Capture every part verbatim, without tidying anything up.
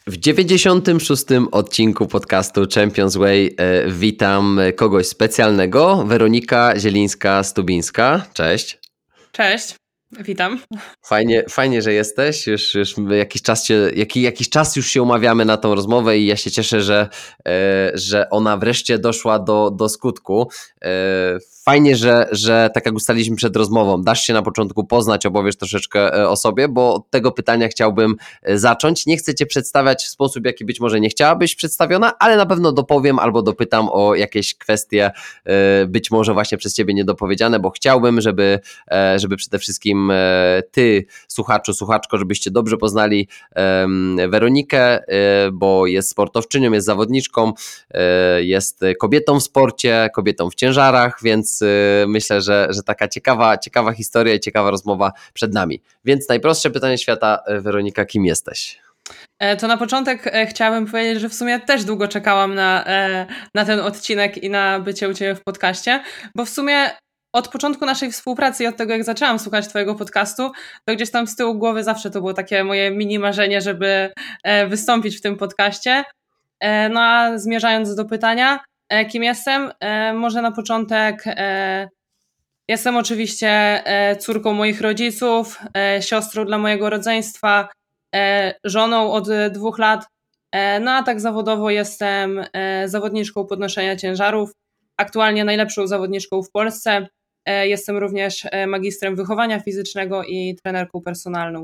W dziewięćdziesiątym szóstym odcinku podcastu Champions Way e, witam kogoś specjalnego, Weronika Zielińska-Stubińska. Cześć. Cześć, witam. Fajnie, fajnie, że jesteś. Już, już jakiś czas się, jaki, jakiś czas już się umawiamy na tą rozmowę i ja się cieszę, że, e, że ona wreszcie doszła do, do skutku. E, Fajnie, że, że tak jak ustaliliśmy przed rozmową, dasz się na początku poznać, opowiesz troszeczkę o sobie, bo od tego pytania chciałbym zacząć. Nie chcę Cię przedstawiać w sposób, jaki być może nie chciałabyś przedstawiona, ale na pewno dopowiem albo dopytam o jakieś kwestie być może właśnie przez Ciebie niedopowiedziane, bo chciałbym, żeby, żeby przede wszystkim Ty, słuchaczu, słuchaczko, żebyście dobrze poznali Weronikę, bo jest sportowczynią, jest zawodniczką, jest kobietą w sporcie, kobietą w ciężarach, więc myślę, że, że taka ciekawa, ciekawa historia i ciekawa rozmowa przed nami. Więc najprostsze pytanie świata, Weronika, kim jesteś? To na początek chciałabym powiedzieć, że w sumie też długo czekałam na, na ten odcinek i na bycie u Ciebie w podcaście, bo w sumie od początku naszej współpracy i od tego, jak zaczęłam słuchać Twojego podcastu, to gdzieś tam z tyłu głowy zawsze to było takie moje mini marzenie, żeby wystąpić w tym podcaście. No a zmierzając do pytania, kim jestem? Może na początek jestem oczywiście córką moich rodziców, siostrą dla mojego rodzeństwa, żoną od dwóch lat, no a tak zawodowo jestem zawodniczką podnoszenia ciężarów, aktualnie najlepszą zawodniczką w Polsce. Jestem również magistrem wychowania fizycznego i trenerką personalną.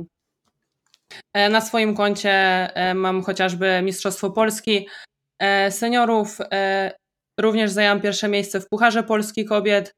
Na swoim koncie mam chociażby Mistrzostwo Polski seniorów, również zajęłam pierwsze miejsce w Pucharze Polski Kobiet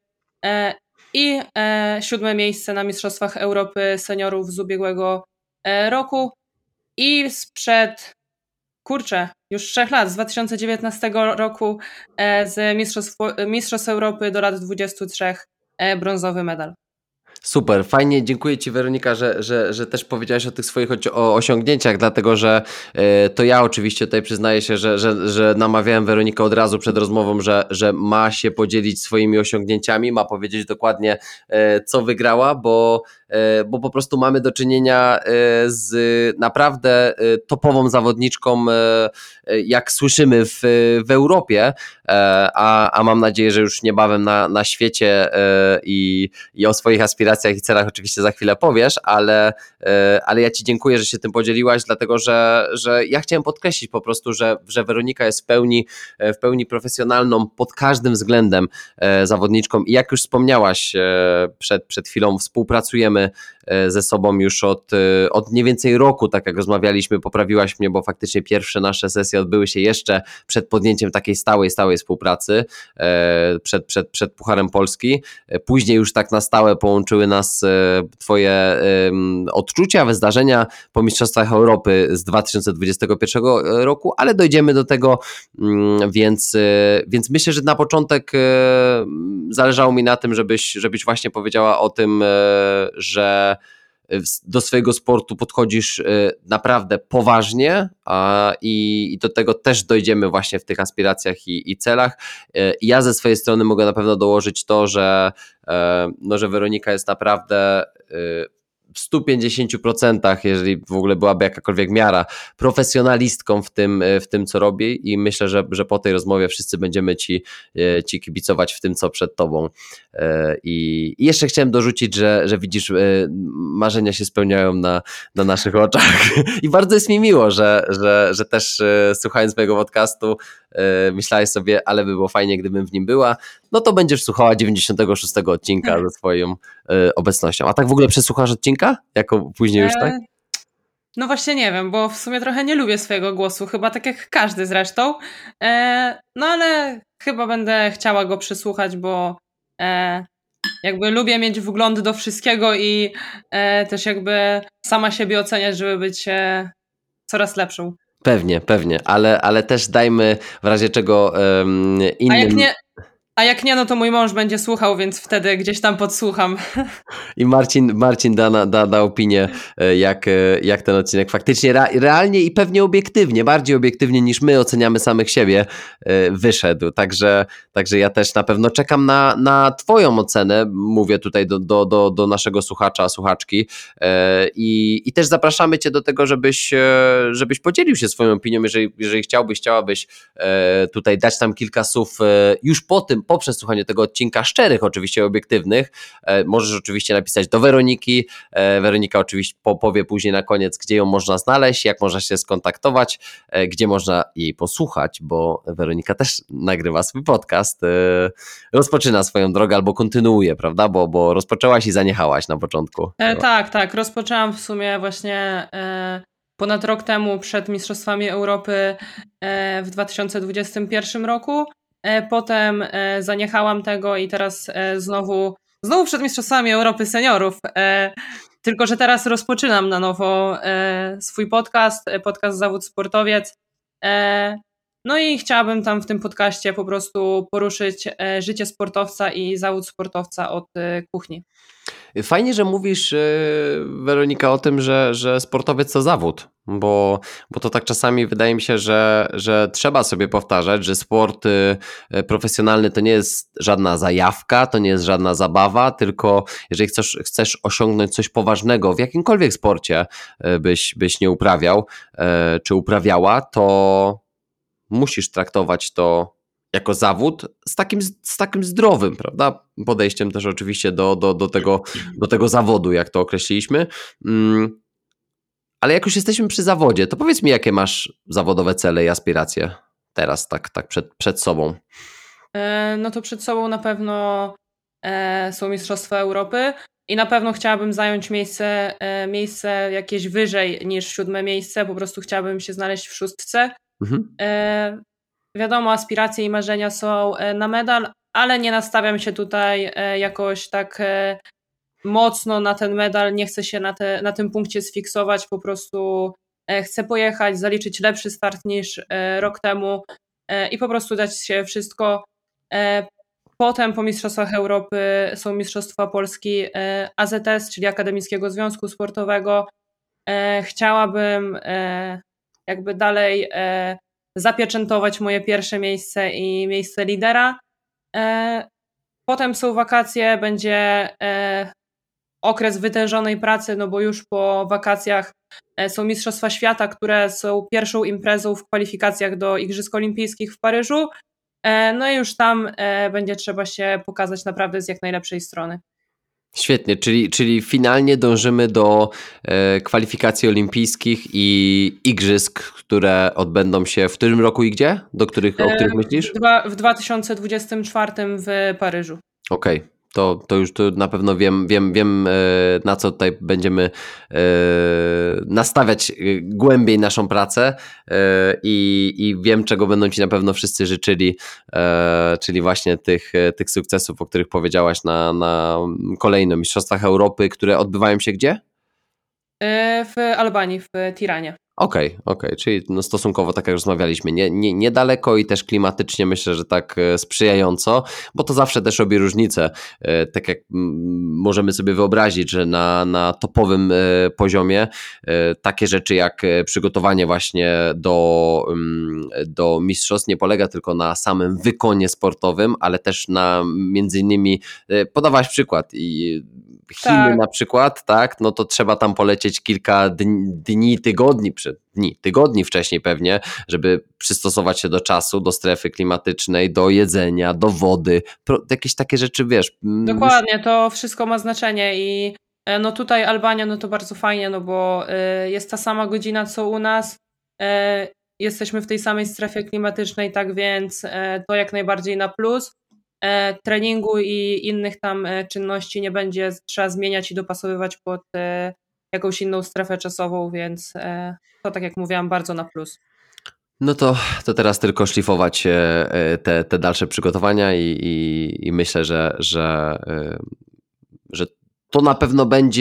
i siódme miejsce na Mistrzostwach Europy Seniorów z ubiegłego roku i sprzed, kurczę, już trzech lat, z dwa tysiące dziewiętnastego roku z Mistrzostw, Mistrzostw Europy do lat dwudziestu trzech brązowy medal. Super, fajnie, dziękuję Ci, Weronika, że, że, że też powiedziałaś o tych swoich o osiągnięciach, dlatego że y, to ja oczywiście tutaj przyznaję się, że, że, że namawiałem Weronikę od razu przed rozmową, że, że ma się podzielić swoimi osiągnięciami, ma powiedzieć dokładnie y, co wygrała, bo, y, bo po prostu mamy do czynienia y, z naprawdę y, topową zawodniczką, y, jak słyszymy w, w Europie, y, a, a mam nadzieję, że już niebawem na, na świecie y, i, i o swoich aspiracjach i celach oczywiście za chwilę powiesz, ale, ale ja Ci dziękuję, że się tym podzieliłaś, dlatego że, że ja chciałem podkreślić po prostu, że, że Weronika jest w pełni, w pełni profesjonalną pod każdym względem zawodniczką i jak już wspomniałaś przed, przed chwilą, współpracujemy ze sobą już od, od mniej więcej roku, tak jak rozmawialiśmy, poprawiłaś mnie, bo faktycznie pierwsze nasze sesje odbyły się jeszcze przed podjęciem takiej stałej, stałej współpracy, przed, przed, przed Pucharem Polski, później już tak na stałe połączyły nas Twoje odczucia, wydarzenia po Mistrzostwach Europy z dwa tysiące dwudziestego pierwszego roku, ale dojdziemy do tego, więc, więc myślę, że na początek zależało mi na tym, żebyś, żebyś właśnie powiedziała o tym, że do swojego sportu podchodzisz naprawdę poważnie a, i, i do tego też dojdziemy właśnie w tych aspiracjach i, i celach. I ja ze swojej strony mogę na pewno dołożyć to, że, no, że Weronika jest naprawdę w stu pięćdziesięciu procentach, jeżeli w ogóle byłaby jakakolwiek miara, profesjonalistką w tym, w tym co robi i myślę, że, że po tej rozmowie wszyscy będziemy ci, ci kibicować w tym, co przed tobą. I, i jeszcze chciałem dorzucić, że, że widzisz, marzenia się spełniają na, na naszych oczach i bardzo jest mi miło, że, że, że też słuchając mojego podcastu myślałeś sobie, ale by było fajnie, gdybym w nim była, no to będziesz słuchała dziewięćdziesiątego szóstego odcinka ze swoją obecnością. A tak w ogóle przesłuchasz odcinka? Jako później już tak? No właśnie nie wiem, bo w sumie trochę nie lubię swojego głosu, chyba tak jak każdy zresztą, no ale chyba będę chciała go przesłuchać, bo jakby lubię mieć wgląd do wszystkiego i też jakby sama siebie oceniać, żeby być coraz lepszą. Pewnie, pewnie, ale, ale też dajmy w razie czego um, innym... A jak nie, A jak nie, no to mój mąż będzie słuchał, więc wtedy gdzieś tam podsłucham. I Marcin, Marcin da, na- da, da opinię, e, jak, e, jak ten odcinek faktycznie rea- realnie i pewnie obiektywnie, bardziej obiektywnie niż my oceniamy samych siebie, e, wyszedł. Także, także ja też na pewno czekam na, na Twoją ocenę. Mówię tutaj do, do, do, do naszego słuchacza, słuchaczki. E, I, I też zapraszamy Cię do tego, żebyś, e, żebyś podzielił się swoją opinią, jeżeli, jeżeli chciałbyś, chciałabyś e, tutaj dać nam kilka słów e, już po tym, po przesłuchaniu tego odcinka, szczerych oczywiście, obiektywnych. E, Możesz oczywiście napisać do Weroniki. E, Weronika oczywiście po- powie później na koniec, gdzie ją można znaleźć, jak można się skontaktować, e, gdzie można jej posłuchać, bo Weronika też nagrywa swój podcast. e, Rozpoczyna swoją drogę albo kontynuuje, prawda? Bo, bo rozpoczęłaś i zaniechałaś na początku. E, tak, tak. Rozpoczęłam w sumie właśnie e, ponad rok temu przed Mistrzostwami Europy e, w dwa tysiące dwudziestym pierwszym roku. E, potem e, zaniechałam tego i teraz e, znowu, znowu przed Mistrzostwami Europy Seniorów. E, tylko, że teraz rozpoczynam na nowo e, swój podcast, e, podcast Zawód Sportowiec. E, no i chciałabym tam w tym podcaście po prostu poruszyć e, życie sportowca i zawód sportowca od e, kuchni. Fajnie, że mówisz, yy, Weronika, o tym, że, że sportowiec to zawód, bo, bo to tak czasami wydaje mi się, że, że trzeba sobie powtarzać, że sport yy, profesjonalny to nie jest żadna zajawka, to nie jest żadna zabawa, tylko jeżeli chcesz, chcesz osiągnąć coś poważnego w jakimkolwiek sporcie yy, byś, byś nie uprawiał yy, czy uprawiała, to musisz traktować to jako zawód z takim, z takim zdrowym, prawda? Podejściem też oczywiście do, do, do, tego, do tego zawodu, jak to określiliśmy. Mm, ale jak już jesteśmy przy zawodzie, to powiedz mi, jakie masz zawodowe cele i aspiracje teraz, tak, tak przed, przed sobą. E, No to przed sobą na pewno e, są Mistrzostwa Europy i na pewno chciałabym zająć miejsce, e, miejsce jakieś wyżej niż siódme miejsce, po prostu chciałabym się znaleźć w szóstce. Mhm. E, Wiadomo, aspiracje i marzenia są e, na medal, ale nie nastawiam się tutaj e, jakoś tak e, mocno na ten medal, nie chcę się na, te, na tym punkcie sfiksować, po prostu e, chcę pojechać, zaliczyć lepszy start niż e, rok temu e, i po prostu dać się wszystko. E, Potem po Mistrzostwach Europy są Mistrzostwa Polski e, A Z S, czyli Akademickiego Związku Sportowego. E, Chciałabym e, jakby dalej e, zapieczętować moje pierwsze miejsce i miejsce lidera. E, Potem są wakacje, będzie e, okres wytężonej pracy, no bo już po wakacjach e, są Mistrzostwa Świata, które są pierwszą imprezą w kwalifikacjach do Igrzysk Olimpijskich w Paryżu. E, No i już tam e, będzie trzeba się pokazać naprawdę z jak najlepszej strony. Świetnie, czyli, czyli finalnie dążymy do e, kwalifikacji olimpijskich i igrzysk, które odbędą się w którym roku i gdzie? Do których, o których E, myślisz? W, dwa, w dwa tysiące dwudziestym czwartym w Paryżu. Okej, to, to już tu na pewno wiem, wiem, wiem e, na co tutaj będziemy e, nastawiać e, głębiej naszą pracę e, i, i wiem, czego będą Ci na pewno wszyscy życzyli, e, czyli właśnie tych, e, tych sukcesów, o których powiedziałaś na, na kolejnym Mistrzostwach Europy, które odbywają się gdzie? E, W Albanii, w Tiranie. Okej, okej, czyli no stosunkowo tak jak rozmawialiśmy, nie, nie, niedaleko i też klimatycznie myślę, że tak e, sprzyjająco, bo to zawsze też robi różnicę. E, Tak jak mm, możemy sobie wyobrazić, że na, na topowym e, poziomie e, takie rzeczy jak e, przygotowanie właśnie do, mm, do mistrzostw nie polega tylko na samym wykonie sportowym, ale też na między innymi, e, podawałaś przykład i Chiny Tak. na przykład, tak, no to trzeba tam polecieć kilka dni, dni tygodni, przy, dni, tygodni wcześniej pewnie, żeby przystosować się do czasu, do strefy klimatycznej, do jedzenia, do wody, pro, jakieś takie rzeczy, wiesz. mm, już- Dokładnie, to wszystko ma znaczenie i e, no tutaj Albania, no to bardzo fajnie, no bo e, jest ta sama godzina co u nas, e, jesteśmy w tej samej strefie klimatycznej, tak więc e, to jak najbardziej na plus. E, Treningu i innych tam e, czynności nie będzie trzeba zmieniać i dopasowywać pod e, jakąś inną strefę czasową, więc e, to tak jak mówiłam, bardzo na plus. No to, to teraz tylko szlifować e, e, te, te dalsze przygotowania i, i, i myślę, że, że, e, że to na pewno będzie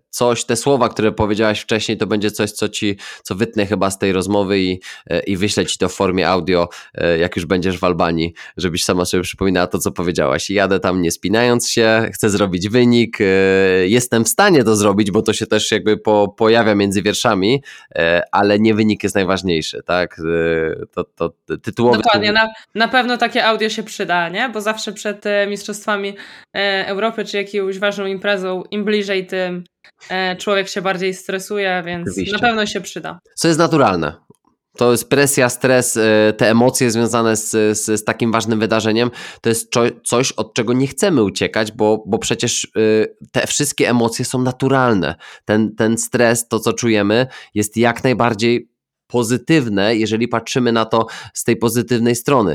coś, te słowa, które powiedziałaś wcześniej, to będzie coś, co ci, co wytnę chyba z tej rozmowy i, i wyślę ci to w formie audio, jak już będziesz w Albanii, żebyś sama sobie przypominała to, co powiedziałaś. Jadę tam nie spinając się, chcę zrobić wynik, jestem w stanie to zrobić, bo to się też jakby po, pojawia między wierszami, ale nie wynik jest najważniejszy, tak? To, to tytułowy... Dokładnie, na, na pewno takie audio się przyda, nie? Bo zawsze przed mistrzostwami Europy czy jakąś ważną imprezą, im bliżej, tym człowiek się bardziej stresuje, więc Oczywiście. na pewno się przyda. Co jest naturalne. To jest presja, stres, te emocje związane z, z, z takim ważnym wydarzeniem, to jest coś, od czego nie chcemy uciekać, bo, bo przecież te wszystkie emocje są naturalne. Ten, ten stres, to co czujemy, jest jak najbardziej pozytywne, jeżeli patrzymy na to z tej pozytywnej strony.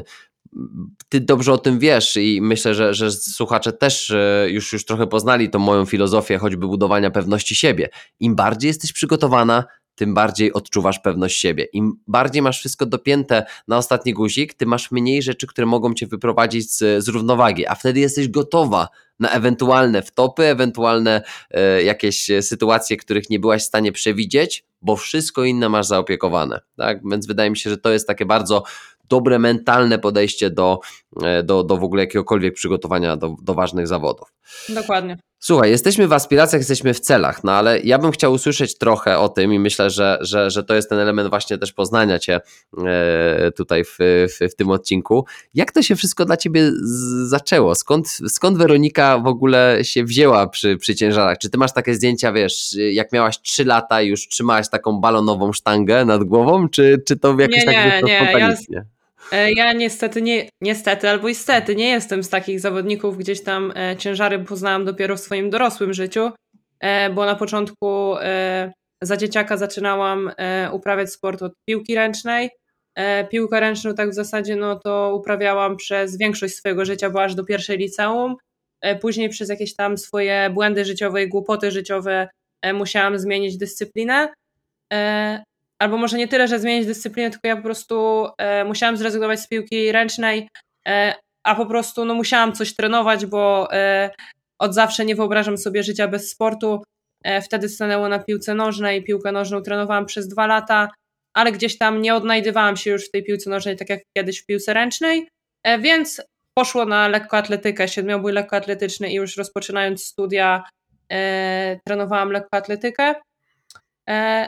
Ty dobrze o tym wiesz i myślę, że, że słuchacze też już, już trochę poznali tą moją filozofię, choćby budowania pewności siebie. Im bardziej jesteś przygotowana, tym bardziej odczuwasz pewność siebie. Im bardziej masz wszystko dopięte na ostatni guzik, tym masz mniej rzeczy, które mogą cię wyprowadzić z, z równowagi, a wtedy jesteś gotowa na ewentualne wtopy, ewentualne e, jakieś sytuacje, których nie byłaś w stanie przewidzieć, bo wszystko inne masz zaopiekowane. Tak? Więc wydaje mi się, że to jest takie bardzo dobre mentalne podejście do, do, do w ogóle jakiegokolwiek przygotowania do, do ważnych zawodów. Dokładnie. Słuchaj, jesteśmy w aspiracjach, jesteśmy w celach, no ale ja bym chciał usłyszeć trochę o tym i myślę, że, że, że to jest ten element właśnie też poznania cię tutaj w, w, w tym odcinku. Jak to się wszystko dla ciebie z- zaczęło? Skąd, skąd Weronika w ogóle się wzięła przy, przy ciężarach? Czy ty masz takie zdjęcia, wiesz, jak miałaś trzy lata i już trzymałaś taką balonową sztangę nad głową, czy, czy to jakoś Nie, tak nie, wyszło nie, ja- spontanicznie? Ja niestety, nie, niestety albo istety nie jestem z takich zawodników, gdzieś tam e, ciężary poznałam dopiero w swoim dorosłym życiu, e, bo na początku e, za dzieciaka zaczynałam e, uprawiać sport od piłki ręcznej. E, piłkę ręczną tak w zasadzie no to uprawiałam przez większość swojego życia, bo aż do pierwszej liceum. E, później przez jakieś tam swoje błędy życiowe i głupoty życiowe e, musiałam zmienić dyscyplinę. E, Albo może nie tyle, że zmienić dyscyplinę, tylko ja po prostu e, musiałam zrezygnować z piłki ręcznej, e, a po prostu no, musiałam coś trenować, bo e, od zawsze nie wyobrażam sobie życia bez sportu. E, wtedy stanęło na piłce nożnej, piłkę nożną trenowałam przez dwa lata, ale gdzieś tam nie odnajdywałam się już w tej piłce nożnej tak jak kiedyś w piłce ręcznej, e, więc poszło na lekkoatletykę, siedmiobój lekkoatletyczny i już rozpoczynając studia e, trenowałam lekkoatletykę. E,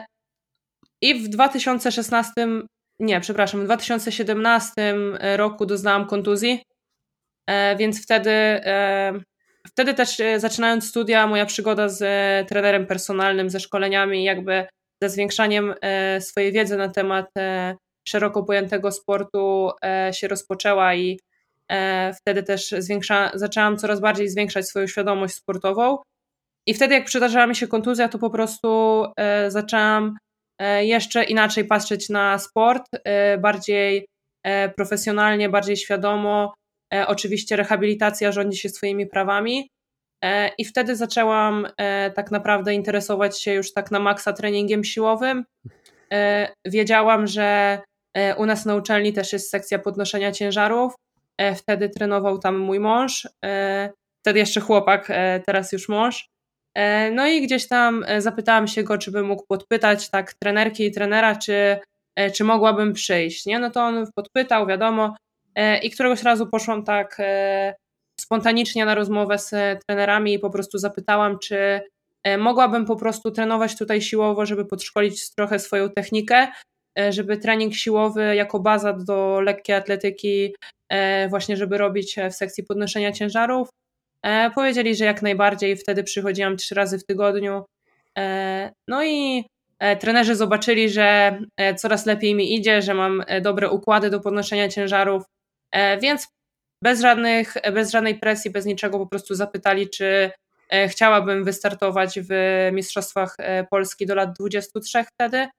I w dwa tysiące szesnastym, nie, przepraszam, w dwa tysiące siedemnastym roku doznałam kontuzji, e, więc wtedy, e, wtedy też e, zaczynając studia, moja przygoda z e, trenerem personalnym, ze szkoleniami, jakby ze zwiększaniem e, swojej wiedzy na temat e, szeroko pojętego sportu e, się rozpoczęła i e, wtedy też zwiększa, zaczęłam coraz bardziej zwiększać swoją świadomość sportową. I wtedy jak przydarzyła mi się kontuzja, to po prostu e, zaczęłam e, jeszcze inaczej patrzeć na sport, e, bardziej e, profesjonalnie, bardziej świadomo. E, oczywiście rehabilitacja rządzi się swoimi prawami. E, I wtedy zaczęłam e, tak naprawdę interesować się już tak na maksa treningiem siłowym. E, wiedziałam, że e, u nas na uczelni też jest sekcja podnoszenia ciężarów. E, wtedy trenował tam mój mąż. E, wtedy jeszcze chłopak, e, teraz już mąż. E, No i gdzieś tam e, zapytałam się go, czy by mógł podpytać tak trenerki i trenera, czy, e, czy mogłabym przyjść, nie? No to on podpytał, wiadomo, e, i któregoś razu poszłam tak e, spontanicznie na rozmowę z e, trenerami i po prostu zapytałam, czy e, mogłabym po prostu trenować tutaj siłowo, żeby podszkolić trochę swoją technikę, e, żeby trening siłowy jako baza do lekkiej atletyki e, właśnie, żeby robić e, w sekcji podnoszenia ciężarów. E, powiedzieli, że jak najbardziej, wtedy przychodziłam trzy razy w tygodniu. E, no i e, trenerzy zobaczyli, że e, coraz lepiej mi idzie, że mam e, dobre układy do podnoszenia ciężarów, e, więc bez żadnych, bez żadnej presji, bez niczego po prostu zapytali, czy e, chciałabym wystartować w Mistrzostwach e, Polski do lat dwudziestu trzech wtedy.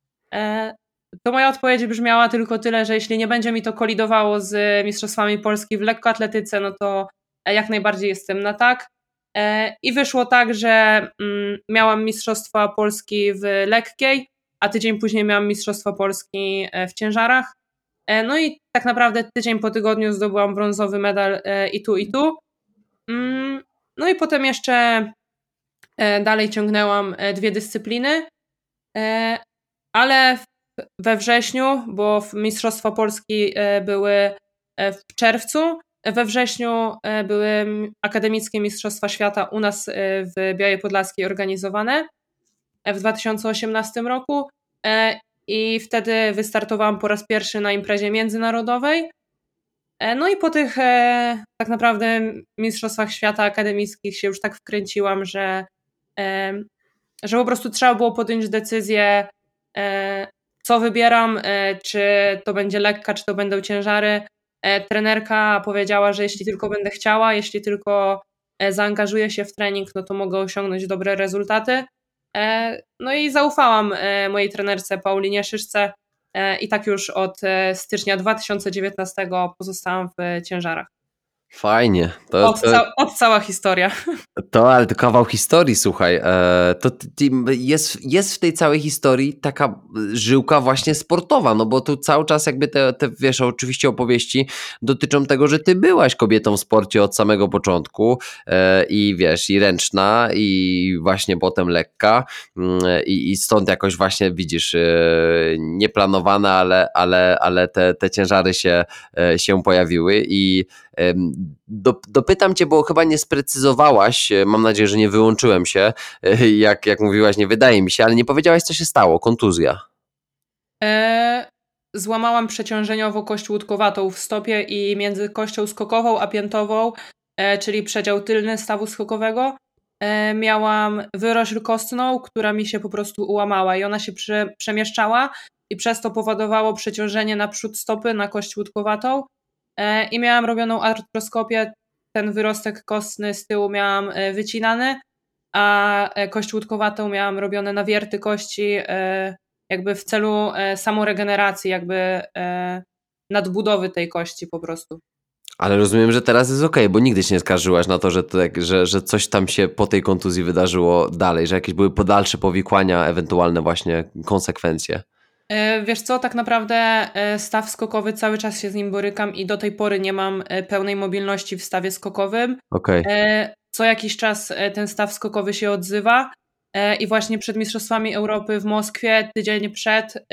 E, To moja odpowiedź brzmiała tylko tyle, że jeśli nie będzie mi to kolidowało z Mistrzostwami Polski w lekkoatletyce, no to jak najbardziej jestem na tak. E, I wyszło tak, że mm, miałam Mistrzostwa Polski w lekkiej, a tydzień później miałam Mistrzostwa Polski e, w ciężarach. E, No i tak naprawdę tydzień po tygodniu zdobyłam brązowy medal e, i tu, i tu. Mm, No i potem jeszcze Dalej ciągnęłam dwie dyscypliny, ale we wrześniu, bo Mistrzostwa Polski były w czerwcu, we wrześniu były Akademickie Mistrzostwa Świata u nas w Białej Podlaskiej organizowane w dwa tysiące osiemnastym roku i wtedy wystartowałam po raz pierwszy na imprezie międzynarodowej. No i po tych tak naprawdę Mistrzostwach Świata Akademickich się już tak wkręciłam, że, że po prostu trzeba było podjąć decyzję, co wybieram, czy to będzie lekka, czy to będą ciężary. Trenerka powiedziała, że jeśli tylko będę chciała, jeśli tylko zaangażuję się w trening, no to mogę osiągnąć dobre rezultaty. No i zaufałam mojej trenerce Paulinie Szyszce i tak już od stycznia dwa tysiące dziewiętnastego pozostałam w ciężarach. Fajnie. To, od, ca- od cała historia. To, ale to kawał historii, słuchaj. E, to ty, ty, jest, jest w tej całej historii taka żyłka właśnie sportowa, no bo tu cały czas jakby te, te, wiesz, oczywiście opowieści dotyczą tego, że ty byłaś kobietą w sporcie od samego początku e, i wiesz, i ręczna, i właśnie potem lekka mm, i, i stąd jakoś właśnie widzisz, e, nieplanowane, ale, ale, ale te, te ciężary się, e, się pojawiły i Do, dopytam cię, bo chyba nie sprecyzowałaś, mam nadzieję, że nie wyłączyłem się, jak, jak mówiłaś, nie wydaje mi się, ale nie powiedziałaś, co się stało, kontuzja. E, złamałam przeciążeniowo kość łódkowatą w stopie i między kością skokową a piętową, e, czyli przedział tylny stawu skokowego, e, miałam wyrośl kostną, która mi się po prostu ułamała i ona się prze, przemieszczała i przez to powodowało przeciążenie na przód stopy, na kość łódkowatą. I miałam robioną artroskopię, ten wyrostek kostny z tyłu miałam wycinany, a kość łódkowatą miałam robione nawierty kości jakby w celu samoregeneracji, jakby nadbudowy tej kości po prostu. Ale rozumiem, że teraz jest okej, bo nigdy się nie skarżyłaś na to, że, to, że, że coś tam się po tej kontuzji wydarzyło dalej, że jakieś były dalsze powikłania, ewentualne właśnie konsekwencje. Wiesz co, tak naprawdę staw skokowy cały czas się z nim borykam i do tej pory nie mam pełnej mobilności w stawie skokowym. Okay. Co jakiś czas ten staw skokowy się odzywa i właśnie przed Mistrzostwami Europy w Moskwie, tydzień przed,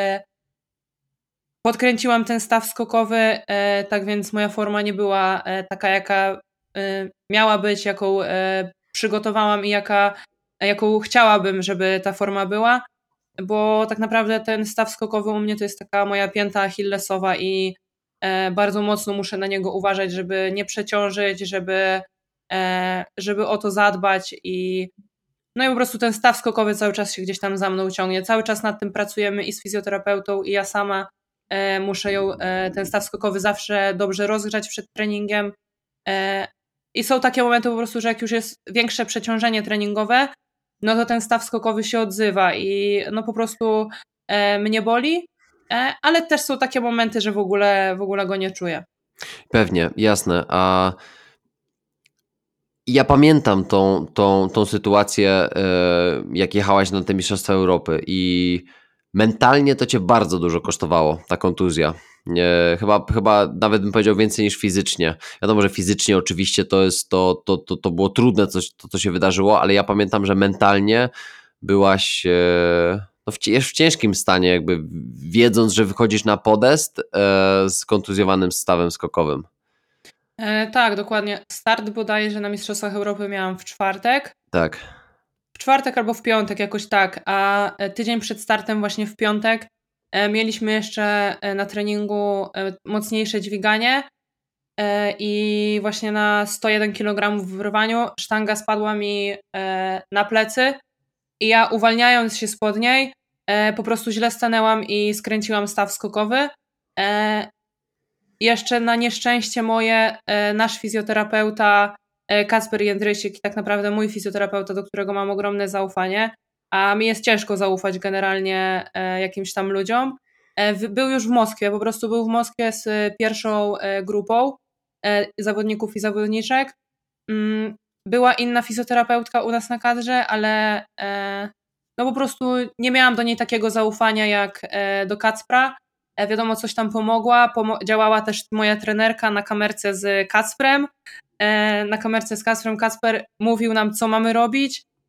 podkręciłam ten staw skokowy, tak więc moja forma nie była taka, jaka miała być, jaką przygotowałam i jaka, jaką chciałabym, żeby ta forma była. Bo tak naprawdę ten staw skokowy u mnie to jest taka moja pięta achillesowa i e, bardzo mocno muszę na niego uważać, żeby nie przeciążyć, żeby, e, żeby o to zadbać i no i po prostu ten staw skokowy cały czas się gdzieś tam za mną ciągnie. Cały czas nad tym pracujemy i z fizjoterapeutą i ja sama e, muszę ją, e, ten staw skokowy zawsze dobrze rozgrzać przed treningiem e, i są takie momenty po prostu, że jak już jest większe przeciążenie treningowe, no to ten staw skokowy się odzywa i no po prostu e, mnie boli, e, ale też są takie momenty, że w ogóle, w ogóle go nie czuję. Pewnie, jasne. A ja pamiętam tą, tą, tą sytuację, e, jak jechałaś na te Mistrzostwa Europy i mentalnie to cię bardzo dużo kosztowało, ta kontuzja. Nie, chyba, chyba nawet bym powiedział więcej niż fizycznie. Wiadomo, że fizycznie oczywiście to jest to, to, to, to było trudne, coś, to co się wydarzyło, ale ja pamiętam, że mentalnie byłaś e, no w, w ciężkim stanie, jakby wiedząc, że wychodzisz na podest e, z kontuzjowanym stawem skokowym. E, tak, dokładnie. Start bodajże na Mistrzostwach Europy miałam w czwartek. Tak. W czwartek albo w piątek, jakoś tak, a tydzień przed startem właśnie w piątek mieliśmy jeszcze na treningu mocniejsze dźwiganie i właśnie na sto jeden kilogramów w rwaniu sztanga spadła mi na plecy i ja uwalniając się spod niej po prostu źle stanęłam i skręciłam staw skokowy. Jeszcze na nieszczęście moje nasz fizjoterapeuta Kacper Jędrysik i tak naprawdę mój fizjoterapeuta, do którego mam ogromne zaufanie, a mi jest ciężko zaufać generalnie jakimś tam ludziom, był już w Moskwie, po prostu był w Moskwie z pierwszą grupą zawodników i zawodniczek. Była inna fizjoterapeutka u nas na kadrze, ale no po prostu nie miałam do niej takiego zaufania jak do Kacpra. Wiadomo, coś tam pomogła, Pomo- działała też moja trenerka na kamerce z Kacprem, na kamerce z Kacprem Kacper mówił nam, co mamy robić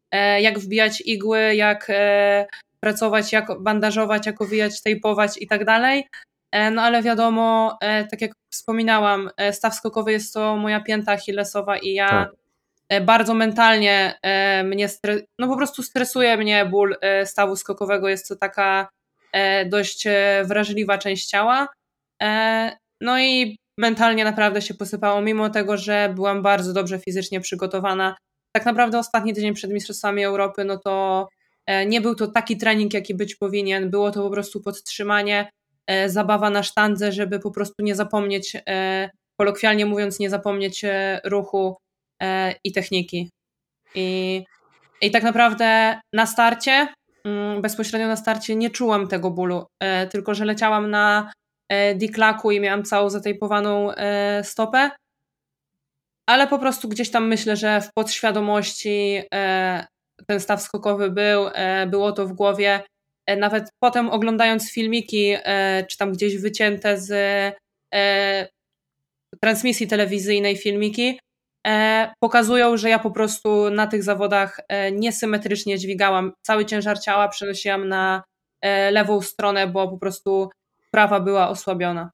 e, jak wbijać igły, jak e, pracować, jak bandażować, jak owijać, tejpować i tak dalej. E, no ale wiadomo, e, tak jak wspominałam, e, staw skokowy jest to moja pięta achillesowa i Tak. ja e, bardzo mentalnie e, mnie, stre- no po prostu stresuje mnie ból e, stawu skokowego, jest to taka e, dość e, wrażliwa część ciała. E, no i mentalnie naprawdę się posypało, mimo tego, że byłam bardzo dobrze fizycznie przygotowana. Tak naprawdę ostatni tydzień przed Mistrzostwami Europy, no to e, nie był to taki trening, jaki być powinien. Było to po prostu podtrzymanie, e, zabawa na sztandze, żeby po prostu nie zapomnieć, e, kolokwialnie mówiąc, nie zapomnieć e, ruchu e, i techniki. I, I tak naprawdę na starcie, mm, bezpośrednio na starcie nie czułam tego bólu, e, tylko że leciałam na e, diklaku i miałam całą zatejpowaną e, stopę, ale po prostu gdzieś tam myślę, że w podświadomości e, ten staw skokowy był, e, było to w głowie. E, nawet potem oglądając filmiki, e, czy tam gdzieś wycięte z e, transmisji telewizyjnej filmiki, e, pokazują, że ja po prostu na tych zawodach e, niesymetrycznie dźwigałam. Cały ciężar ciała przenosiłam na e, lewą stronę, bo po prostu prawa była osłabiona.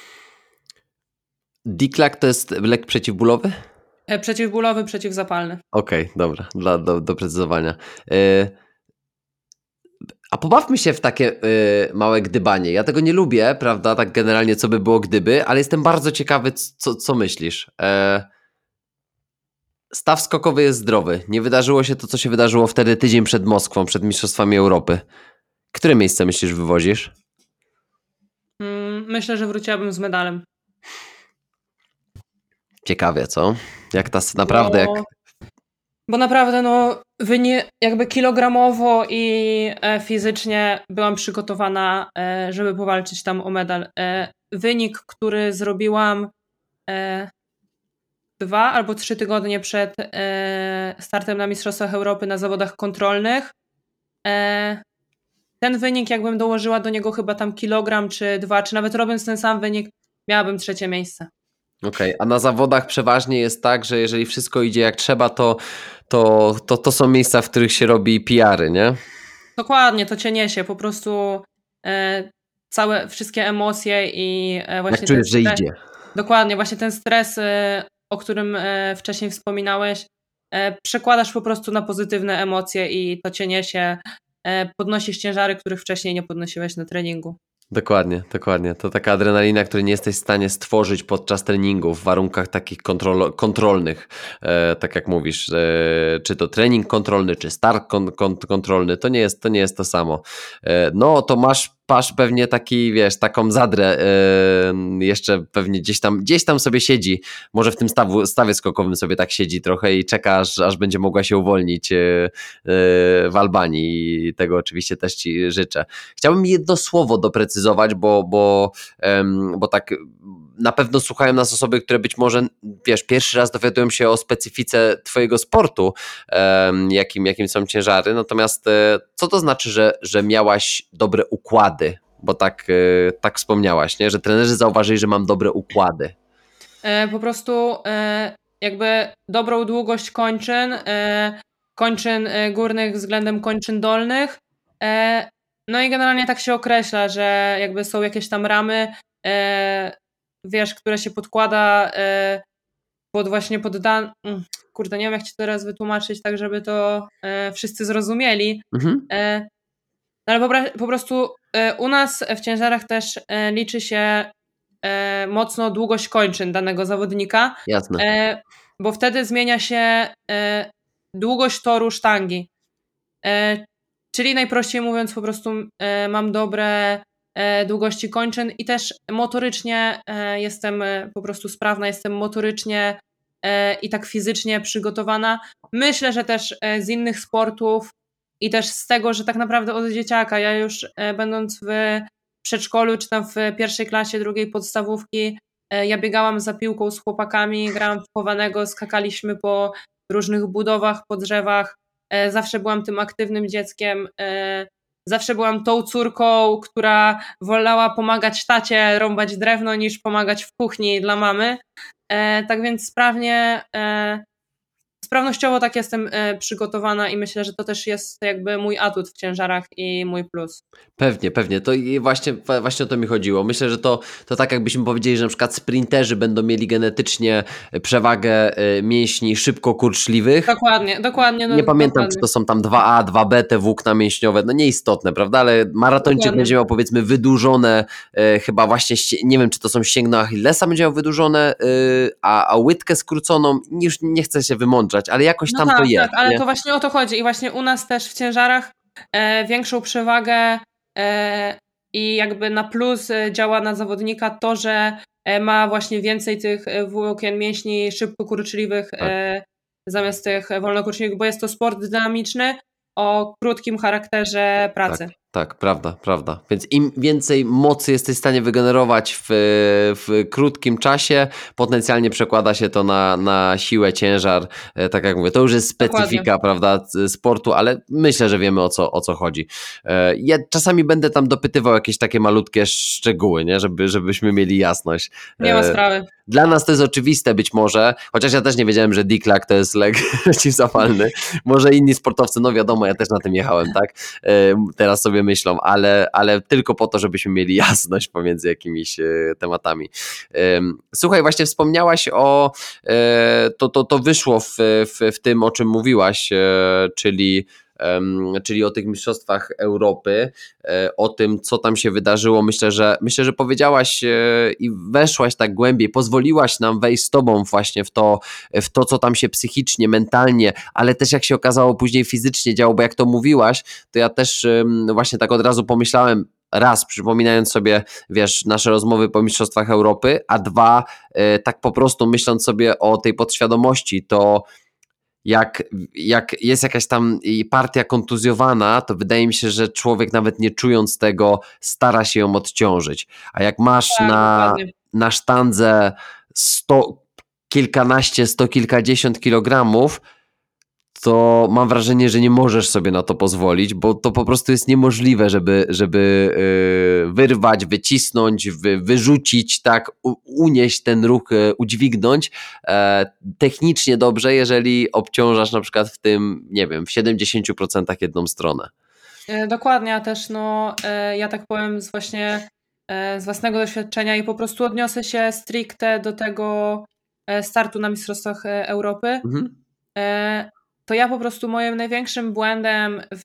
Diklak to jest lek przeciwbólowy? E, przeciwbólowy, przeciwzapalny. Okej, dobra, dla do, doprecyzowania. Y, A pobawmy się w takie y, małe gdybanie. Ja tego nie lubię, prawda, tak generalnie co by było gdyby, ale jestem bardzo ciekawy, co, co myślisz. E, staw skokowy jest zdrowy. Nie wydarzyło się to, co się wydarzyło wtedy tydzień przed Moskwą, przed Mistrzostwami Europy. Które miejsce myślisz wywozisz? Mm, myślę, że wróciłabym z medalem. Ciekawie, co? Jak ta naprawdę, jak... Bo, bo naprawdę, no, wyni- jakby kilogramowo i e, fizycznie byłam przygotowana, e, żeby powalczyć tam o medal. E, wynik, który zrobiłam e, dwa albo trzy tygodnie przed e, startem na Mistrzostwach Europy na zawodach kontrolnych. E, ten wynik, jakbym dołożyła do niego chyba tam kilogram czy dwa, czy nawet robiąc ten sam wynik, miałabym trzecie miejsce. Okej, a na zawodach przeważnie jest tak, że jeżeli wszystko idzie jak trzeba, to, to, to, to są miejsca, w których się robi P R-y, nie? Dokładnie, to cię niesie, po prostu e, całe, wszystkie emocje i e, Jak właśnie ten czujesz, że stres. idzie. Dokładnie, właśnie ten stres, e, o którym e, wcześniej wspominałeś, e, przekładasz po prostu na pozytywne emocje i to cię niesie, e, podnosisz ciężary, których wcześniej nie podnosiłeś na treningu. Dokładnie, dokładnie. To taka adrenalina, której nie jesteś w stanie stworzyć podczas treningu w warunkach takich kontrol, kontrolnych, e, tak jak mówisz, e, czy to trening kontrolny, czy start kon, kon, kontrolny, to nie jest to, nie jest to samo. E, no to masz, masz pewnie taki, wiesz, taką zadrę, e, jeszcze pewnie gdzieś tam, gdzieś tam sobie siedzi, może w tym stawu, stawie skokowym sobie tak siedzi trochę i czeka, aż, aż będzie mogła się uwolnić e, e, w Albanii i tego oczywiście też Ci życzę. Chciałbym jedno słowo doprecyzować, bo, bo, um, bo tak na pewno słuchają nas osoby, które być może, wiesz, pierwszy raz dowiadują się o specyfice twojego sportu, um, jakim, jakim są ciężary, natomiast e, co to znaczy, że, że miałaś dobre układy? Bo tak, e, tak wspomniałaś, nie? Że trenerzy zauważyli, że mam dobre układy. E, po prostu e, jakby dobrą długość kończyn, e, kończyn e, górnych względem kończyn dolnych. E, no i generalnie tak się określa, że jakby są jakieś tam ramy, e, wiesz, które się podkłada e, pod właśnie pod dan... mm, Kurde, nie wiem jak ci to teraz wytłumaczyć, tak żeby to e, wszyscy zrozumieli. Mhm. E, no ale po, pra- po prostu e, u nas w ciężarach też e, liczy się e, mocno długość kończyn danego zawodnika, Jasne. e, bo wtedy zmienia się e, długość toru sztangi. E, czyli najprościej mówiąc, po prostu e, mam dobre e, długości kończyn i też motorycznie e, jestem e, po prostu sprawna, jestem motorycznie e, i tak fizycznie przygotowana. Myślę, że też e, z innych sportów i też z tego, że tak naprawdę od dzieciaka, ja już e, będąc w przedszkolu czy tam w pierwszej klasie drugiej podstawówki, e, ja biegałam za piłką z chłopakami, grałam w chowanego, skakaliśmy po różnych budowach, po drzewach. E, Zawsze byłam tym aktywnym dzieckiem. e, Zawsze byłam tą córką, która wolała pomagać tacie rąbać drewno, niż pomagać w kuchni dla mamy. E, Tak więc sprawnie, e, sprawnościowo tak jestem e, przygotowana i myślę, że to też jest jakby mój atut w ciężarach i mój plus. Pewnie, pewnie. To i właśnie, właśnie o to mi chodziło. Myślę, że to, to tak jakbyśmy powiedzieli, że na przykład sprinterzy będą mieli genetycznie przewagę y, mięśni szybko kurczliwych. Dokładnie, dokładnie. No, Nie pamiętam, czy dokładnie. to są tam dwa A, dwa B, te włókna mięśniowe, no nieistotne, prawda, ale maratończyk Dokładnie. będzie miał powiedzmy wydłużone, e, chyba właśnie, ście- nie wiem, czy to są ścięgna Achillesa, będzie miał wydłużone, e, a, a łydkę skróconą, już nie chcę się wymądrzać, ale jakoś No tam tak, to jest, tak, ale nie? to właśnie o to chodzi. I właśnie u nas też w ciężarach e, większą przewagę e, i jakby na plus e, działa na zawodnika to, że e, ma właśnie więcej tych e, włókien mięśni szybko kurczliwych Tak. e, zamiast tych wolnokurczliwych, bo jest to sport dynamiczny o krótkim charakterze pracy. Tak, tak, prawda, prawda. Więc im więcej mocy jesteś w stanie wygenerować w, w krótkim czasie, potencjalnie przekłada się to na, na siłę, ciężar. E, Tak jak mówię, to już jest specyfika, Dokładnie. prawda, c- sportu, ale myślę, że wiemy o co, o co chodzi. E, Ja czasami będę tam dopytywał jakieś takie malutkie szczegóły, nie? Żeby, żebyśmy mieli jasność. Nie ma E, sprawy. Dla nas to jest oczywiste być może, chociaż ja też nie wiedziałem, że Diclak to jest lek przeciwzapalny. Może inni sportowcy, no wiadomo, ja też na tym jechałem, tak? E, Teraz sobie myślą, ale, ale tylko po to, żebyśmy mieli jasność pomiędzy jakimiś e, tematami. Em, Słuchaj, właśnie wspomniałaś o, e, to, to, to wyszło w, w, w tym, o czym mówiłaś, e, czyli em, czyli o tych mistrzostwach Europy, e, o tym, co tam się wydarzyło. Myślę, że myślę, że powiedziałaś e, i weszłaś tak głębiej, pozwoliłaś nam wejść z tobą właśnie w to, w to, co tam się psychicznie, mentalnie, ale też jak się okazało później fizycznie działo, bo jak to mówiłaś, to ja też em, właśnie tak od razu pomyślałem, raz, przypominając sobie, wiesz, nasze rozmowy po Mistrzostwach Europy, a dwa, e, tak po prostu myśląc sobie o tej podświadomości, to jak, jak jest jakaś tam i partia kontuzjowana, to wydaje mi się, że człowiek nawet nie czując tego stara się ją odciążyć. A jak masz Tak, na, dokładnie. na sztandze sto, kilkanaście, sto kilkadziesiąt kilogramów, to mam wrażenie, że nie możesz sobie na to pozwolić, bo to po prostu jest niemożliwe, żeby, żeby yy, wyrwać, wycisnąć, wy, wyrzucić, tak, u, unieść ten ruch, yy, udźwignąć e, technicznie dobrze, jeżeli obciążasz na przykład w tym, nie wiem, w siedemdziesięciu procentach jedną stronę. E, Dokładnie, a też no, e, ja tak powiem z właśnie e, z własnego doświadczenia i po prostu odniosę się stricte do tego e, startu na Mistrzostwach e, Europy. Mhm. E, To ja po prostu moim największym błędem w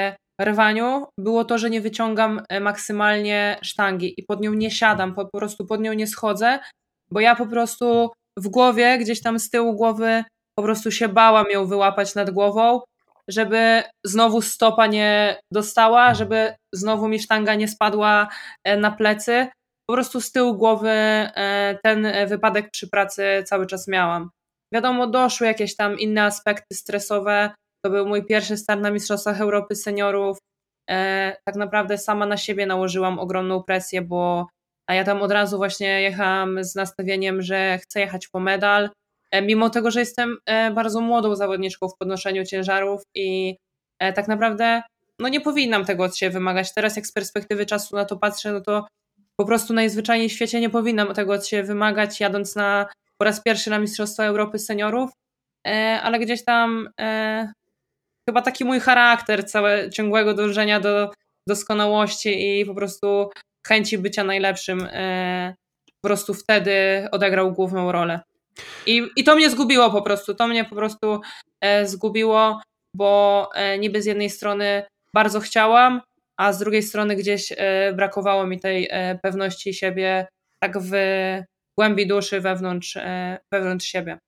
rwaniu było to, że nie wyciągam e, maksymalnie sztangi i pod nią nie siadam, po po prostu pod nią nie schodzę, bo ja po prostu w głowie, gdzieś tam z tyłu głowy po prostu się bałam ją wyłapać nad głową, żeby znowu stopa nie dostała, żeby znowu mi sztanga nie spadła e, na plecy. Po prostu z tyłu głowy e, ten e, wypadek przy pracy cały czas miałam. Wiadomo, doszły jakieś tam inne aspekty stresowe. To był mój pierwszy start na Mistrzostwach Europy Seniorów. E, tak naprawdę sama na siebie nałożyłam ogromną presję, bo a ja tam od razu właśnie jechałam z nastawieniem, że chcę jechać po medal. E, mimo tego, że jestem e, bardzo młodą zawodniczką w podnoszeniu ciężarów i e, tak naprawdę no nie powinnam tego od siebie wymagać. Teraz jak z perspektywy czasu na to patrzę, no to po prostu najzwyczajniej w świecie nie powinnam tego od siebie wymagać, jadąc na po raz pierwszy na Mistrzostwa Europy Seniorów, e, ale gdzieś tam e, chyba taki mój charakter całe, ciągłego dążenia do doskonałości i po prostu chęci bycia najlepszym e, po prostu wtedy odegrał główną rolę. I, I to mnie zgubiło po prostu, to mnie po prostu e, zgubiło, bo e, niby z jednej strony bardzo chciałam, a z drugiej strony gdzieś e, brakowało mi tej e, pewności siebie tak w głębi duszy wewnątrz, e, wewnątrz siebie.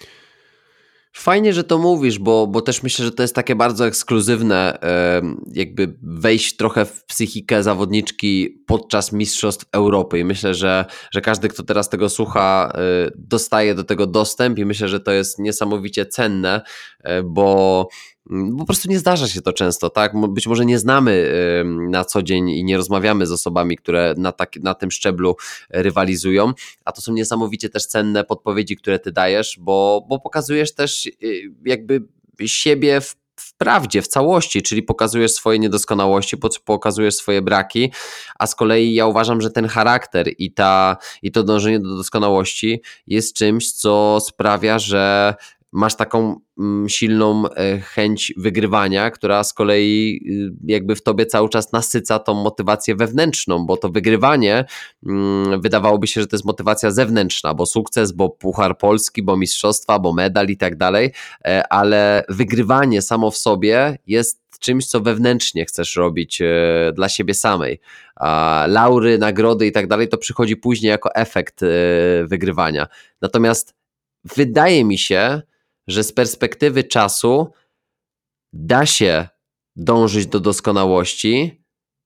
Fajnie, że to mówisz, bo, bo też myślę, że to jest takie bardzo ekskluzywne, em, jakby wejść trochę w psychikę zawodniczki podczas Mistrzostw Europy i myślę, że, że każdy, kto teraz tego słucha, y, dostaje do tego dostęp i myślę, że to jest niesamowicie cenne, y, bo mm, po prostu nie zdarza się to często, tak? Mo- Być może nie znamy ym, na co dzień i nie rozmawiamy z osobami, które na, tak, na tym szczeblu rywalizują, a to są niesamowicie też cenne podpowiedzi, które ty dajesz, bo, bo pokazujesz też y, jakby siebie w, w prawdzie, w całości, czyli pokazujesz swoje niedoskonałości, po- pokazujesz swoje braki, a z kolei ja uważam, że ten charakter i, ta, i to dążenie do doskonałości jest czymś, co sprawia, że masz taką mm, silną e, chęć wygrywania, która z kolei y, jakby w tobie cały czas nasyca tą motywację wewnętrzną, bo to wygrywanie mm, wydawałoby się, że to jest motywacja zewnętrzna, bo sukces, bo Puchar Polski, bo mistrzostwa, bo medal i tak dalej, e, ale wygrywanie samo w sobie jest czymś, co wewnętrznie chcesz robić e, dla siebie samej. A laury, nagrody i tak dalej to przychodzi później jako efekt e, wygrywania. Natomiast wydaje mi się, że z perspektywy czasu da się dążyć do doskonałości,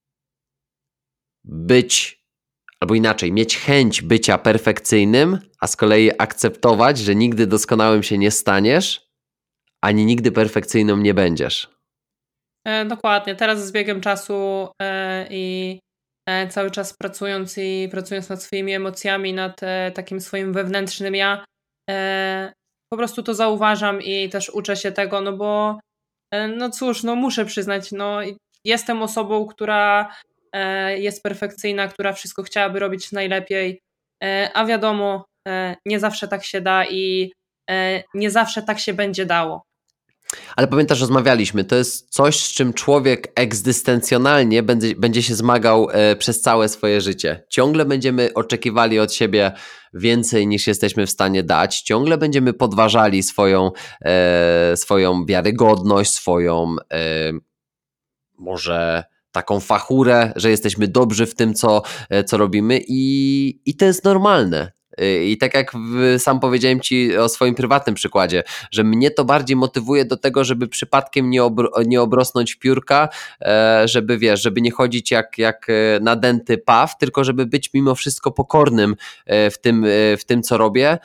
być, albo inaczej, mieć chęć bycia perfekcyjnym, a z kolei akceptować, że nigdy doskonałym się nie staniesz, ani nigdy perfekcyjną nie będziesz. E, dokładnie. Teraz z biegiem czasu e, i e, cały czas pracując i pracując nad swoimi emocjami, nad e, takim swoim wewnętrznym ja, e, po prostu to zauważam i też uczę się tego, no bo e, no cóż, no muszę przyznać, no jestem osobą, która e, jest perfekcyjna, która wszystko chciałaby robić najlepiej, e, a wiadomo, e, nie zawsze tak się da i e, nie zawsze tak się będzie dało. Ale pamiętasz, rozmawialiśmy, to jest coś, z czym człowiek egzystencjonalnie będzie, będzie się zmagał e, przez całe swoje życie. Ciągle będziemy oczekiwali od siebie więcej niż jesteśmy w stanie dać, ciągle będziemy podważali swoją, e, swoją wiarygodność, swoją e, może taką fachurę, że jesteśmy dobrzy w tym, co, e, co robimy i, i to jest normalne. I tak jak w, sam powiedziałem Ci o swoim prywatnym przykładzie, że mnie to bardziej motywuje do tego, żeby przypadkiem nie, obro, nie obrosnąć w piórka, e, żeby wiesz, żeby nie chodzić jak, jak nadęty paw, tylko żeby być mimo wszystko pokornym e, w tym, e, w tym co robię.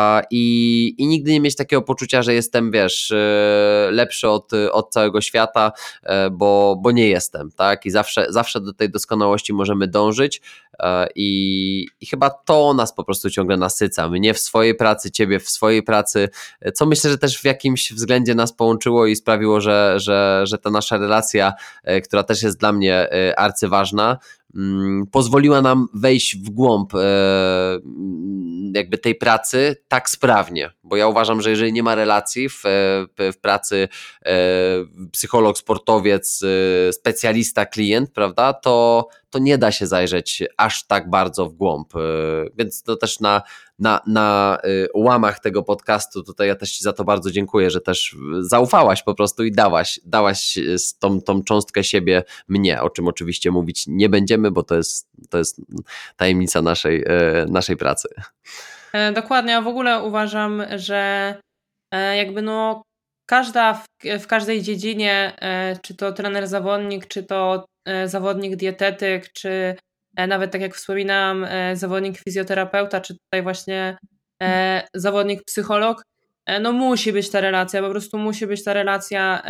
I, i nigdy nie mieć takiego poczucia, że jestem, wiesz, e, lepszy od, od całego świata, e, bo, bo nie jestem, tak? I zawsze, zawsze do tej doskonałości możemy dążyć e, i, i chyba to nas po prostu ciągle nasyca. Mnie w swojej pracy, ciebie w swojej pracy, co myślę, że też w jakimś względzie nas połączyło i sprawiło, że, że, że ta nasza relacja, e, która też jest dla mnie e, arcyważna, pozwoliła nam wejść w głąb e, jakby tej pracy tak sprawnie, bo ja uważam, że jeżeli nie ma relacji w, w pracy e, psycholog, sportowiec, e, specjalista, klient, prawda, to, to nie da się zajrzeć aż tak bardzo w głąb, e, więc to też na, na, na łamach tego podcastu tutaj ja też Ci za to bardzo dziękuję, że też zaufałaś po prostu i dałaś, dałaś tą, tą cząstkę siebie mnie, o czym oczywiście mówić nie będziemy, bo to jest, to jest tajemnica naszej, naszej pracy. Dokładnie, a w ogóle uważam, że jakby no każda w, w każdej dziedzinie, czy to trener zawodnik, czy to zawodnik dietetyk, czy nawet tak jak wspominałam, zawodnik fizjoterapeuta, czy tutaj właśnie zawodnik psycholog, no musi być ta relacja, po prostu musi być ta relacja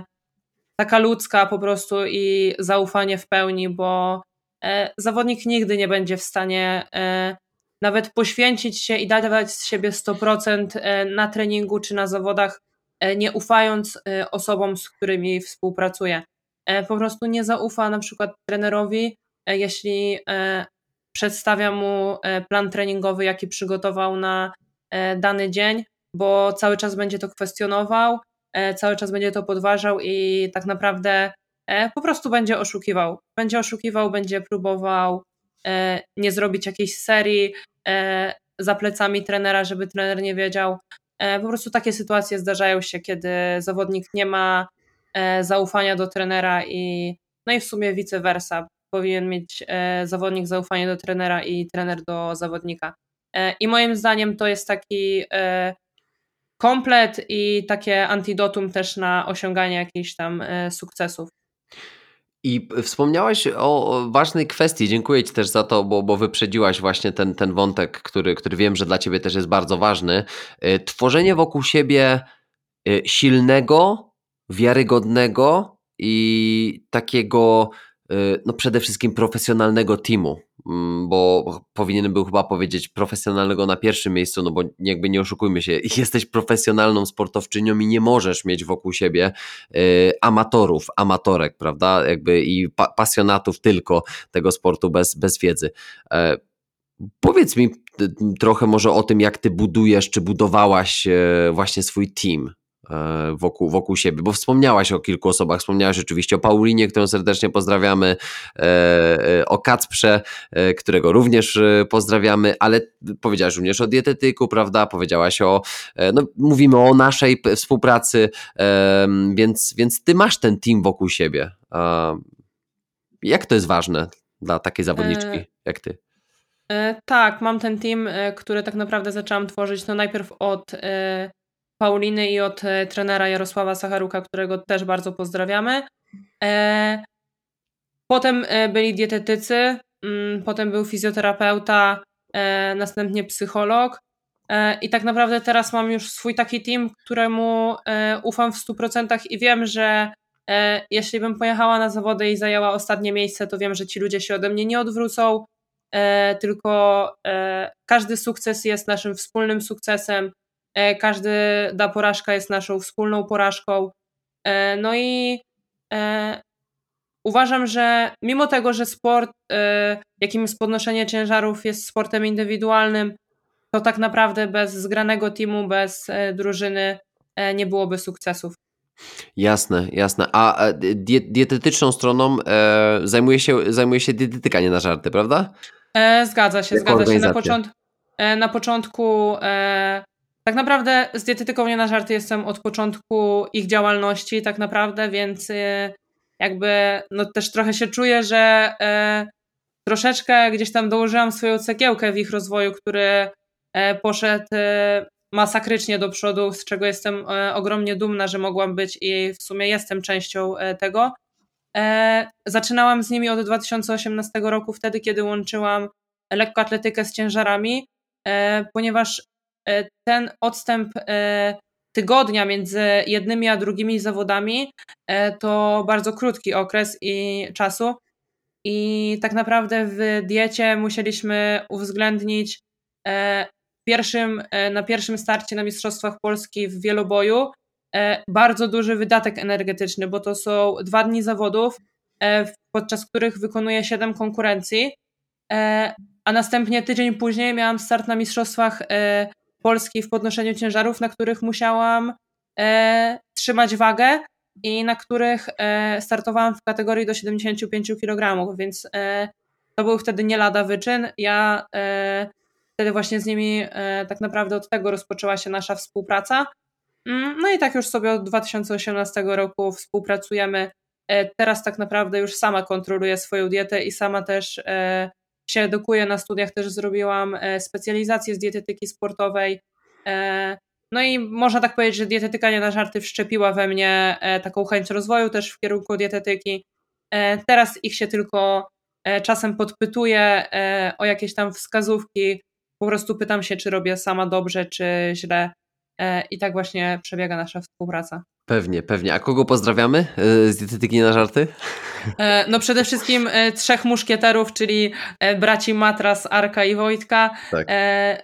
taka ludzka po prostu i zaufanie w pełni, bo zawodnik nigdy nie będzie w stanie nawet poświęcić się i dawać z siebie sto procent na treningu czy na zawodach, nie ufając osobom, z którymi współpracuje. Po prostu nie zaufa na przykład trenerowi, jeśli przedstawia mu plan treningowy, jaki przygotował na dany dzień, bo cały czas będzie to kwestionował, cały czas będzie to podważał i tak naprawdę po prostu będzie oszukiwał. Będzie oszukiwał, będzie próbował nie zrobić jakiejś serii za plecami trenera, żeby trener nie wiedział. Po prostu takie sytuacje zdarzają się, kiedy zawodnik nie ma zaufania do trenera i no i w sumie vice versa. Powinien mieć zawodnik zaufanie do trenera i trener do zawodnika. I moim zdaniem to jest taki komplet i takie antidotum też na osiąganie jakichś tam sukcesów. I wspomniałaś o, o ważnej kwestii, dziękuję Ci też za to, bo, bo wyprzedziłaś właśnie ten, ten wątek, który, który wiem, że dla Ciebie też jest bardzo ważny. Tworzenie wokół siebie silnego, wiarygodnego i takiego no przede wszystkim profesjonalnego teamu, bo powinienem był chyba powiedzieć profesjonalnego na pierwszym miejscu, no bo jakby nie oszukujmy się, jesteś profesjonalną sportowczynią i nie możesz mieć wokół siebie amatorów, amatorek, prawda, jakby i pa- pasjonatów tylko tego sportu bez, bez wiedzy. Powiedz mi t- trochę może o tym, jak ty budujesz, czy budowałaś e, właśnie swój team e, wokół, wokół siebie, bo wspomniałaś o kilku osobach, wspomniałaś oczywiście o Paulinie, którą serdecznie pozdrawiamy, e, e, o Kacprze, e, którego również e, pozdrawiamy, ale powiedziałaś również o dietetyku, prawda, powiedziałaś o, e, no mówimy o naszej p- współpracy, e, więc, więc ty masz ten team wokół siebie. E, jak to jest ważne dla takiej E, zawodniczki jak ty? e, tak, mam ten team, e, który tak naprawdę zaczęłam tworzyć no najpierw od e, Pauliny i od e, trenera Jarosława Sacharuka, którego też bardzo pozdrawiamy. E, Potem e, byli dietetycy, mm, potem był fizjoterapeuta, e, następnie psycholog. E, I tak naprawdę teraz mam już swój taki team, któremu e, ufam w stu procentach i wiem, że e, jeśli bym pojechała na zawody i zajęła ostatnie miejsce, to wiem, że ci ludzie się ode mnie nie odwrócą, e, tylko e, każdy sukces jest naszym wspólnym sukcesem, e, każda porażka jest naszą wspólną porażką. E, no i e, Uważam, że mimo tego, że sport, y, jakim jest podnoszenie ciężarów, jest sportem indywidualnym, to tak naprawdę bez zgranego teamu, bez e, drużyny e, nie byłoby sukcesów. Jasne, jasne. A e, die, dietetyczną stroną e, zajmuje się, zajmuje się dietetyka, nie na żarty, prawda? E, zgadza się, Jako zgadza się. Na, organizacja. począt, e, na początku e, tak naprawdę z dietetyką nie na żarty jestem od początku ich działalności tak naprawdę, więc e, jakby no też trochę się czuję, że e, troszeczkę gdzieś tam dołożyłam swoją cegiełkę w ich rozwoju, który e, poszedł e, masakrycznie do przodu, z czego jestem e, ogromnie dumna, że mogłam być i w sumie jestem częścią e, tego. E, Zaczynałam z nimi od dwa tysiące osiemnastego roku, wtedy kiedy łączyłam lekkoatletykę z ciężarami, e, ponieważ e, ten odstęp e, tygodnia między jednymi a drugimi zawodami e, to bardzo krótki okres i czasu. I tak naprawdę w diecie musieliśmy uwzględnić e, pierwszym, e, na pierwszym starcie na Mistrzostwach Polski w wieloboju e, bardzo duży wydatek energetyczny, bo to są dwa dni zawodów, e, podczas których wykonuję siedem konkurencji, e, a następnie tydzień później miałam start na Mistrzostwach e, Polski w podnoszeniu ciężarów, na których musiałam e, trzymać wagę i na których e, startowałam w kategorii do siedemdziesięciu pięciu kilogramów, więc e, to był wtedy nie lada wyczyn. Ja e, wtedy właśnie z nimi e, tak naprawdę od tego rozpoczęła się nasza współpraca. Mm, No i tak już sobie od dwa tysiące osiemnastego roku współpracujemy. E, Teraz tak naprawdę już sama kontroluję swoją dietę i sama też e, się edukuję. Na studiach też zrobiłam e, specjalizację z dietetyki sportowej. E, No i można tak powiedzieć, że dietetyka nie na żarty wszczepiła we mnie e, taką chęć rozwoju też w kierunku dietetyki. E, Teraz ich się tylko e, czasem podpytuję e, o jakieś tam wskazówki. Po prostu pytam się, czy robię sama dobrze, czy źle. E, I tak właśnie przebiega nasza współpraca. Pewnie, pewnie. A kogo pozdrawiamy e, z dietetyki nie na żarty? E, No przede wszystkim e, trzech muszkieterów, czyli e, braci Matras, Arka i Wojtka Tak. e,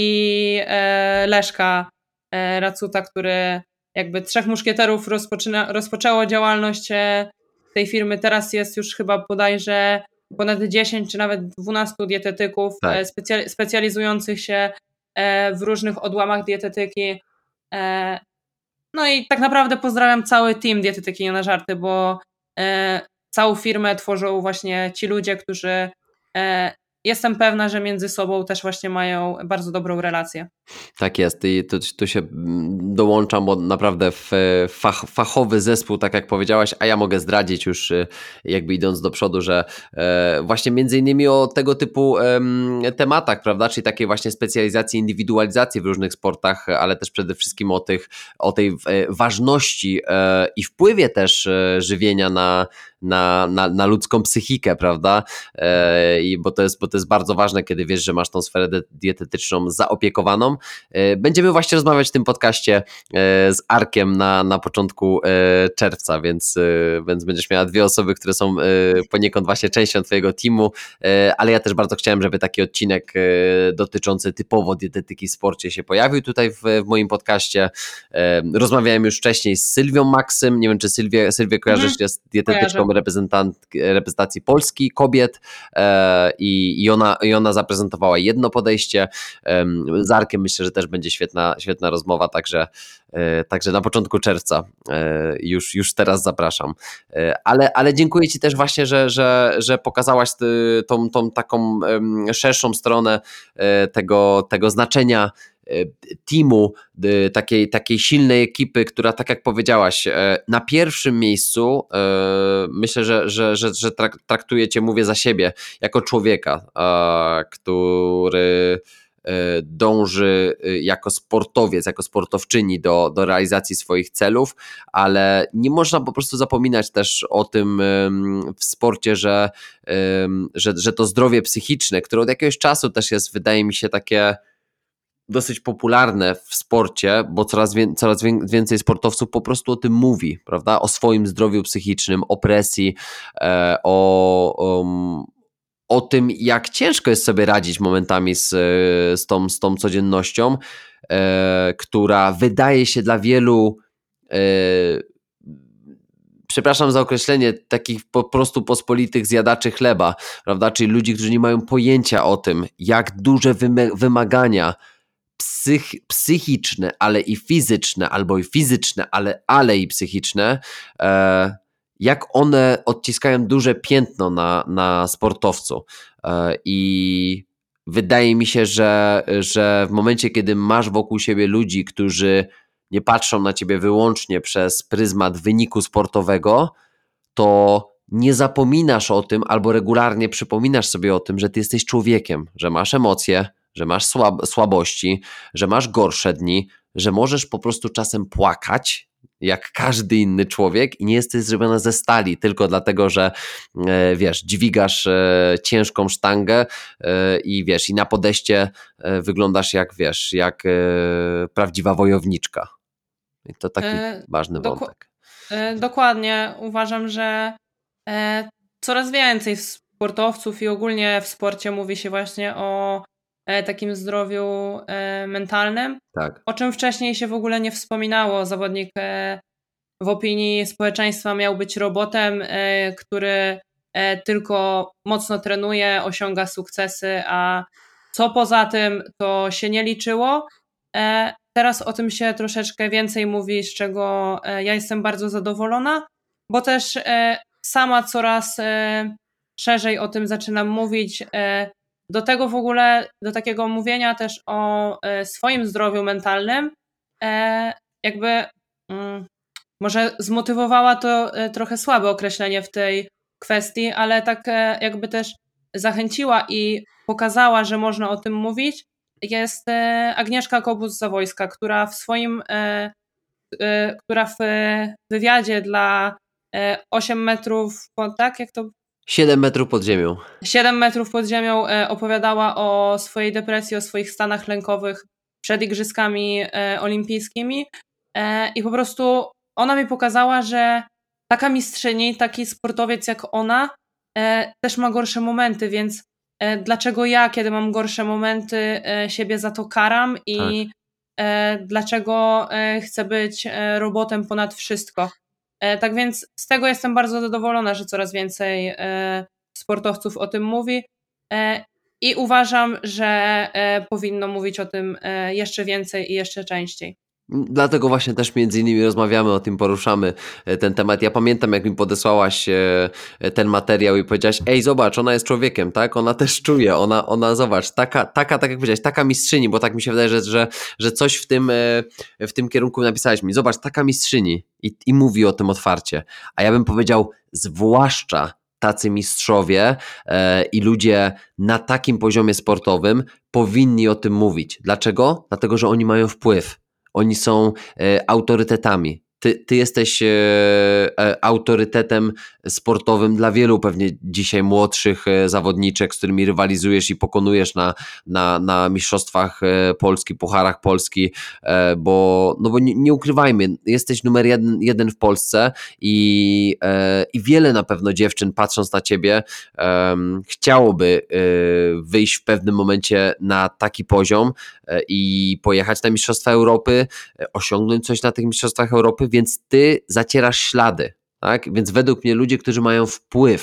i e, Leszka e, Racuta, który jakby trzech muszkieterów rozpoczyna, rozpoczęło działalność e, tej firmy. Teraz jest już chyba bodajże ponad dziesięć czy nawet dwunastu dietetyków Tak. e, specja- specjalizujących się e, w różnych odłamach dietetyki. E, No i tak naprawdę pozdrawiam cały team dietetyki nie na żarty, bo e, całą firmę tworzą właśnie ci ludzie, którzy e, jestem pewna, że między sobą też właśnie mają bardzo dobrą relację. Tak jest i tu, tu się mm, dołączam, bo naprawdę w fach, fachowy zespół, tak jak powiedziałaś, a ja mogę zdradzić już y, jakby idąc do przodu, że e, właśnie między innymi o tego typu em, tematach, prawda, czyli takiej właśnie specjalizacji, indywidualizacji w różnych sportach, ale też przede wszystkim o tych, o tej e, ważności e, i wpływie też e, żywienia na, na, na, na ludzką psychikę, prawda, e, i bo to jest, bo to jest bardzo ważne, kiedy wiesz, że masz tą sferę de- dietetyczną zaopiekowaną. Będziemy właśnie rozmawiać w tym podcaście z Arkiem na, na początku czerwca, więc, więc będziesz miała dwie osoby, które są poniekąd właśnie częścią twojego teamu, ale ja też bardzo chciałem, żeby taki odcinek dotyczący typowo dietetyki w sporcie się pojawił tutaj w, w moim podcaście. Rozmawiałem już wcześniej z Sylwią Maksym, nie wiem, czy Sylwię, Sylwię kojarzysz, Mhm, jest dietetyczką kojarzę. reprezentant, reprezentacji Polski, kobiet i, i, i, ona, i ona zaprezentowała jedno podejście. Z Arkiem myślę, że też będzie świetna, świetna rozmowa, także, także na początku czerwca już, już teraz zapraszam. Ale, ale dziękuję Ci też właśnie, że, że, że pokazałaś tą, tą taką szerszą stronę tego, tego znaczenia teamu, takiej, takiej silnej ekipy, która, tak jak powiedziałaś, na pierwszym miejscu myślę, że, że, że, że traktuje Cię, mówię za siebie, jako człowieka, który dąży jako sportowiec, jako sportowczyni do, do realizacji swoich celów, ale nie można po prostu zapominać też o tym w sporcie, że, że, że to zdrowie psychiczne, które od jakiegoś czasu też jest, wydaje mi się, takie dosyć popularne w sporcie, bo coraz, wie, coraz więcej sportowców po prostu o tym mówi, prawda? O swoim zdrowiu psychicznym, o presji, e, o, o, o tym, jak ciężko jest sobie radzić momentami z, z, tą, z tą codziennością, e, która wydaje się dla wielu, e, przepraszam za określenie, takich po prostu pospolitych zjadaczy chleba, prawda? Czyli ludzi, którzy nie mają pojęcia o tym, jak duże wymagania Psych, psychiczne, ale i fizyczne, albo i fizyczne, ale, ale i psychiczne, e, jak one odciskają duże piętno na, na sportowcu. E, I wydaje mi się, że, że w momencie, kiedy masz wokół siebie ludzi, którzy nie patrzą na ciebie wyłącznie przez pryzmat wyniku sportowego, to nie zapominasz o tym, albo regularnie przypominasz sobie o tym, że ty jesteś człowiekiem, że masz emocje, że masz słab- słabości, że masz gorsze dni, że możesz po prostu czasem płakać, jak każdy inny człowiek i nie jesteś zrobiona ze stali tylko dlatego, że e, wiesz, dźwigasz e, ciężką sztangę e, i wiesz, i na podejście e, wyglądasz jak, wiesz, jak e, prawdziwa wojowniczka. I to taki E, ważny doku- wątek. e, dokładnie. Uważam, że e, coraz więcej sportowców i ogólnie w sporcie mówi się właśnie o e, takim zdrowiu e, mentalnym, Tak. o czym wcześniej się w ogóle nie wspominało. Zawodnik e, w opinii społeczeństwa miał być robotem, e, który e, tylko mocno trenuje, osiąga sukcesy, a co poza tym to się nie liczyło. E, teraz o tym się troszeczkę więcej mówi, z czego e, ja jestem bardzo zadowolona, bo też e, sama coraz e, szerzej o tym zaczynam mówić. E, do tego w ogóle, do takiego mówienia też o e, swoim zdrowiu mentalnym, e, jakby mm, może zmotywowała to e, trochę słabe określenie w tej kwestii, ale tak e, jakby też zachęciła i pokazała, że można o tym mówić, jest e, Agnieszka Kobus-Zawojska, która w swoim, e, e, która w e, wywiadzie dla e, osiem metrów, po- tak jak to siedem metrów pod ziemią. siedem metrów pod ziemią e, opowiadała o swojej depresji, o swoich stanach lękowych przed Igrzyskami e, Olimpijskimi e, i po prostu ona mi pokazała, że taka mistrzyni, taki sportowiec jak ona e, też ma gorsze momenty, więc e, dlaczego ja, kiedy mam gorsze momenty, e, siebie za to karam i e, dlaczego e, chcę być e, robotem ponad wszystko. E, tak więc z tego jestem bardzo zadowolona, że coraz więcej e, sportowców o tym mówi e, i uważam, że e, powinno mówić o tym e, jeszcze więcej i jeszcze częściej. Dlatego właśnie też między innymi rozmawiamy o tym, poruszamy e, ten temat. Ja pamiętam, jak mi podesłałaś e, e, ten materiał i powiedziałaś, ej, zobacz, ona jest człowiekiem, tak? Ona też czuje, ona, ona zobacz, taka, taka, tak jak powiedziałaś, taka mistrzyni, bo tak mi się wydaje, że, że, że coś w tym, e, w tym kierunku napisałaś mi. Zobacz, taka mistrzyni i, i mówi o tym otwarcie. A ja bym powiedział, zwłaszcza tacy mistrzowie e, i ludzie na takim poziomie sportowym powinni o tym mówić. Dlaczego? Dlatego, że oni mają wpływ. Oni są e, autorytetami. Ty, ty jesteś e, e, autorytetem sportowym dla wielu pewnie dzisiaj młodszych e, zawodniczek, z którymi rywalizujesz i pokonujesz na, na, na mistrzostwach e, Polski, pucharach Polski, e, bo, no bo nie, nie ukrywajmy, jesteś numer jeden, jeden w Polsce i, e, i wiele na pewno dziewczyn, patrząc na ciebie, e, chciałoby e, wyjść w pewnym momencie na taki poziom e, i pojechać na Mistrzostwa Europy, e, osiągnąć coś na tych Mistrzostwach Europy, więc ty zacierasz ślady, tak? Więc według mnie ludzie, którzy mają wpływ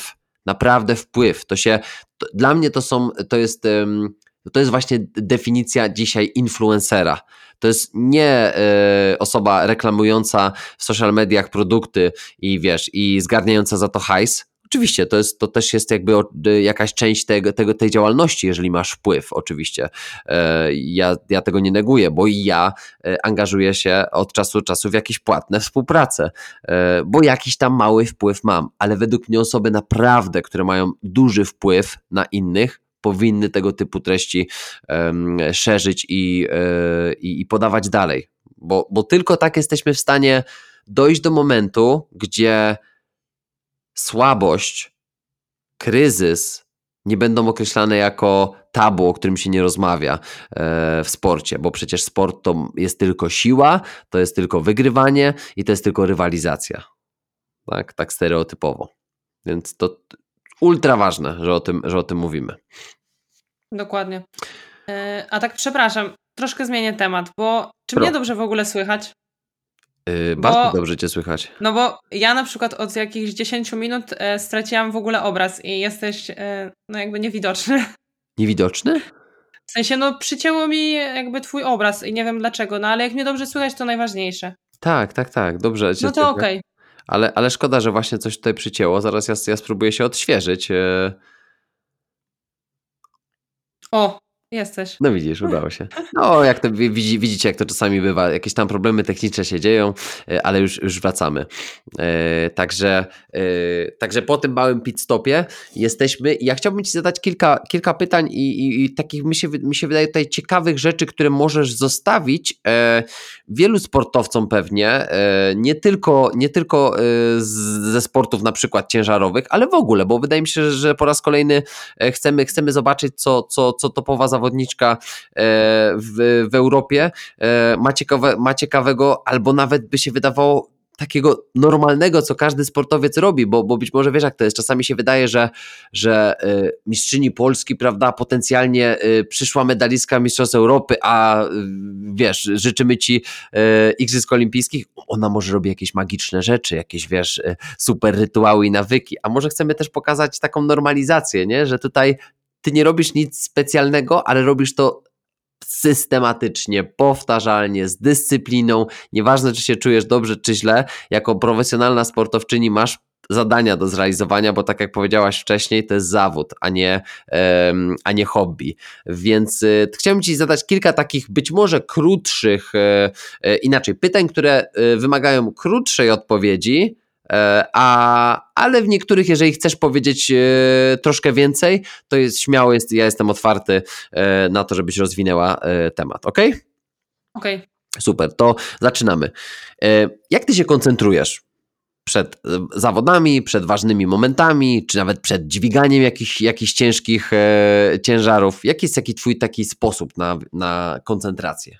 naprawdę wpływ. To się, to, dla mnie to są, to jest, ym, to jest właśnie definicja dzisiaj influencera. To jest nie y, osoba reklamująca w social mediach produkty i wiesz, i zgarniająca za to hajs. Oczywiście, to, jest, to też jest jakby jakaś część tego, tego, tej działalności, jeżeli masz wpływ, oczywiście. Ja, ja tego nie neguję, bo i ja angażuję się od czasu do czasu w jakieś płatne współprace, bo jakiś tam mały wpływ mam, ale według mnie osoby naprawdę, które mają duży wpływ na innych, powinny tego typu treści um, szerzyć i, i, i podawać dalej, bo, bo tylko tak jesteśmy w stanie dojść do momentu, gdzie słabość, kryzys nie będą określane jako tabu, o którym się nie rozmawia w sporcie, bo przecież sport to jest tylko siła, to jest tylko wygrywanie i to jest tylko rywalizacja. Tak, tak stereotypowo. Więc to ultra ważne, że o tym, że o tym mówimy. Dokładnie. A tak przepraszam, troszkę zmienię temat, bo czy Pro. mnie dobrze w ogóle słychać? Yy, bardzo bo, dobrze cię słychać. No bo ja na przykład od jakichś dziesięciu minut e, straciłam w ogóle obraz i jesteś e, no jakby niewidoczny. Niewidoczny? W sensie no przycięło mi jakby twój obraz i nie wiem dlaczego, no ale jak mnie dobrze słychać, to najważniejsze. Tak, tak, tak, dobrze. No to okej. Okay. Ale, ale szkoda, że właśnie coś tutaj przycięło. Zaraz ja, ja spróbuję się odświeżyć. O, jesteś. No widzisz, udało się. No jak to widzi, widzicie, jak to czasami bywa, jakieś tam problemy techniczne się dzieją, ale już, już wracamy. E, także, e, także po tym małym pit stopie jesteśmy. Ja chciałbym ci zadać kilka, kilka pytań i, i, i takich mi się, mi się wydaje tutaj ciekawych rzeczy, które możesz zostawić e, wielu sportowcom pewnie, e, nie tylko, nie tylko e, z, ze sportów na przykład ciężarowych, ale w ogóle, bo wydaje mi się, że po raz kolejny chcemy, chcemy zobaczyć, co, co, co topowa zawodniczka w, w Europie ma, ciekawe, ma ciekawego, albo nawet by się wydawało takiego normalnego, co każdy sportowiec robi, bo, bo być może wiesz jak to jest, czasami się wydaje, że, że mistrzyni Polski, prawda, potencjalnie przyszła medalistka Mistrzostw Europy, a wiesz, życzymy ci Igrzysk Olimpijskich, ona może robi jakieś magiczne rzeczy, jakieś wiesz, super rytuały i nawyki, a może chcemy też pokazać taką normalizację, nie, że tutaj ty nie robisz nic specjalnego, ale robisz to systematycznie, powtarzalnie, z dyscypliną. Nieważne, czy się czujesz dobrze, czy źle, jako profesjonalna sportowczyni masz zadania do zrealizowania, bo tak jak powiedziałaś wcześniej, to jest zawód, a nie, um, a nie hobby. Więc y, chciałem ci zadać kilka takich być może krótszych, y, y, inaczej, pytań, które y, wymagają krótszej odpowiedzi, A, ale w niektórych, jeżeli chcesz powiedzieć e, troszkę więcej, to jest śmiało, jest, ja jestem otwarty e, na to, żebyś rozwinęła e, temat, ok? Okej. Okay. Super, to zaczynamy. E, jak ty się koncentrujesz przed zawodami, przed ważnymi momentami, czy nawet przed dźwiganiem jakichś, jakichś ciężkich e, ciężarów? Jaki jest taki twój taki sposób na, na koncentrację?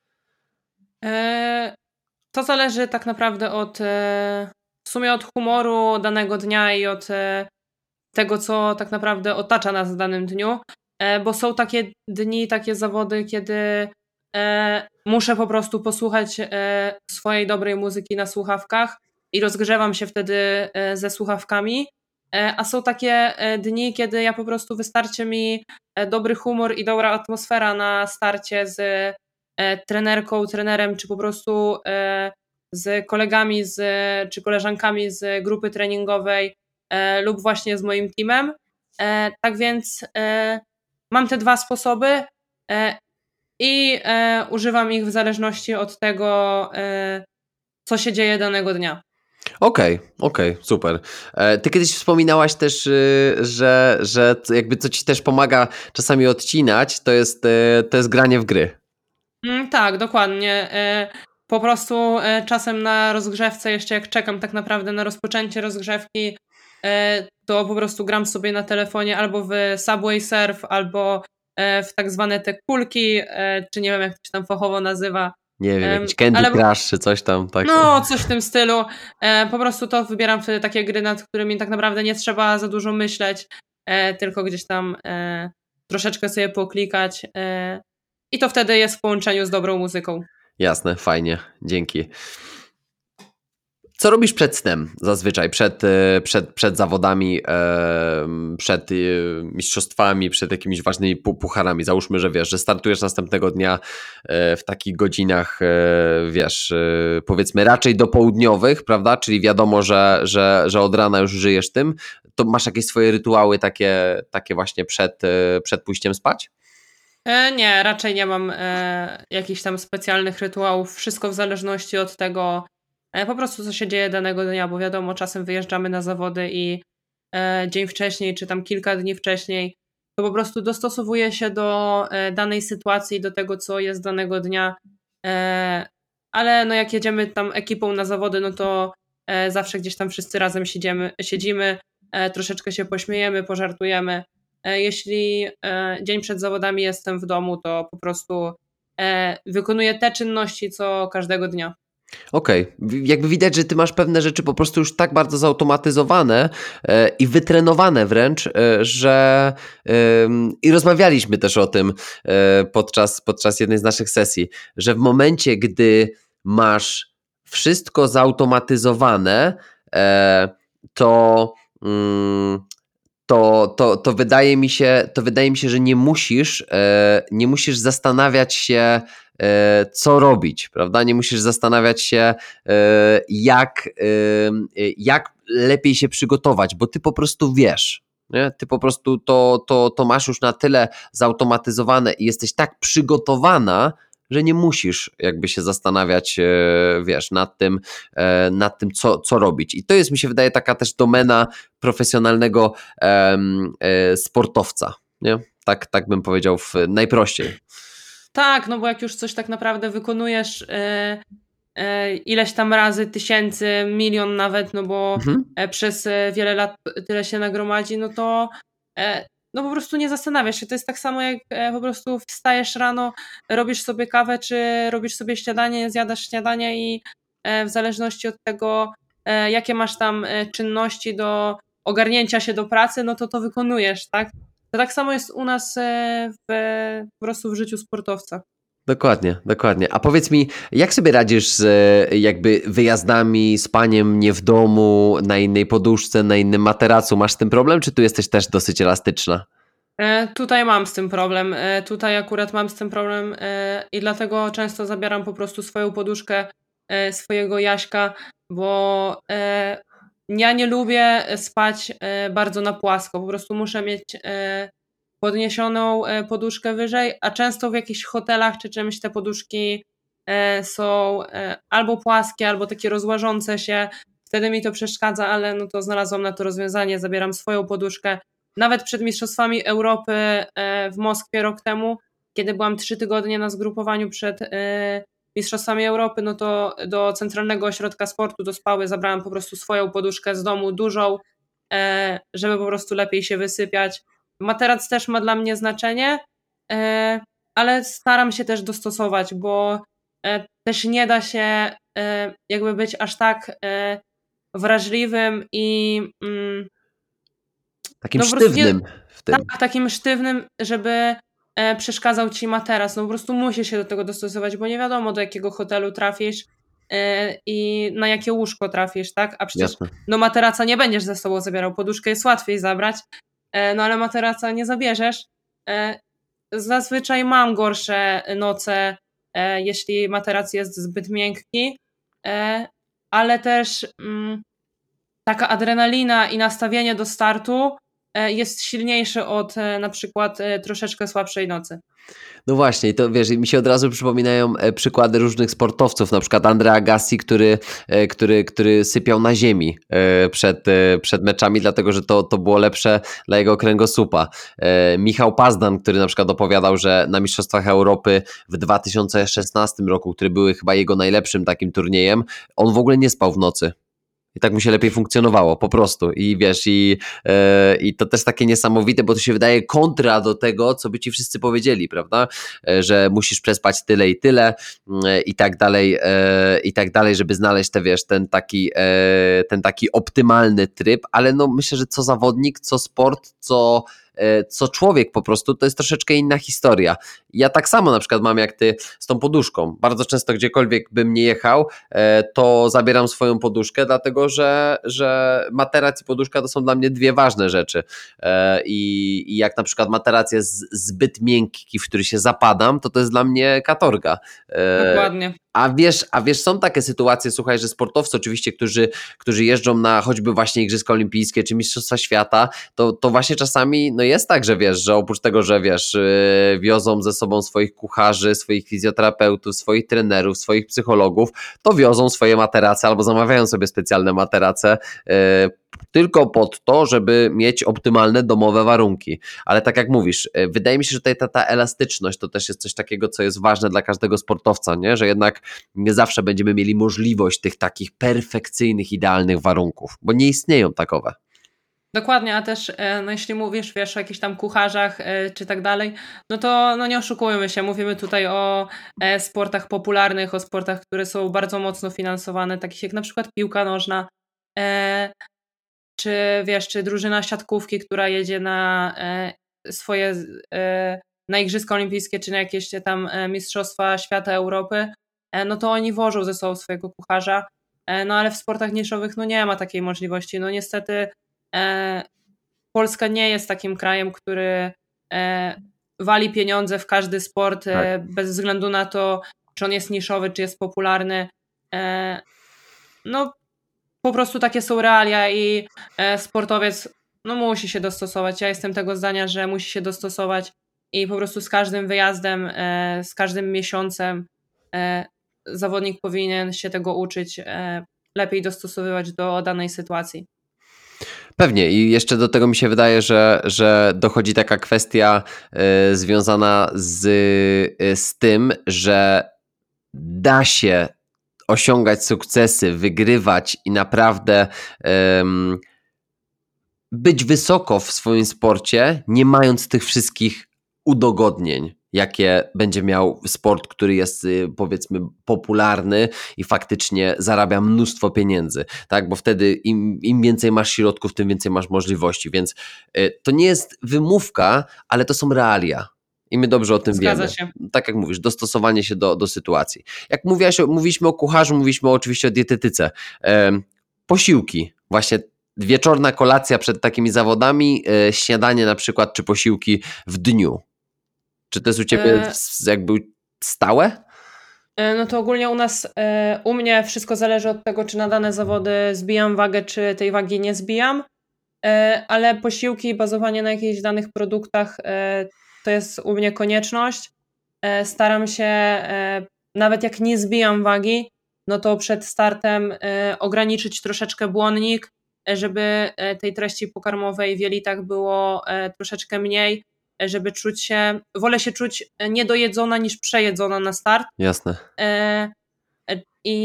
E, to zależy tak naprawdę od... E... w sumie od humoru danego dnia i od e, tego, co tak naprawdę otacza nas w danym dniu, e, bo są takie dni, takie zawody, kiedy e, muszę po prostu posłuchać e, swojej dobrej muzyki na słuchawkach i rozgrzewam się wtedy e, ze słuchawkami, e, a są takie e, dni, kiedy ja po prostu wystarczy mi e, dobry humor i dobra atmosfera na starcie z e, trenerką, trenerem, czy po prostu e, z kolegami z, czy koleżankami z grupy treningowej e, lub właśnie z moim teamem. E, tak więc e, mam te dwa sposoby e, i e, używam ich w zależności od tego, e, co się dzieje danego dnia. Okej, okay, okej, okay, super. E, ty kiedyś wspominałaś też, y, że, że jakby co ci też pomaga czasami odcinać, to jest, y, to jest granie w gry. Mm, tak, dokładnie. E, Po prostu e, czasem na rozgrzewce, jeszcze jak czekam tak naprawdę na rozpoczęcie rozgrzewki, e, to po prostu gram sobie na telefonie albo w Subway Surf, albo e, w tak zwane te kulki, e, czy nie wiem jak to się tam fachowo nazywa. Nie wiem, jakiś Candy ale... Crush czy coś tam. Tak. No, coś w tym stylu. E, po prostu to wybieram wtedy takie gry, nad którymi tak naprawdę nie trzeba za dużo myśleć, e, tylko gdzieś tam e, troszeczkę sobie poklikać e, i to wtedy jest w połączeniu z dobrą muzyką. Jasne, fajnie, dzięki. Co robisz przed snem zazwyczaj, przed, e, przed, przed zawodami, e, przed e, mistrzostwami, przed jakimiś ważnymi pu- pucharami? Załóżmy, że wiesz, że startujesz następnego dnia e, w takich godzinach, e, wiesz, e, powiedzmy raczej dopołudniowych, prawda? Czyli wiadomo, że, że, że od rana już żyjesz tym. To masz jakieś swoje rytuały takie, takie właśnie przed, e, przed pójściem spać? E, nie, raczej nie mam e, jakichś tam specjalnych rytuałów. Wszystko w zależności od tego, e, po prostu co się dzieje danego dnia, bo wiadomo, czasem wyjeżdżamy na zawody i e, dzień wcześniej, czy tam kilka dni wcześniej, to po prostu dostosowuje się do e, danej sytuacji, do tego, co jest danego dnia. E, ale no jak jedziemy tam ekipą na zawody, no to e, zawsze gdzieś tam wszyscy razem siedzimy, siedzimy e, troszeczkę się pośmiejemy, pożartujemy. E, Jeśli e, dzień przed zawodami jestem w domu, to po prostu e, wykonuję te czynności, co każdego dnia. Okej, wi- jakby widać, że ty masz pewne rzeczy po prostu już tak bardzo zautomatyzowane e, i wytrenowane wręcz, e, że em, i rozmawialiśmy też o tym e, podczas, podczas jednej z naszych sesji, że w momencie, gdy masz wszystko zautomatyzowane, e, to, mm, to, to, to wydaje mi się, to wydaje mi się, że nie musisz, e, nie musisz zastanawiać się, e, co robić, prawda? Nie musisz zastanawiać się, e, jak, e, jak lepiej się przygotować, bo ty po prostu wiesz. Nie? Ty po prostu to, to, to masz już na tyle zautomatyzowane i jesteś tak przygotowana, że nie musisz jakby się zastanawiać, e, wiesz, nad tym, e, nad tym co, co robić. I to jest, mi się wydaje, taka też domena profesjonalnego em, e, sportowca. Nie? Tak, tak bym powiedział w, najprościej. Tak, no bo jak już coś tak naprawdę wykonujesz e, e, ileś tam razy, tysięcy, milion nawet, no bo Mhm. e, przez e, wiele lat tyle się nagromadzi, no to e, no po prostu nie zastanawiasz się. To jest tak samo jak e, po prostu wstajesz rano, robisz sobie kawę, czy robisz sobie śniadanie, zjadasz śniadanie i e, w zależności od tego, e, jakie masz tam e, czynności do ogarnięcia się do pracy, no to to wykonujesz, tak? To tak samo jest u nas e, w, po prostu w życiu sportowca. Dokładnie, dokładnie. A powiedz mi, jak sobie radzisz z e, jakby wyjazdami, spaniem nie w domu, na innej poduszce, na innym materacu? Masz z tym problem, czy tu jesteś też dosyć elastyczna? E, Tutaj mam z tym problem. E, Tutaj akurat mam z tym problem e, i dlatego często zabieram po prostu swoją poduszkę, e, swojego Jaśka, bo e, ja nie lubię spać e, bardzo na płasko. Po prostu muszę mieć e, podniesioną e, poduszkę wyżej, a często w jakichś hotelach czy czymś te poduszki e, są e, albo płaskie, albo takie rozłażące się. Wtedy mi to przeszkadza, ale no to znalazłam na to rozwiązanie. Zabieram swoją poduszkę. Nawet przed Mistrzostwami Europy e, w Moskwie rok temu, kiedy byłam trzy tygodnie na zgrupowaniu przed e, Mistrzostwami Europy, no to do Centralnego Ośrodka Sportu, do Spały zabrałam po prostu swoją poduszkę z domu, dużą, e, żeby po prostu lepiej się wysypiać. Materac też ma dla mnie znaczenie, e, ale staram się też dostosować, bo e, też nie da się e, jakby być aż tak e, wrażliwym i mm, Takim no po prostu nie, sztywnym w tak, tym. takim sztywnym, żeby e, przeszkadzał ci materac. No po prostu musisz się do tego dostosować, bo nie wiadomo, do jakiego hotelu trafisz e, i na jakie łóżko trafisz, tak? A przecież Jasne. no materaca nie będziesz ze sobą zabierał, poduszkę jest łatwiej zabrać, e, no ale materaca nie zabierzesz. E, Zazwyczaj mam gorsze noce, e, jeśli materac jest zbyt miękki, e, ale też mm, taka adrenalina i nastawienie do startu e, jest silniejsze od e, na przykład e, troszeczkę słabszej nocy. No właśnie, i to wiesz, i mi się od razu przypominają e, przykłady różnych sportowców, na przykład Andrea Gassi, który, e, który, który sypiał na ziemi e, przed, e, przed meczami, dlatego że to, to było lepsze dla jego kręgosłupa. E, Michał Pazdan, który na przykład opowiadał, że na Mistrzostwach Europy w dwa tysiące szesnastym roku, które były chyba jego najlepszym takim turniejem, on w ogóle nie spał w nocy. I tak mu się lepiej funkcjonowało, po prostu. I wiesz, i, e, i to też takie niesamowite, bo to się wydaje kontra do tego, co by ci wszyscy powiedzieli, prawda? E, że musisz przespać tyle i tyle e, i tak dalej, e, i tak dalej, żeby znaleźć te, wiesz, ten taki, e, ten taki optymalny tryb, ale no myślę, że co zawodnik, co sport, co, e, co człowiek po prostu, to jest troszeczkę inna historia. ja tak samo na przykład mam jak ty z tą poduszką. Bardzo często gdziekolwiek bym nie jechał, e, to zabieram swoją poduszkę, dlatego że, że materac i poduszka to są dla mnie dwie ważne rzeczy. E, i, I jak na przykład materac jest zbyt miękki, w który się zapadam, to to jest dla mnie katorga. E, Dokładnie. A wiesz, a wiesz, są takie sytuacje, słuchaj, że sportowcy oczywiście, którzy, którzy jeżdżą na choćby właśnie Igrzyska Olimpijskie czy Mistrzostwa Świata, to, to właśnie czasami no jest tak, że wiesz, że oprócz tego, że wiesz, yy, wiozą ze sobą swoich kucharzy, swoich fizjoterapeutów, swoich trenerów, swoich psychologów, to wiozą swoje materace albo zamawiają sobie specjalne materace, yy, tylko pod to, żeby mieć optymalne domowe warunki. Ale tak jak mówisz, wydaje mi się, że tutaj ta, ta elastyczność to też jest coś takiego, co jest ważne dla każdego sportowca, nie? Że jednak nie zawsze będziemy mieli możliwość tych takich perfekcyjnych, idealnych warunków, bo nie istnieją takowe. Dokładnie, a też e, no jeśli mówisz, wiesz, o jakichś tam kucharzach e, czy tak dalej, no to no nie oszukujmy się, mówimy tutaj o e, sportach popularnych, o sportach, które są bardzo mocno finansowane, takich jak na przykład piłka nożna, e, czy wiesz, czy drużyna siatkówki, która jedzie na e, swoje e, na Igrzyska Olimpijskie, czy na jakieś tam e, Mistrzostwa Świata, Europy, e, no to oni wożą ze sobą swojego kucharza, e, no ale w sportach niszowych no nie ma takiej możliwości, no niestety e, Polska nie jest takim krajem, który e, wali pieniądze w każdy sport, e, bez względu na to, czy on jest niszowy, czy jest popularny. E, no po prostu takie są realia i e, sportowiec no musi się dostosować. Ja jestem tego zdania, że musi się dostosować i po prostu z każdym wyjazdem, e, z każdym miesiącem e, zawodnik powinien się tego uczyć, e, lepiej dostosowywać do danej sytuacji. Pewnie i jeszcze do tego mi się wydaje, że, że dochodzi taka kwestia y, związana z, y, z tym, że da się osiągać sukcesy, wygrywać i naprawdę ym, być wysoko w swoim sporcie, nie mając tych wszystkich udogodnień, jakie będzie miał sport, który jest y, powiedzmy popularny i faktycznie zarabia mnóstwo pieniędzy, tak? Bo wtedy im, im więcej masz środków, tym więcej masz możliwości, więc y, to nie jest wymówka, ale to są realia. I my dobrze o tym Zgadza wiemy. się. Tak jak mówisz, dostosowanie się do, do sytuacji. Jak mówiłaś, mówiliśmy o kucharzu, mówiliśmy oczywiście o dietetyce. Em, posiłki, właśnie wieczorna kolacja przed takimi zawodami, e, śniadanie na przykład, czy posiłki w dniu. Czy to jest u ciebie E, s- jakby stałe? E, No to ogólnie u nas, e, u mnie wszystko zależy od tego, czy na dane zawody zbijam wagę, czy tej wagi nie zbijam, E, ale posiłki i bazowanie na jakichś danych produktach e, to jest u mnie konieczność. E, Staram się, e, nawet jak nie zbijam wagi, no to przed startem e, ograniczyć troszeczkę błonnik, e, żeby e, tej treści pokarmowej w jelitach było e, troszeczkę mniej, e, żeby czuć się, wolę się czuć e, niedojedzona niż przejedzona na start. Jasne. E, e,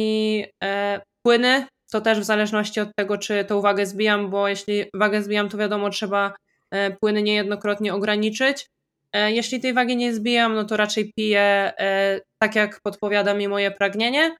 I e, płyny to też w zależności od tego, czy tą wagę zbijam, bo jeśli wagę zbijam, to wiadomo, trzeba e, płyny niejednokrotnie ograniczyć. E, Jeśli tej wagi nie zbijam, no to raczej piję e, tak, jak podpowiada mi moje pragnienie.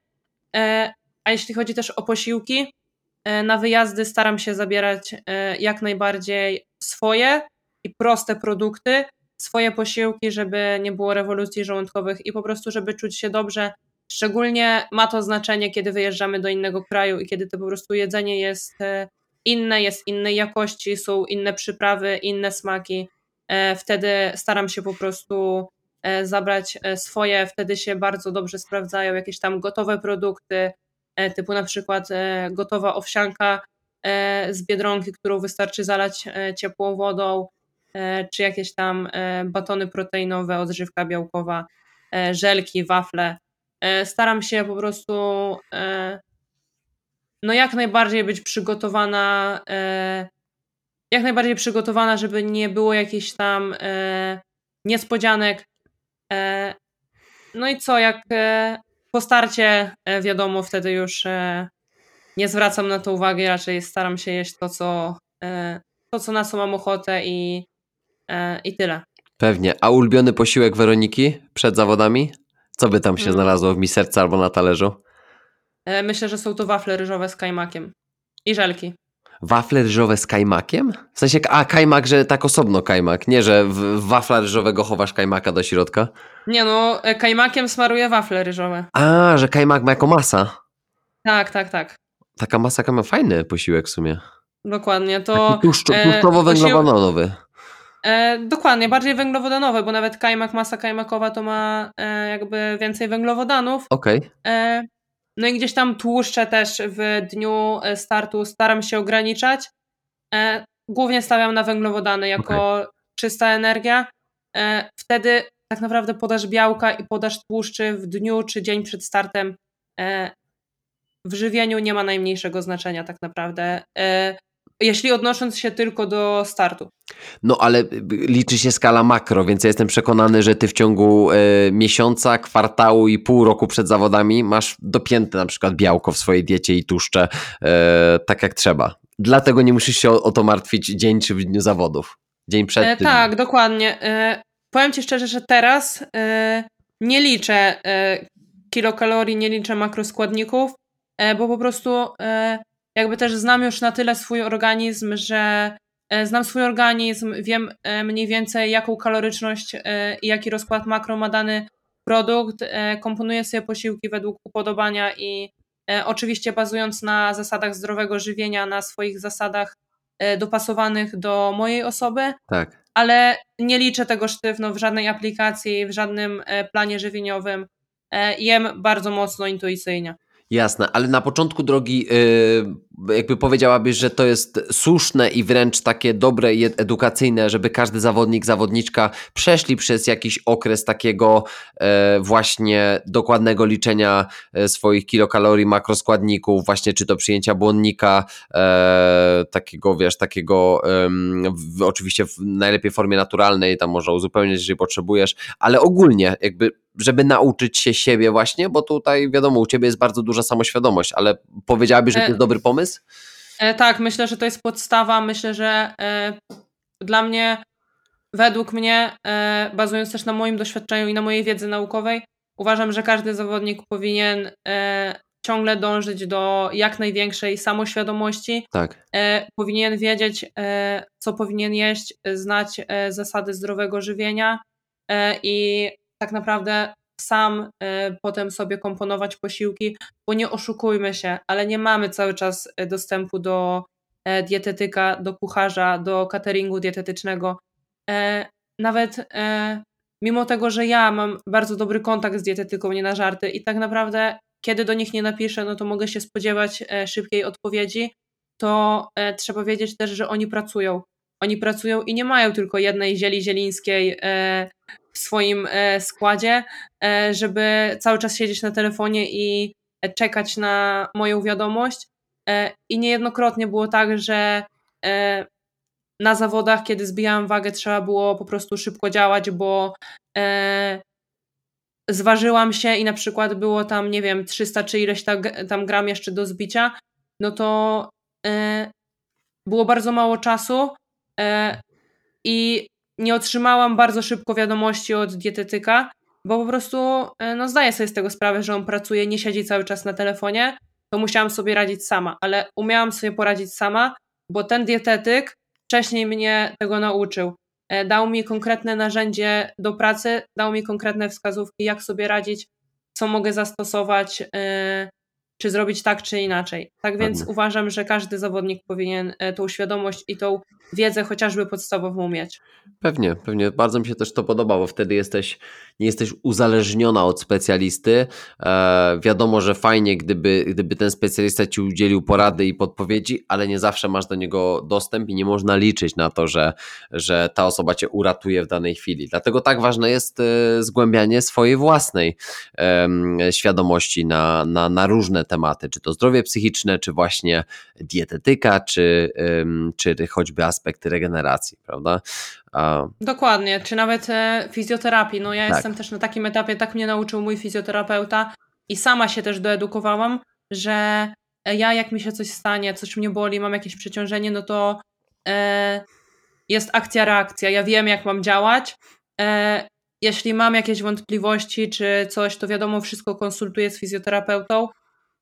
E, A jeśli chodzi też o posiłki, e, na wyjazdy staram się zabierać e, jak najbardziej swoje i proste produkty, swoje posiłki, żeby nie było rewolucji żołądkowych i po prostu, żeby czuć się dobrze. Szczególnie ma to znaczenie, kiedy wyjeżdżamy do innego kraju i kiedy to po prostu jedzenie jest e, inne, jest innej jakości, są inne przyprawy, inne smaki. E, Wtedy staram się po prostu e, zabrać e, swoje, wtedy się bardzo dobrze sprawdzają jakieś tam gotowe produkty, e, typu na przykład e, gotowa owsianka e, z Biedronki, którą wystarczy zalać e, ciepłą wodą, e, czy jakieś tam e, batony proteinowe, odżywka białkowa, e, żelki, wafle. E, Staram się po prostu e, no jak najbardziej być przygotowana, e, jak najbardziej przygotowana, żeby nie było jakichś tam e, niespodzianek. E, No i co, jak e, po starcie, e, wiadomo, wtedy już e, nie zwracam na to uwagi, raczej staram się jeść to, co, e, to, co na co mam ochotę i, e, i tyle. Pewnie. A ulubiony posiłek Weroniki przed zawodami? Co by tam się Mm. znalazło w miserce albo na talerzu? E, Myślę, że są to wafle ryżowe z kajmakiem i żelki. Wafle ryżowe z kajmakiem? W sensie, a kajmak, że tak osobno kajmak, nie, że w, w wafla ryżowego chowasz kajmaka do środka? Nie no, e, kajmakiem smaruję wafle ryżowe. A, że kajmak ma jako masa. Tak, tak, tak. Taka masa ma fajny posiłek w sumie. Dokładnie. Taki To tłuszczo, e, tłuszczowo-węglowodanowy. E, dokładnie, bardziej węglowodanowe, bo nawet kajmak, masa kajmakowa to ma e, jakby więcej węglowodanów. Okej. E, no i gdzieś tam tłuszcze też w dniu e, startu staram się ograniczać. E, głównie stawiam na węglowodany jako czysta energia. E, wtedy tak naprawdę podaż białka i podaż tłuszczy w dniu czy dzień przed startem e, w żywieniu nie ma najmniejszego znaczenia tak naprawdę. E, jeśli odnosząc się tylko do startu. No ale liczy się skala makro, więc ja jestem przekonany, że ty w ciągu e, miesiąca, kwartału i pół roku przed zawodami masz dopięte na przykład białko w swojej diecie i tłuszcze e, tak jak trzeba. Dlatego nie musisz się o, o to martwić dzień czy w dniu zawodów. Dzień przed E, tym. tak, dokładnie. E, powiem ci szczerze, że teraz e, nie liczę e, kilokalorii, nie liczę makroskładników, e, bo po prostu e, jakby też znam już na tyle swój organizm, że e, znam swój organizm, wiem e, mniej więcej jaką kaloryczność e, i jaki rozkład makro ma dany produkt, e, komponuję sobie posiłki według upodobania i e, oczywiście bazując na zasadach zdrowego żywienia, na swoich zasadach e, dopasowanych do mojej osoby, Tak. ale nie liczę tego sztywno w żadnej aplikacji, w żadnym e, planie żywieniowym. E, jem bardzo mocno intuicyjnie. Jasne, ale na początku drogi yy, jakby powiedziałabyś, że to jest słuszne i wręcz takie dobre i edukacyjne, żeby każdy zawodnik, zawodniczka przeszli przez jakiś okres takiego yy, właśnie dokładnego liczenia yy, swoich kilokalorii, makroskładników, właśnie czy to przyjęcia błonnika, yy, takiego wiesz, takiego yy, w, oczywiście w najlepiej formie naturalnej, tam można uzupełniać, jeżeli potrzebujesz, ale ogólnie jakby żeby nauczyć się siebie właśnie, bo tutaj wiadomo, u ciebie jest bardzo duża samoświadomość, ale powiedziałabyś, że to E, jest dobry pomysł? e, tak, myślę, że to jest podstawa. Myślę, że e, dla mnie, według mnie, e, bazując też na moim doświadczeniu i na mojej wiedzy naukowej, uważam, że każdy zawodnik powinien e, ciągle dążyć do jak największej samoświadomości. Tak. E, powinien wiedzieć, e, co powinien jeść, e, znać e, zasady zdrowego żywienia e, i tak naprawdę sam e, potem sobie komponować posiłki, bo nie oszukujmy się, ale nie mamy cały czas e, dostępu do e, dietetyka, do kucharza, do cateringu dietetycznego. E, nawet e, mimo tego, że ja mam bardzo dobry kontakt z dietetyką, nie na żarty i tak naprawdę kiedy do nich nie napiszę, no to mogę się spodziewać e, szybkiej odpowiedzi, to e, trzeba wiedzieć też, że oni pracują. Oni pracują i nie mają tylko jednej zieli zielińskiej e, w swoim e, składzie, e, żeby cały czas siedzieć na telefonie i e, czekać na moją wiadomość. E, I niejednokrotnie było tak, że e, na zawodach, kiedy zbijałam wagę, trzeba było po prostu szybko działać, bo e, zważyłam się i na przykład było tam, nie wiem, trzysta czy ileś tam, tam gram jeszcze do zbicia, no to e, było bardzo mało czasu e, i nie otrzymałam bardzo szybko wiadomości od dietetyka, bo po prostu e, no zdaję sobie z tego sprawę, że on pracuje, nie siedzi cały czas na telefonie, to musiałam sobie radzić sama, ale umiałam sobie poradzić sama, bo ten dietetyk wcześniej mnie tego nauczył. E, dał mi konkretne narzędzie do pracy, dał mi konkretne wskazówki, jak sobie radzić, co mogę zastosować, e, czy zrobić tak, czy inaczej. Tak więc Pewnie. uważam, że każdy zawodnik powinien e, tą świadomość i tą wiedzę chociażby podstawową mieć. Pewnie, pewnie. Bardzo mi się też to podoba, bo wtedy jesteś, nie jesteś uzależniona od specjalisty. E, wiadomo, że fajnie, gdyby, gdyby ten specjalista ci udzielił porady i podpowiedzi, ale nie zawsze masz do niego dostęp i nie można liczyć na to, że, że ta osoba cię uratuje w danej chwili. Dlatego tak ważne jest e, zgłębianie swojej własnej e, świadomości na, na, na różne tematy, czy to zdrowie psychiczne, czy właśnie dietetyka, czy, e, czy choćby aspekty regeneracji, prawda? A, Dokładnie, czy nawet e, fizjoterapii. No ja Tak. jestem też na takim etapie, tak mnie nauczył mój fizjoterapeuta i sama się też doedukowałam, że e, ja jak mi się coś stanie, coś mnie boli, mam jakieś przeciążenie, no to e, jest akcja, reakcja. Ja wiem, jak mam działać. E, jeśli mam jakieś wątpliwości czy coś, to wiadomo, wszystko konsultuję z fizjoterapeutą,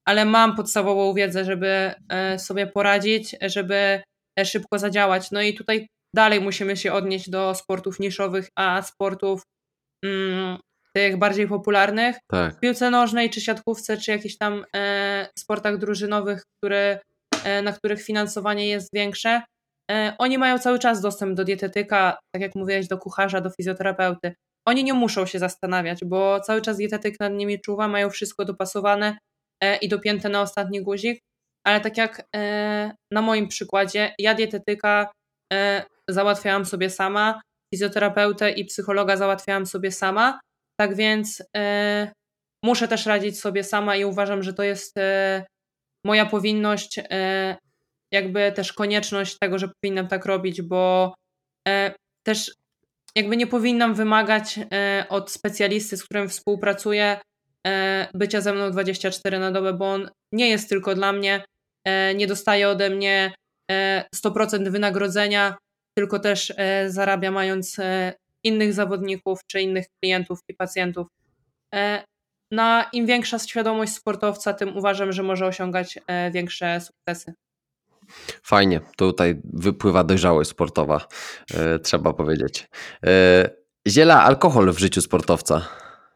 ale mam podstawową wiedzę, żeby e, sobie poradzić, żeby e, szybko zadziałać. No i tutaj dalej musimy się odnieść do sportów niszowych, a sportów mm, tych bardziej popularnych. Tak. W piłce nożnej, czy siatkówce, czy jakichś tam e, sportach drużynowych, które, e, na których finansowanie jest większe, e, oni mają cały czas dostęp do dietetyka, tak jak mówiłeś, do kucharza, do fizjoterapeuty. Oni nie muszą się zastanawiać, bo cały czas dietetyk nad nimi czuwa, mają wszystko dopasowane e, i dopięte na ostatni guzik, ale tak jak e, na moim przykładzie, ja dietetyka e, załatwiałam sobie sama, fizjoterapeutę i psychologa załatwiałam sobie sama, tak więc e, muszę też radzić sobie sama i uważam, że to jest e, moja powinność, e, jakby też konieczność tego, że powinnam tak robić, bo e, też jakby nie powinnam wymagać e, od specjalisty, z którym współpracuję, e, bycia ze mną dwadzieścia cztery na dobę, bo on nie jest tylko dla mnie, e, nie dostaje ode mnie e, sto procent wynagrodzenia, tylko też e, zarabia mając e, innych zawodników czy innych klientów i pacjentów. E, na im większa świadomość sportowca, tym uważam, że może osiągać e, większe sukcesy. Fajnie, tutaj wypływa dojrzałość sportowa, e, trzeba powiedzieć. E, Ziela, alkohol w życiu sportowca.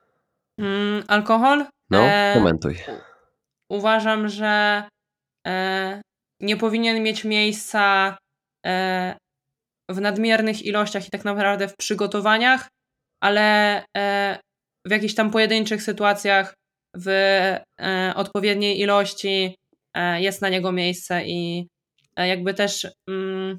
Mm, alkohol? No, E, komentuj. uważam, że e, nie powinien mieć miejsca e, w nadmiernych ilościach i tak naprawdę w przygotowaniach, ale e, w jakichś tam pojedynczych sytuacjach w e, odpowiedniej ilości e, jest na niego miejsce i e, jakby też mm,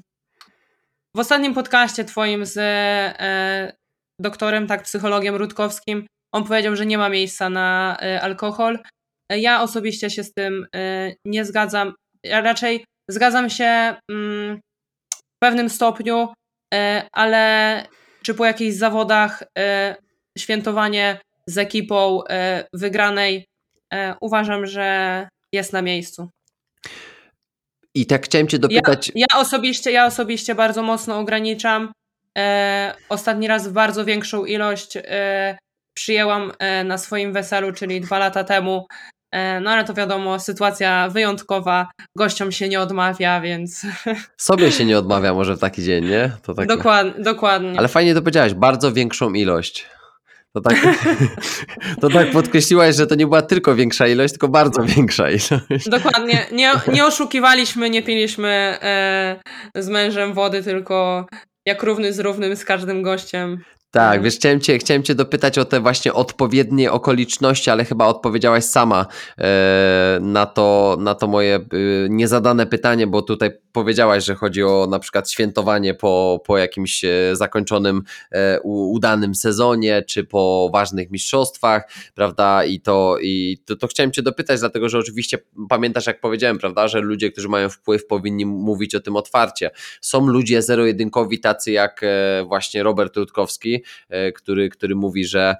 w ostatnim podcaście twoim z e, doktorem, tak, psychologiem Rutkowskim, on powiedział, że nie ma miejsca na e, alkohol. E, Ja osobiście się z tym e, nie zgadzam. Ja raczej zgadzam się mm, w pewnym stopniu, e, ale czy po jakichś zawodach e, świętowanie z ekipą e, wygranej e, uważam, że jest na miejscu. I tak chciałem cię Ja, dopytać. ja, osobiście, ja osobiście bardzo mocno ograniczam. E, ostatni raz bardzo większą ilość e, przyjęłam e, na swoim weselu, czyli dwa lata temu. E, no ale to wiadomo, sytuacja wyjątkowa, gościom się nie odmawia, więc Sobie się nie odmawia może w taki dzień, nie? To takie... dokładnie, dokładnie. Ale fajnie to powiedziałeś, bardzo większą ilość. To tak, to tak podkreśliłaś, że to nie była tylko większa ilość, tylko bardzo większa ilość. Dokładnie. Nie, nie oszukiwaliśmy, nie piliśmy e, z mężem wody, tylko jak równy z równym z każdym gościem. Tak, wiesz, chciałem cię, chciałem cię dopytać o te właśnie odpowiednie okoliczności, ale chyba odpowiedziałaś sama e, na to, na to moje e, niezadane pytanie, bo tutaj powiedziałaś, że chodzi o na przykład świętowanie po, po jakimś e, zakończonym e, u, udanym sezonie, czy po ważnych mistrzostwach, prawda, i to, i to, to chciałem cię dopytać, dlatego, że oczywiście pamiętasz, jak powiedziałem, prawda, że ludzie, którzy mają wpływ, powinni mówić o tym otwarcie. Są ludzie zero-jedynkowi tacy jak e, właśnie Robert Rutkowski, Który, który mówi, że,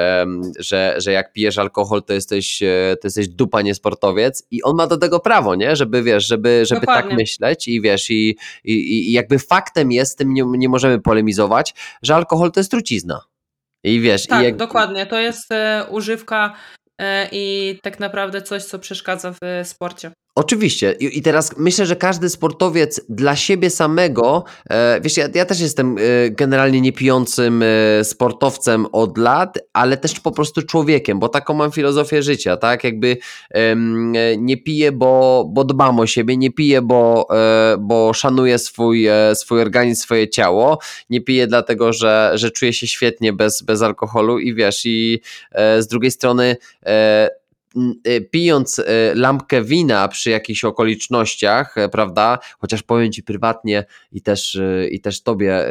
że, że jak pijesz alkohol, to jesteś, to jesteś dupa, nie sportowiec, i on ma do tego prawo, nie? Żeby wiesz, żeby, żeby tak myśleć i wiesz, i, i, i jakby faktem jest, z tym nie, nie możemy polemizować, że alkohol to jest trucizna. I wiesz, tak, i jak... dokładnie, to jest e, używka e, i tak naprawdę coś, co przeszkadza w sporcie. Oczywiście. I, I teraz myślę, że każdy sportowiec dla siebie samego, e, wiesz, ja, ja też jestem e, generalnie niepijącym e, sportowcem od lat, ale też po prostu człowiekiem, bo taką mam filozofię życia, tak? Jakby e, nie piję, bo, bo dbam o siebie, nie piję, bo, e, bo szanuję swój, e, swój organizm, swoje ciało, nie piję dlatego, że, że czuję się świetnie bez, bez alkoholu i wiesz, i e, z drugiej strony e, pijąc lampkę wina przy jakichś okolicznościach, prawda, chociaż powiem ci prywatnie i też, i też tobie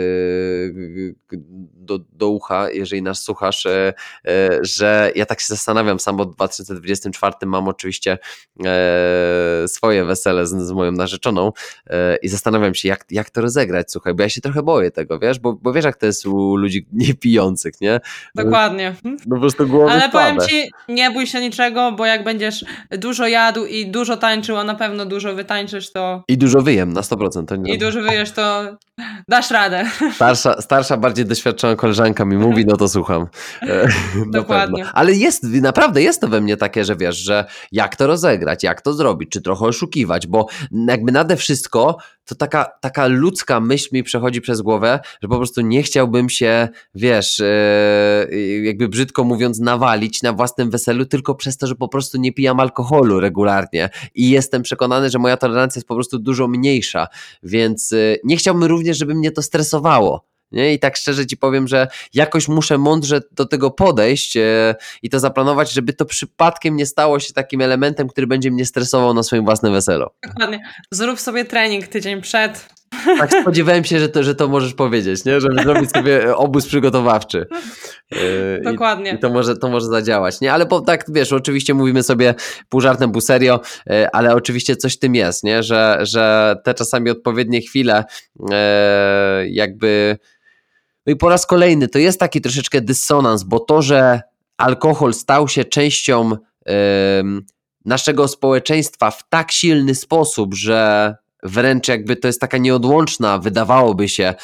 do, do ucha, jeżeli nas słuchasz, że ja tak się zastanawiam, sam od dwa tysiące dwudziestym czwartym mam oczywiście swoje wesele z, z moją narzeczoną i zastanawiam się, jak, jak to rozegrać, słuchaj, bo ja się trochę boję tego, wiesz, bo, bo wiesz, jak to jest u ludzi niepijących, nie? Dokładnie. No po prostu głowy Ale powiem słabe. ci, nie bój się niczego niczego, bo jak będziesz dużo jadł i dużo tańczył, a na pewno dużo wytańczysz, to I dużo wyjem na sto procent. To nie... i dużo wyjesz, to dasz radę. Starsza, starsza, bardziej doświadczona koleżanka mi mówi, no to słucham. E, na Dokładnie. pewno. Ale jest, naprawdę jest to we mnie takie, że wiesz, że jak to rozegrać, jak to zrobić, czy trochę oszukiwać, bo jakby nade wszystko to taka, taka ludzka myśl mi przechodzi przez głowę, że po prostu nie chciałbym się, wiesz, e, jakby brzydko mówiąc, nawalić na własnym weselu tylko przez to, że po prostu nie pijam alkoholu regularnie i jestem przekonany, że moja tolerancja jest po prostu dużo mniejsza, więc e, nie chciałbym również, żeby mnie to stresowało. Nie? I tak szczerze ci powiem, że jakoś muszę mądrze do tego podejść e, i to zaplanować, żeby to przypadkiem nie stało się takim elementem, który będzie mnie stresował na swoim własnym weselu. Dokładnie. Zrób sobie trening tydzień przed. Tak spodziewałem się, że to, że to możesz powiedzieć, nie? Żeby zrobić sobie obóz przygotowawczy. E, Dokładnie. I, i to, może, to może zadziałać. Nie? Ale po, tak, wiesz, oczywiście mówimy sobie pół żartem, pół serio, e, ale oczywiście coś w tym jest, nie? Że, że te czasami odpowiednie chwile e, jakby... No i po raz kolejny to jest taki troszeczkę dysonans, bo to, że alkohol stał się częścią ym, naszego społeczeństwa w tak silny sposób, że wręcz jakby to jest taka nieodłączna, wydawałoby się,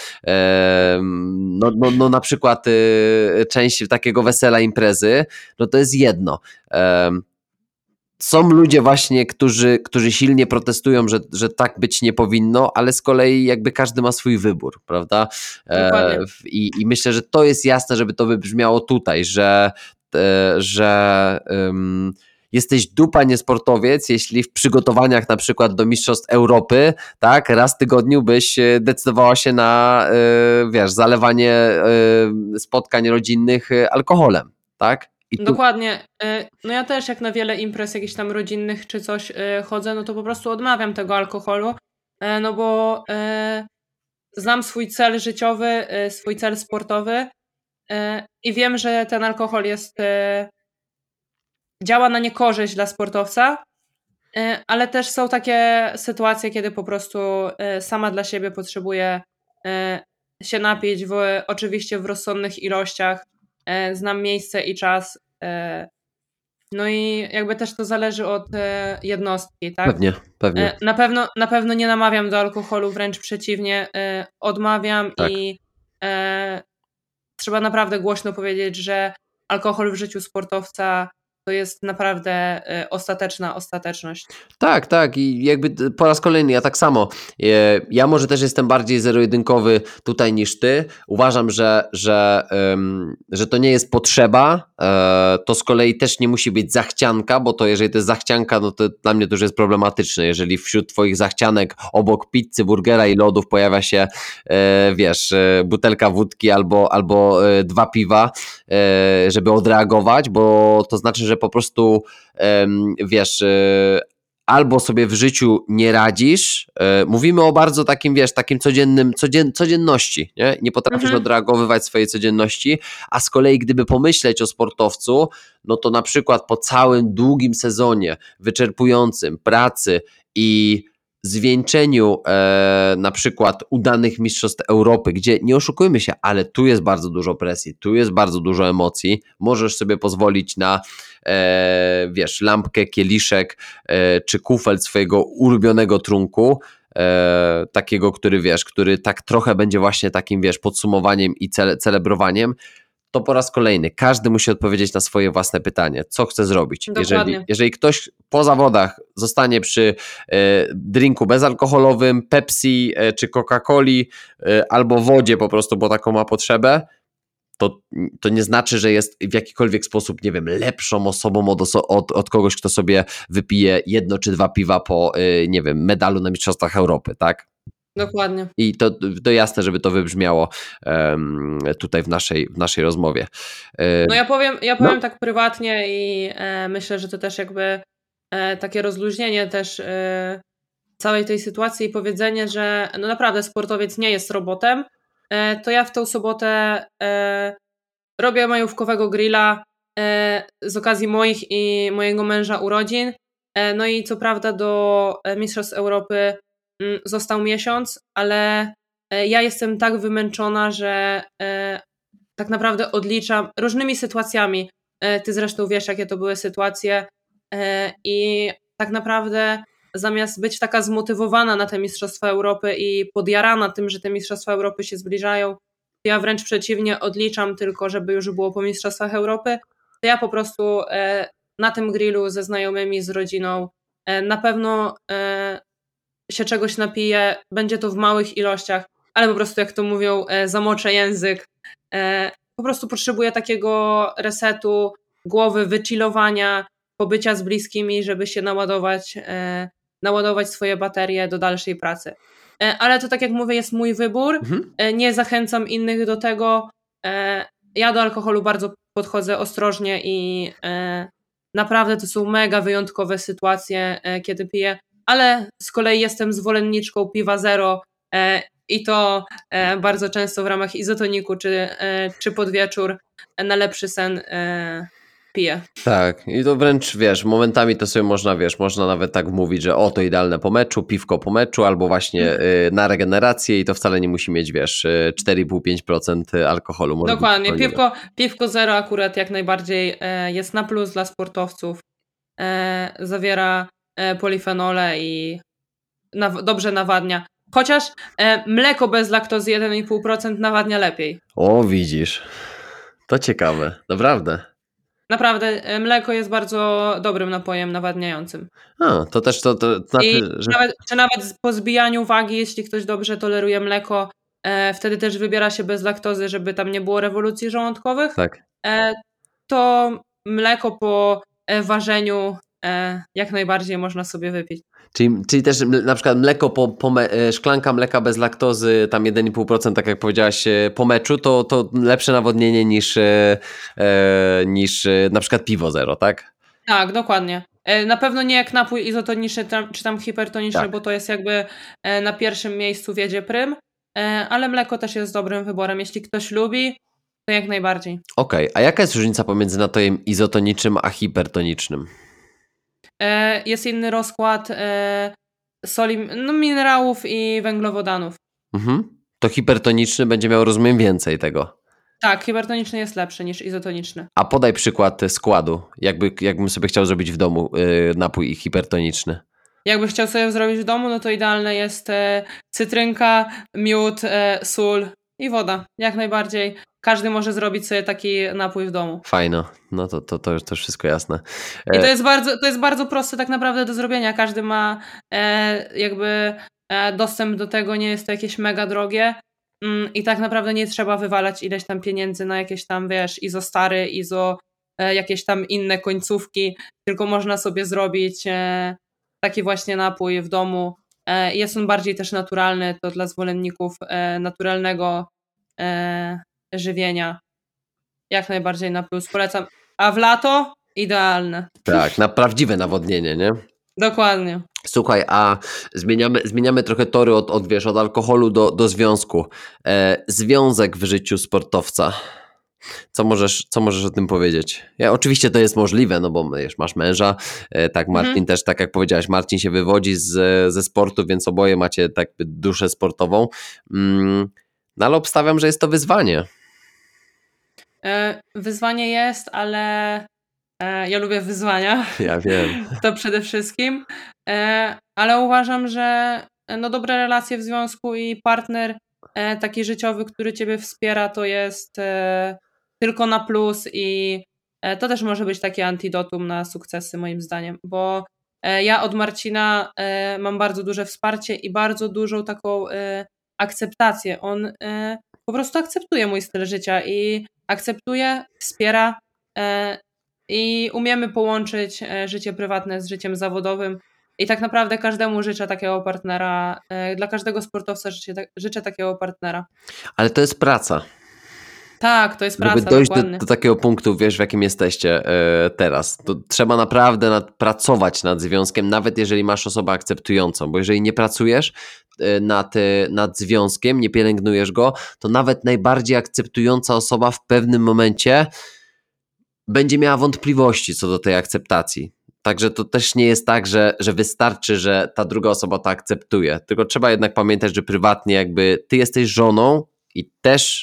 ym, no, no, no na przykład y, część takiego wesela, imprezy, no to jest jedno. Ym, Są ludzie właśnie, którzy, którzy silnie protestują, że, że tak być nie powinno, ale z kolei jakby każdy ma swój wybór, prawda? E, i, I myślę, że to jest jasne, żeby to wybrzmiało tutaj, że, e, że um, jesteś dupa niesportowiec, jeśli w przygotowaniach na przykład do Mistrzostw Europy, tak, raz w tygodniu byś decydowała się na, e, wiesz, zalewanie e, spotkań rodzinnych alkoholem, tak? I tu... Dokładnie. No ja też jak na wiele imprez jakichś tam rodzinnych czy coś chodzę, no to po prostu odmawiam tego alkoholu, no bo znam swój cel życiowy, swój cel sportowy i wiem, że ten alkohol jest działa na niekorzyść dla sportowca, ale też są takie sytuacje, kiedy po prostu sama dla siebie potrzebuję się napić, w, oczywiście w rozsądnych ilościach, znam miejsce i czas. No i jakby też to zależy od jednostki, tak? Pewnie, pewnie. Na pewno, na pewno nie namawiam do alkoholu, wręcz przeciwnie, odmawiam tak. I e, trzeba naprawdę głośno powiedzieć, że alkohol w życiu sportowca to jest naprawdę ostateczna ostateczność. Tak, tak i jakby po raz kolejny ja tak samo. Ja może też jestem bardziej zero-jedynkowy tutaj niż ty. Uważam, że, że, um, że to nie jest potrzeba. To z kolei też nie musi być zachcianka, bo to jeżeli to jest zachcianka, no to dla mnie to już jest problematyczne. Jeżeli wśród twoich zachcianek obok pizzy, burgera i lodów pojawia się, wiesz, butelka wódki albo, albo dwa piwa, żeby odreagować, bo to znaczy, że po prostu wiesz, albo sobie w życiu nie radzisz, mówimy o bardzo takim, wiesz, takim codziennym, codzien, codzienności, nie? Nie potrafisz mhm. odreagowywać swojej codzienności, a z kolei gdyby pomyśleć o sportowcu, no to na przykład po całym długim sezonie wyczerpującym pracy i zwieńczeniu e, na przykład udanych Mistrzostw Europy, gdzie nie oszukujmy się, ale tu jest bardzo dużo presji, tu jest bardzo dużo emocji, możesz sobie pozwolić na e, wiesz, lampkę, kieliszek e, czy kufel swojego ulubionego trunku, e, takiego, który wiesz, który tak trochę będzie właśnie takim, wiesz, podsumowaniem i cele, celebrowaniem. To po raz kolejny każdy musi odpowiedzieć na swoje własne pytanie, co chce zrobić. Jeżeli, jeżeli ktoś po zawodach zostanie przy e, drinku bezalkoholowym, Pepsi e, czy Coca-Coli e, albo wodzie po prostu, bo taką ma potrzebę, to, to nie znaczy, że jest w jakikolwiek sposób, nie wiem, lepszą osobą od, oso- od, od kogoś, kto sobie wypije jedno czy dwa piwa po, e, nie wiem, medalu na Mistrzostwach Europy, tak? Dokładnie. I to, to jasne, żeby to wybrzmiało um, tutaj w naszej, w naszej rozmowie. Um, no ja powiem, ja powiem no. tak prywatnie i e, myślę, że to też jakby e, takie rozluźnienie też e, całej tej sytuacji i powiedzenie, że no naprawdę sportowiec nie jest robotem, e, to ja w tą sobotę e, robię majówkowego grilla e, z okazji moich i mojego męża urodzin. E, no i co prawda do Mistrzostw Europy został miesiąc, ale ja jestem tak wymęczona, że tak naprawdę odliczam różnymi sytuacjami. ty zresztą wiesz, jakie to były sytuacje i tak naprawdę zamiast być taka zmotywowana na te Mistrzostwa Europy i podjarana tym, że te Mistrzostwa Europy się zbliżają, ja wręcz przeciwnie odliczam tylko, żeby już było po Mistrzostwach Europy, to ja po prostu na tym grillu ze znajomymi, z rodziną na pewno się czegoś napiję, będzie to w małych ilościach, ale po prostu jak to mówią, zamoczę język. Po prostu potrzebuję takiego resetu głowy, wychillowania, pobycia z bliskimi, żeby się naładować, naładować swoje baterie do dalszej pracy. Ale to tak jak mówię, jest mój wybór. Mhm. Nie zachęcam innych do tego. Ja do alkoholu bardzo podchodzę ostrożnie i naprawdę to są mega wyjątkowe sytuacje, kiedy piję, ale z kolei jestem zwolenniczką piwa zero i to bardzo często w ramach izotoniku czy, czy pod wieczór na lepszy sen piję. Tak, i to wręcz, wiesz, momentami to sobie można, wiesz, można nawet tak mówić, że o, to idealne po meczu, piwko po meczu, albo właśnie y, na regenerację i to wcale nie musi mieć, wiesz, y, cztery i pół do pięciu procent alkoholu. Może Dokładnie, piwko, piwko zero akurat jak najbardziej e, jest na plus dla sportowców, e, zawiera e, polifenole i naw- dobrze nawadnia. Chociaż e, mleko bez laktozy jeden i pół procent nawadnia lepiej. O, widzisz, to ciekawe, naprawdę. Naprawdę, e, mleko jest bardzo dobrym napojem nawadniającym. A, to też to, to znaczy, I że... nawet, czy nawet po zbijaniu wagi, jeśli ktoś dobrze toleruje mleko, e, wtedy też wybiera się bez laktozy, żeby tam nie było rewolucji żołądkowych, Tak. e, to mleko po e, ważeniu e, jak najbardziej można sobie wypić. Czyli, czyli też mle- na przykład mleko, po, po me, e, szklanka mleka bez laktozy, tam jeden i pół procent, tak jak powiedziałaś, e, po meczu, to, to lepsze nawodnienie niż, e, e, niż e, na przykład piwo zero, tak? Tak, dokładnie. E, Na pewno nie jak napój izotoniczny tam, czy tam hipertoniczny, Tak. bo to jest jakby e, na pierwszym miejscu wiedzie prym, e, ale mleko też jest dobrym wyborem. Jeśli ktoś lubi, to jak najbardziej. Okej, a jaka jest różnica pomiędzy napojem izotonicznym a hipertonicznym? E, Jest inny rozkład e, soli, no, minerałów i węglowodanów. Mhm. To hipertoniczny będzie miał, rozumiem, więcej tego. Tak, hipertoniczny jest lepszy niż izotoniczny. A podaj przykład składu, jakby, jakbym sobie chciał zrobić w domu yy, napój hipertoniczny. Jakby chciał sobie zrobić w domu, no to idealne jest e, cytrynka, miód, e, sól i woda. Jak najbardziej. Każdy może zrobić sobie taki napój w domu. Fajno, no to, to, to już to wszystko jasne. I to E, jest bardzo, to jest bardzo proste tak naprawdę do zrobienia. Każdy ma e, jakby e, dostęp do tego, nie jest to jakieś mega drogie mm, i tak naprawdę nie trzeba wywalać ileś tam pieniędzy na jakieś tam, wiesz, izo stary, izo e, jakieś tam inne końcówki, tylko można sobie zrobić e, taki właśnie napój w domu. E, jest on bardziej też naturalny, to dla zwolenników e, naturalnego e, żywienia. Jak najbardziej na plus. Polecam. A w lato idealne. tak, na prawdziwe nawodnienie, nie? Dokładnie. Słuchaj, a zmieniamy, zmieniamy trochę tory od, od, wiesz, od alkoholu do, do związku. E, związek w życiu sportowca. Co możesz, co możesz o tym powiedzieć? Ja, oczywiście to jest możliwe, no bo wiesz, masz męża, e, tak Marcin Mhm. też, tak jak powiedziałaś, Marcin się wywodzi z, ze sportu, więc oboje macie tak jakby duszę sportową. Mm, no ale obstawiam, że jest to wyzwanie. E, Wyzwanie jest, ale e, ja lubię wyzwania. Ja wiem. To przede wszystkim. E, Ale uważam, że e, no dobre relacje w związku i partner e, taki życiowy, który ciebie wspiera, to jest e, tylko na plus i e, to też może być takie antidotum na sukcesy moim zdaniem, bo e, ja od Marcina e, mam bardzo duże wsparcie i bardzo dużą taką e, akceptację. On e, po prostu akceptuje mój styl życia i akceptuje, wspiera e, i umiemy połączyć e, życie prywatne z życiem zawodowym. I tak naprawdę każdemu życzę takiego partnera, e, dla każdego sportowca życzę, ta- życzę takiego partnera. Ale to jest praca. Tak, to jest praca, Żeby dojść do, dokładnie. do takiego punktu, wiesz, w jakim jesteście e, teraz, to trzeba naprawdę nad, pracować nad związkiem, nawet jeżeli masz osobę akceptującą, bo jeżeli nie pracujesz e, nad, e, nad związkiem, nie pielęgnujesz go, to nawet najbardziej akceptująca osoba w pewnym momencie będzie miała wątpliwości co do tej akceptacji. Także to też nie jest tak, że, że wystarczy, że ta druga osoba to akceptuje, tylko trzeba jednak pamiętać, że prywatnie jakby ty jesteś żoną i też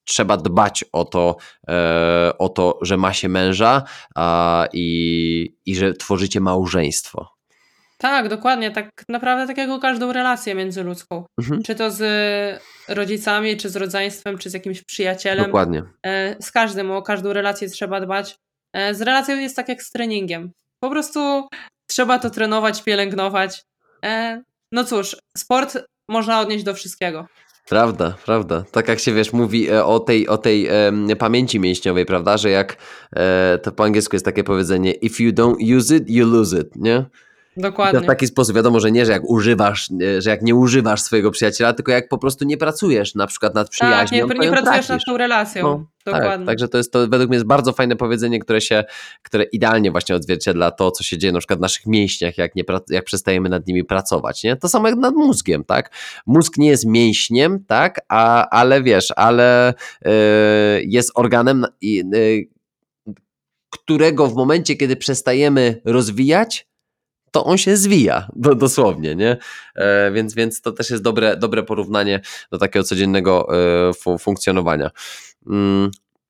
trzeba dbać o to, e, o to, że ma się męża a, i, i że tworzycie małżeństwo. Tak, dokładnie. Tak naprawdę tak jak o każdą relację międzyludzką. Mhm. Czy to z rodzicami, czy z rodzeństwem, czy z jakimś przyjacielem. Dokładnie. E, Z każdym, o każdą relację trzeba dbać. E, Z relacją jest tak jak z treningiem. Po prostu trzeba to trenować, pielęgnować. E, No cóż, sport można odnieść do wszystkiego. Prawda, prawda. Tak jak się, wiesz, mówi e, o tej, o tej em, pamięci mięśniowej, prawda, że jak e, to po angielsku jest takie powiedzenie if you don't use it, you lose it, nie? I to w Dokładnie. taki sposób, wiadomo, że nie, że jak używasz, e, że jak nie używasz swojego przyjaciela, tylko jak po prostu nie pracujesz na przykład nad Tak, przyjaźnią, nie, to nie ją pracujesz nad tracisz. tą relacją. No, tak, Dokładnie. także to jest to według mnie jest bardzo fajne powiedzenie, które się, które idealnie właśnie odzwierciedla to, co się dzieje na przykład w naszych mięśniach, jak, nie, pra- jak przestajemy nad nimi pracować, nie? To samo jak nad mózgiem, tak? Mózg nie jest mięśniem, tak? A, ale wiesz, ale yy, jest organem, i, yy, którego w momencie, kiedy przestajemy rozwijać, to on się zwija, do, dosłownie, nie? E, więc, więc to też jest dobre, dobre porównanie do takiego codziennego e, fu- funkcjonowania. Mm.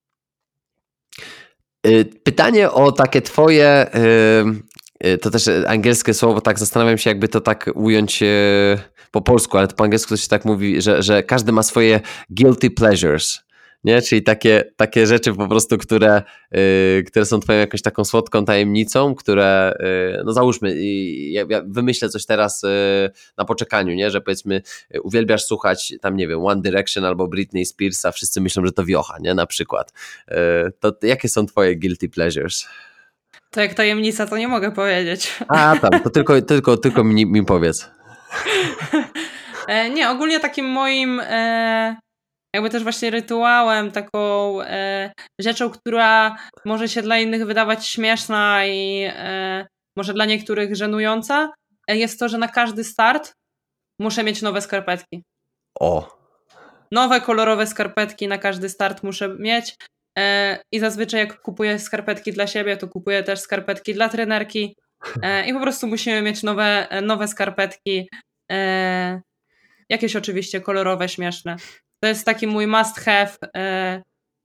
Y, Pytanie o takie twoje, y, y, to też angielskie słowo, tak zastanawiam się, jakby to tak ująć y, po polsku, ale to po angielsku to się tak mówi, że, że każdy ma swoje guilty pleasures, nie? Czyli takie, takie rzeczy po prostu, które, y, które są twoją jakąś taką słodką tajemnicą, które, y, no załóżmy, y, ja, ja wymyślę coś teraz y, na poczekaniu, nie? Że powiedzmy y, uwielbiasz słuchać tam, nie wiem, One Direction albo Britney Spears, a wszyscy myślą, że to wiocha, nie? Na przykład. Y, to jakie są twoje guilty pleasures? To jak tajemnica, to nie mogę powiedzieć. A tam, to tylko, tylko, tylko mi, mi powiedz. E, Nie, ogólnie takim moim e, jakby też właśnie rytuałem, taką e, rzeczą, która może się dla innych wydawać śmieszna i e, może dla niektórych żenująca, e, jest to, że na każdy start muszę mieć nowe skarpetki. O, Nowe, kolorowe skarpetki na każdy start muszę mieć. E, I zazwyczaj jak kupuję skarpetki dla siebie, to kupuję też skarpetki dla trenerki. E, I po prostu musimy mieć nowe, e, nowe skarpetki. E, Jakieś oczywiście kolorowe, śmieszne. To jest taki mój must have. E,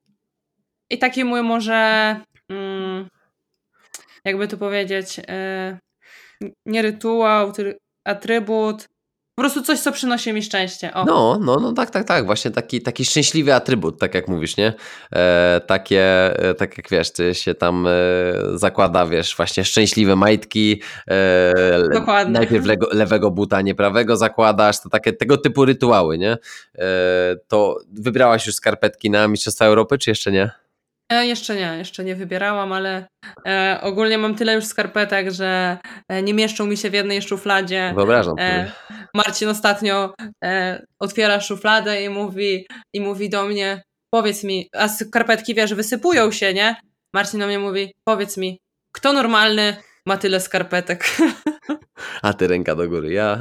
I taki mój może, mm, jakby to powiedzieć, e, nie rytuał, ty- atrybut. Po prostu coś, co przynosi mi szczęście. O. no, no, no tak, tak, tak, właśnie taki, taki szczęśliwy atrybut, tak jak mówisz, nie? E, takie, e, tak jak wiesz, ty się tam e, zakłada, wiesz, właśnie szczęśliwe majtki, e, Dokładnie. najpierw lego, lewego buta, nie prawego zakładasz, to takie tego typu rytuały, nie? E, to wybrałaś już skarpetki na Mistrzostwa Europy, czy jeszcze nie? E, jeszcze nie, jeszcze nie wybierałam, ale e, ogólnie mam tyle już skarpetek, że e, nie mieszczą mi się w jednej szufladzie. Wyobrażam E, sobie. Marcin ostatnio e, otwiera szufladę i mówi, i mówi do mnie, powiedz mi, a skarpetki, wiesz, wysypują się, nie? Marcin do mnie mówi, powiedz mi, kto normalny ma tyle skarpetek? A ty ręka do góry, ja...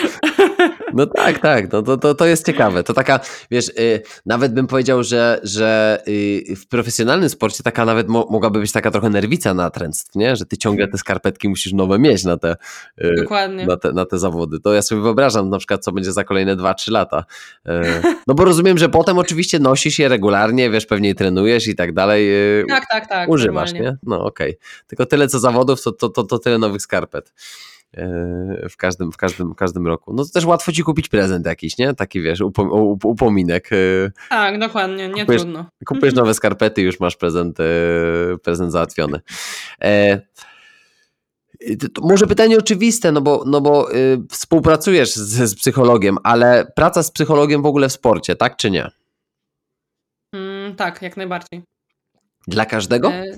No tak, tak, no to, to, to jest ciekawe. To taka, wiesz, y, nawet bym powiedział, że, że y, w profesjonalnym sporcie taka nawet mo- mogłaby być taka trochę nerwica natręctw, nie? Że ty ciągle te skarpetki musisz nowe mieć na te, y, Dokładnie. na te, na te zawody. To ja sobie wyobrażam na przykład, co będzie za kolejne dwa trzy lata. Y, no bo rozumiem, że potem oczywiście nosisz je regularnie, wiesz, pewnie trenujesz i tak dalej. Y, Tak, tak, tak. używasz, normalnie. nie? No okej. Tylko tyle co zawodów, to, to, to, to tyle nowych skarpet. W każdym, w, każdym, w każdym roku. No to też łatwo ci kupić prezent jakiś, nie? Taki wiesz, upom- up- upominek. Tak, dokładnie, nie Kupujesz- trudno. Kupujesz nowe skarpety i już masz prezent, prezent załatwiony. E, to może pytanie oczywiste, no bo, no bo y, współpracujesz z, z psychologiem, ale praca z psychologiem w ogóle w sporcie, tak czy nie? Mm, tak, jak najbardziej. Dla każdego? E,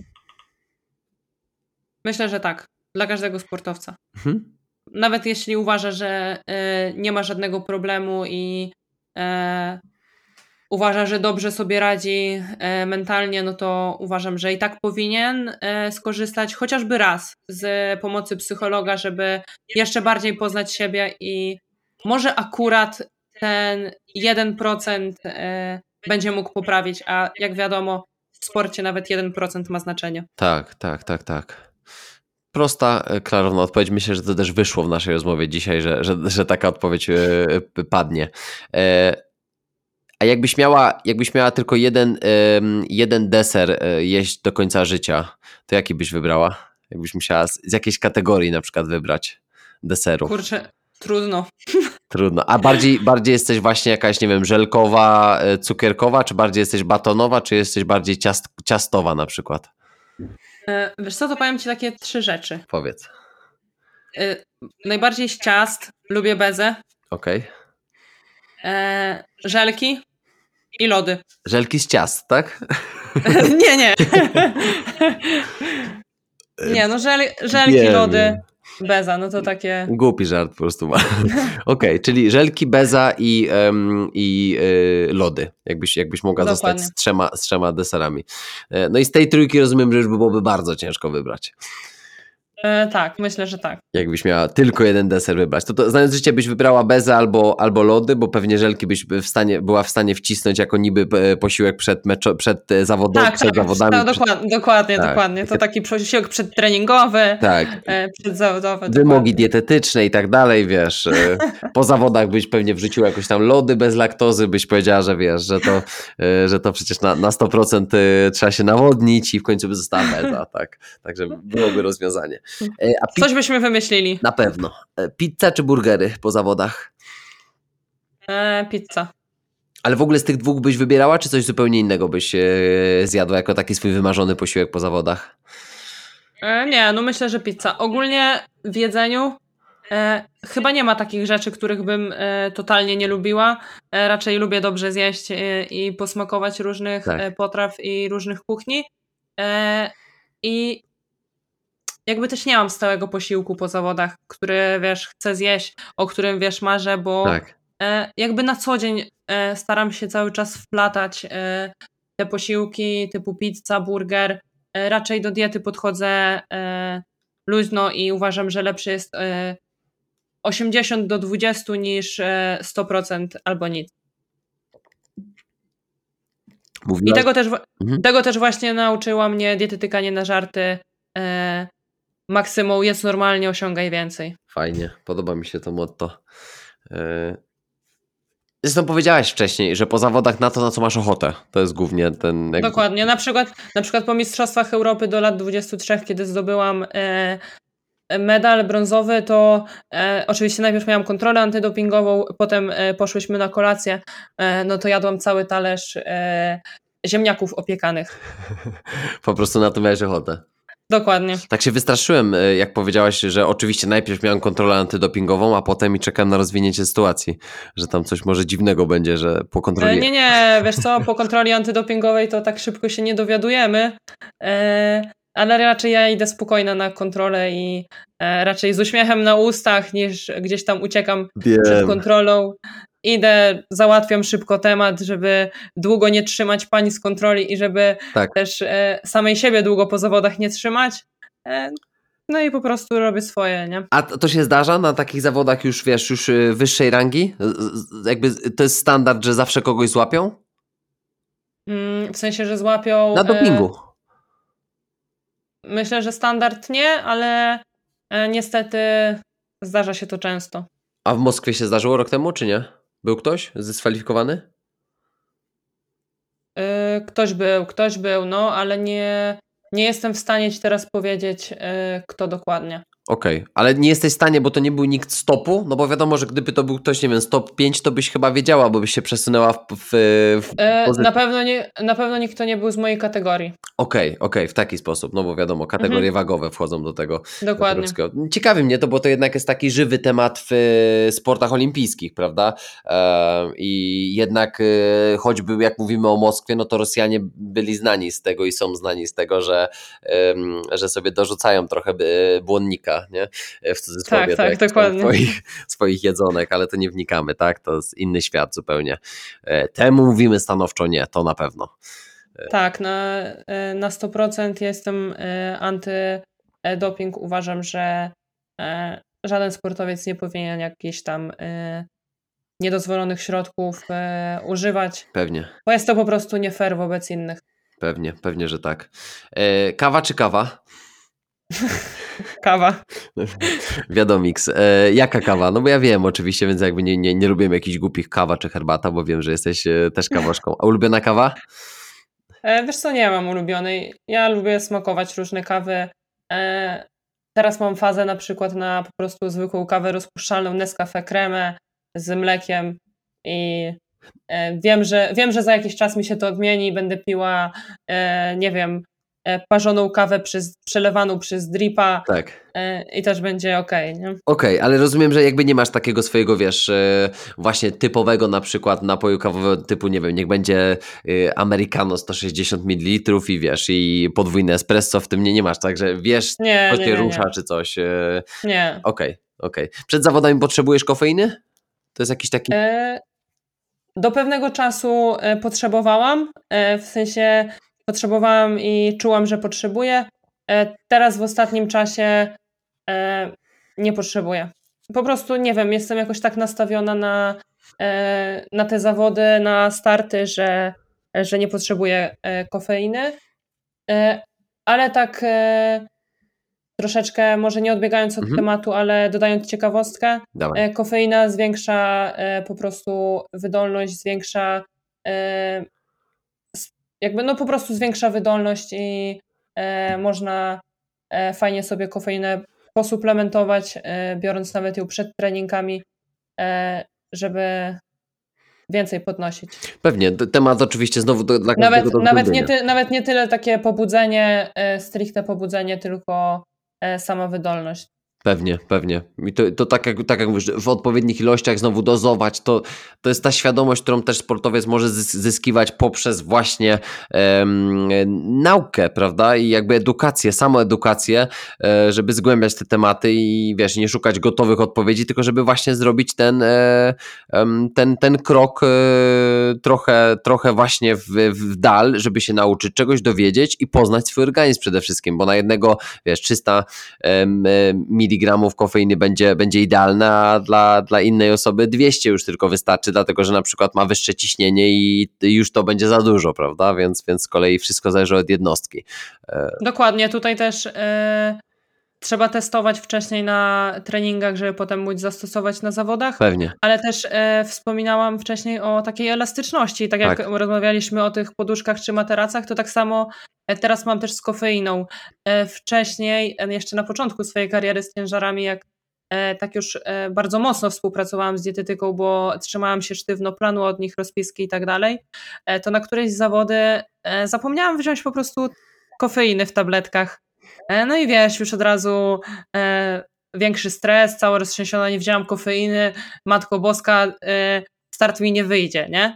Myślę, że tak. Dla każdego sportowca. Mhm. Nawet jeśli uważa, że e, nie ma żadnego problemu i e, uważa, że dobrze sobie radzi e, mentalnie, no to uważam, że i tak powinien e, skorzystać chociażby raz z pomocy psychologa, żeby jeszcze bardziej poznać siebie i może akurat ten jeden procent e, będzie mógł poprawić, a jak wiadomo, w sporcie nawet jeden procent ma znaczenie. Tak, tak, tak, tak. Prosta, e, klarowna odpowiedź. Myślę, że to też wyszło w naszej rozmowie dzisiaj, że, że, że taka odpowiedź e, p- padnie. E, A jakbyś miała, jakbyś miała tylko jeden, em, jeden deser e, jeść do końca życia, to jaki byś wybrała? Jakbyś musiała z, z jakiejś kategorii na przykład wybrać deserów. Kurczę, trudno. Trudno. A bardziej, bardziej jesteś właśnie jakaś, nie wiem, żelkowa, e, cukierkowa, czy bardziej jesteś batonowa, czy jesteś bardziej ciast, ciastowa na przykład? E, Wiesz co, to powiem ci takie trzy rzeczy. Powiedz. E, Najbardziej z ciast lubię bezę, Okej. e, żelki i lody. Żelki z ciast, tak? Nie, nie. Nie, no żel, żelki, Wiem, lody, wiem. beza, no to takie... Głupi żart po prostu ma. Okej, czyli żelki, beza i, em, i y, lody. Jakbyś, jakbyś mogła Dokładnie. zostać z trzema, z trzema deserami. E, No i z tej trójki rozumiem, że już byłoby bardzo ciężko wybrać. E, tak, myślę, że tak. Jakbyś miała tylko jeden deser wybrać. To, to znając życie byś wybrała bezę albo, albo lody, bo pewnie żelki byś w stanie, była w stanie wcisnąć jako niby e, posiłek przed, meczo, przed, e, zawodom, Tak, przed tak, zawodami. tak, przed, dokładnie, dokładnie, tak. dokładnie. To taki posiłek przedtreningowy, tak. e, przedzawodowy. Wymogi dokładnie. dietetyczne i tak dalej, wiesz. e, Po zawodach byś pewnie wrzuciła jakoś tam lody bez laktozy, byś powiedziała, że wiesz, że to, e, że to przecież na, na sto procent e, trzeba się nawodnić i w końcu by została beza, tak. Także byłoby rozwiązanie. E, A pi- Coś byśmy wymyślili. na pewno. E, Pizza czy burgery po zawodach? E, pizza. Ale w ogóle z tych dwóch byś wybierała, czy coś zupełnie innego byś e, zjadła jako taki swój wymarzony posiłek po zawodach? E, nie, no myślę, że pizza. Ogólnie w jedzeniu e, chyba nie ma takich rzeczy, których bym e, totalnie nie lubiła. E, raczej lubię dobrze zjeść e, i posmakować różnych Tak. e, potraw i różnych kuchni. E, I jakby też nie mam stałego posiłku po zawodach, który, wiesz, chcę zjeść, o którym, wiesz, marzę, bo Tak. e, jakby na co dzień e, staram się cały czas wplatać e, te posiłki typu pizza, burger. E, raczej do diety podchodzę e, luźno i uważam, że lepsze jest e, osiemdziesiąt do dwudziestu niż e, sto procent albo nic. I Mówiłaś... tego też, wa- Mhm. tego też właśnie nauczyła mnie dietetyka nie na żarty. E, Maksymum jedz normalnie, osiągaj więcej. Fajnie, podoba mi się to motto. E, Zresztą powiedziałaś wcześniej, że po zawodach na to, na co masz ochotę. To jest głównie ten... jakby- Dokładnie. Na przykład, na przykład po Mistrzostwach Europy do lat dwudziestu trzech, kiedy zdobyłam e, medal brązowy, to e, oczywiście najpierw miałam kontrolę antydopingową, potem e, poszłyśmy na kolację, e, no to jadłam cały talerz e, ziemniaków opiekanych. Po prostu na to miałeś ochotę. Dokładnie. Tak się wystraszyłem, e, jak powiedziałaś, że oczywiście najpierw miałem kontrolę antydopingową, a potem i czekam na rozwinięcie sytuacji, że tam coś może dziwnego będzie, że po E, kontroli... nie, nie, wiesz co, po kontroli antydopingowej to tak szybko się nie dowiadujemy, e, ale raczej ja idę spokojna na kontrolę i e, raczej z uśmiechem na ustach niż gdzieś tam uciekam przed Wiem. kontrolą. Idę, załatwiam szybko temat, żeby długo nie trzymać pani z kontroli i żeby Tak. też e, samej siebie długo po zawodach nie trzymać. E, no i po prostu robię swoje, nie? A to to się zdarza na takich zawodach już, wiesz, już y, wyższej rangi? Z- z- Jakby to jest standard, że zawsze kogoś złapią? Mm, w sensie, że złapią... Na e, dopingu. Myślę, że standard nie, ale e, niestety zdarza się to często. A w Moskwie się zdarzyło rok temu, czy nie? Był ktoś zdyskwalifikowany? E, Ktoś był, ktoś był, no, ale nie, nie jestem w stanie ci teraz powiedzieć, e, kto dokładnie. Okej, ale nie jesteś w stanie, bo to nie był nikt z topu? No bo wiadomo, że gdyby to był ktoś, nie wiem, z top pięć, to byś chyba wiedziała, bo byś się przesunęła w... w, w E, pozycji. na, pewno nie, na pewno nikt to nie był z mojej kategorii. Okej, okej, w taki sposób, no bo wiadomo, kategorie wagowe wchodzą do tego. Dokładnie. do tego wszystkiego. Ciekawi mnie to, bo to jednak jest taki żywy temat w e, sportach olimpijskich, prawda? E, I jednak e, choćby jak mówimy o Moskwie, no to Rosjanie byli znani z tego i są znani z tego, że, em, że sobie dorzucają trochę e, błonnika, nie? E, W cudzysłowie, Tak, tak, jak tam dokładnie. Swoich, swoich jedzonek, ale to nie wnikamy, tak? To jest inny świat zupełnie. E, Temu mówimy stanowczo nie, to na pewno. Tak, na, e, na sto procent jestem e, antydoping. Uważam, że e, żaden sportowiec nie powinien jakichś tam e, niedozwolonych środków e, używać, Pewnie. bo jest to po prostu nie fair wobec innych. Pewnie, pewnie, że tak. E, kawa czy kawa? Kawa. Wiadomiks. E, jaka kawa? No bo ja wiem oczywiście, więc jakby nie, nie, nie lubię jakichś głupich kawa czy herbata, bo wiem, że jesteś e, też kawoszką. A ulubiona kawa? E, wiesz co, nie mam ulubionej. Ja lubię smakować różne kawy. E, teraz mam fazę na przykład na po prostu zwykłą kawę rozpuszczalną Nescafe kremę z mlekiem i e, wiem, że, wiem, że za jakiś czas mi się to odmieni i będę piła, e, nie wiem, e, parzoną kawę przez, przelewaną przez dripa Tak. e, i też będzie okej, nie? Okej, ale rozumiem, że jakby nie masz takiego swojego, wiesz, e, właśnie typowego na przykład napoju kawowego typu, nie wiem, niech będzie e, Americano sto sześćdziesiąt mililitrów i wiesz, i podwójne espresso, w tym nie, nie masz, także wiesz, Nie, co nie, cię nie, nie. rusza czy coś. e, Nie. Okej, okej. Przed zawodami potrzebujesz kofeiny? To jest jakiś taki... E, Do pewnego czasu e, potrzebowałam, e, w sensie potrzebowałam i czułam, że potrzebuję. E, Teraz w ostatnim czasie e, nie potrzebuję. Po prostu nie wiem, jestem jakoś tak nastawiona na, e, na te zawody, na starty, że, że nie potrzebuję e, kofeiny. E, Ale tak e, troszeczkę, może nie odbiegając od Mhm, tematu, ale dodając ciekawostkę, dawaj. e, kofeina zwiększa e, po prostu wydolność, zwiększa e, s- jakby no po prostu zwiększa wydolność i e, można e, fajnie sobie kofeinę posuplementować, e, biorąc nawet ją przed treningami, e, żeby więcej podnosić. Pewnie, t- temat oczywiście znowu do, dla każdego Nawet, do nawet, nie zgłębienia. ty, nawet nie tyle takie pobudzenie, e, stricte pobudzenie, tylko e, sama wydolność. Pewnie, pewnie. I to, to tak, jak, tak jak mówisz, w odpowiednich ilościach znowu dozować, to, to jest ta świadomość, którą też sportowiec może zys- zyskiwać poprzez właśnie em, naukę, prawda? I jakby edukację, samoedukację, e, żeby zgłębiać te tematy i wiesz, nie szukać gotowych odpowiedzi, tylko żeby właśnie zrobić ten, e, em, ten, ten krok e, trochę, trochę właśnie w, w dal, żeby się nauczyć czegoś, dowiedzieć i poznać swój organizm przede wszystkim, bo na jednego, wiesz, trzysta em, em, miligramów kofeiny będzie, będzie idealne, a dla, dla innej osoby dwieście już tylko wystarczy, dlatego że na przykład ma wyższe ciśnienie i już to będzie za dużo, prawda? Więc, więc z kolei wszystko zależy od jednostki. E, Dokładnie, tutaj też e, trzeba testować wcześniej na treningach, żeby potem móc zastosować na zawodach, Pewnie, ale też e, wspominałam wcześniej o takiej elastyczności, tak jak tak. rozmawialiśmy o tych poduszkach czy materacach, to tak samo e, teraz mam też z kofeiną. E, wcześniej, e, jeszcze na początku swojej kariery z ciężarami, jak e, tak już e, bardzo mocno współpracowałam z dietetyką, bo trzymałam się sztywno planu od nich, rozpiski i tak dalej, e, to na któreś z zawody e, zapomniałam wziąć po prostu kofeiny w tabletkach. E, No i wiesz, już od razu e, większy stres, cała roztrzęsiona, nie wzięłam kofeiny, Matko Boska, e, start mi nie wyjdzie, nie?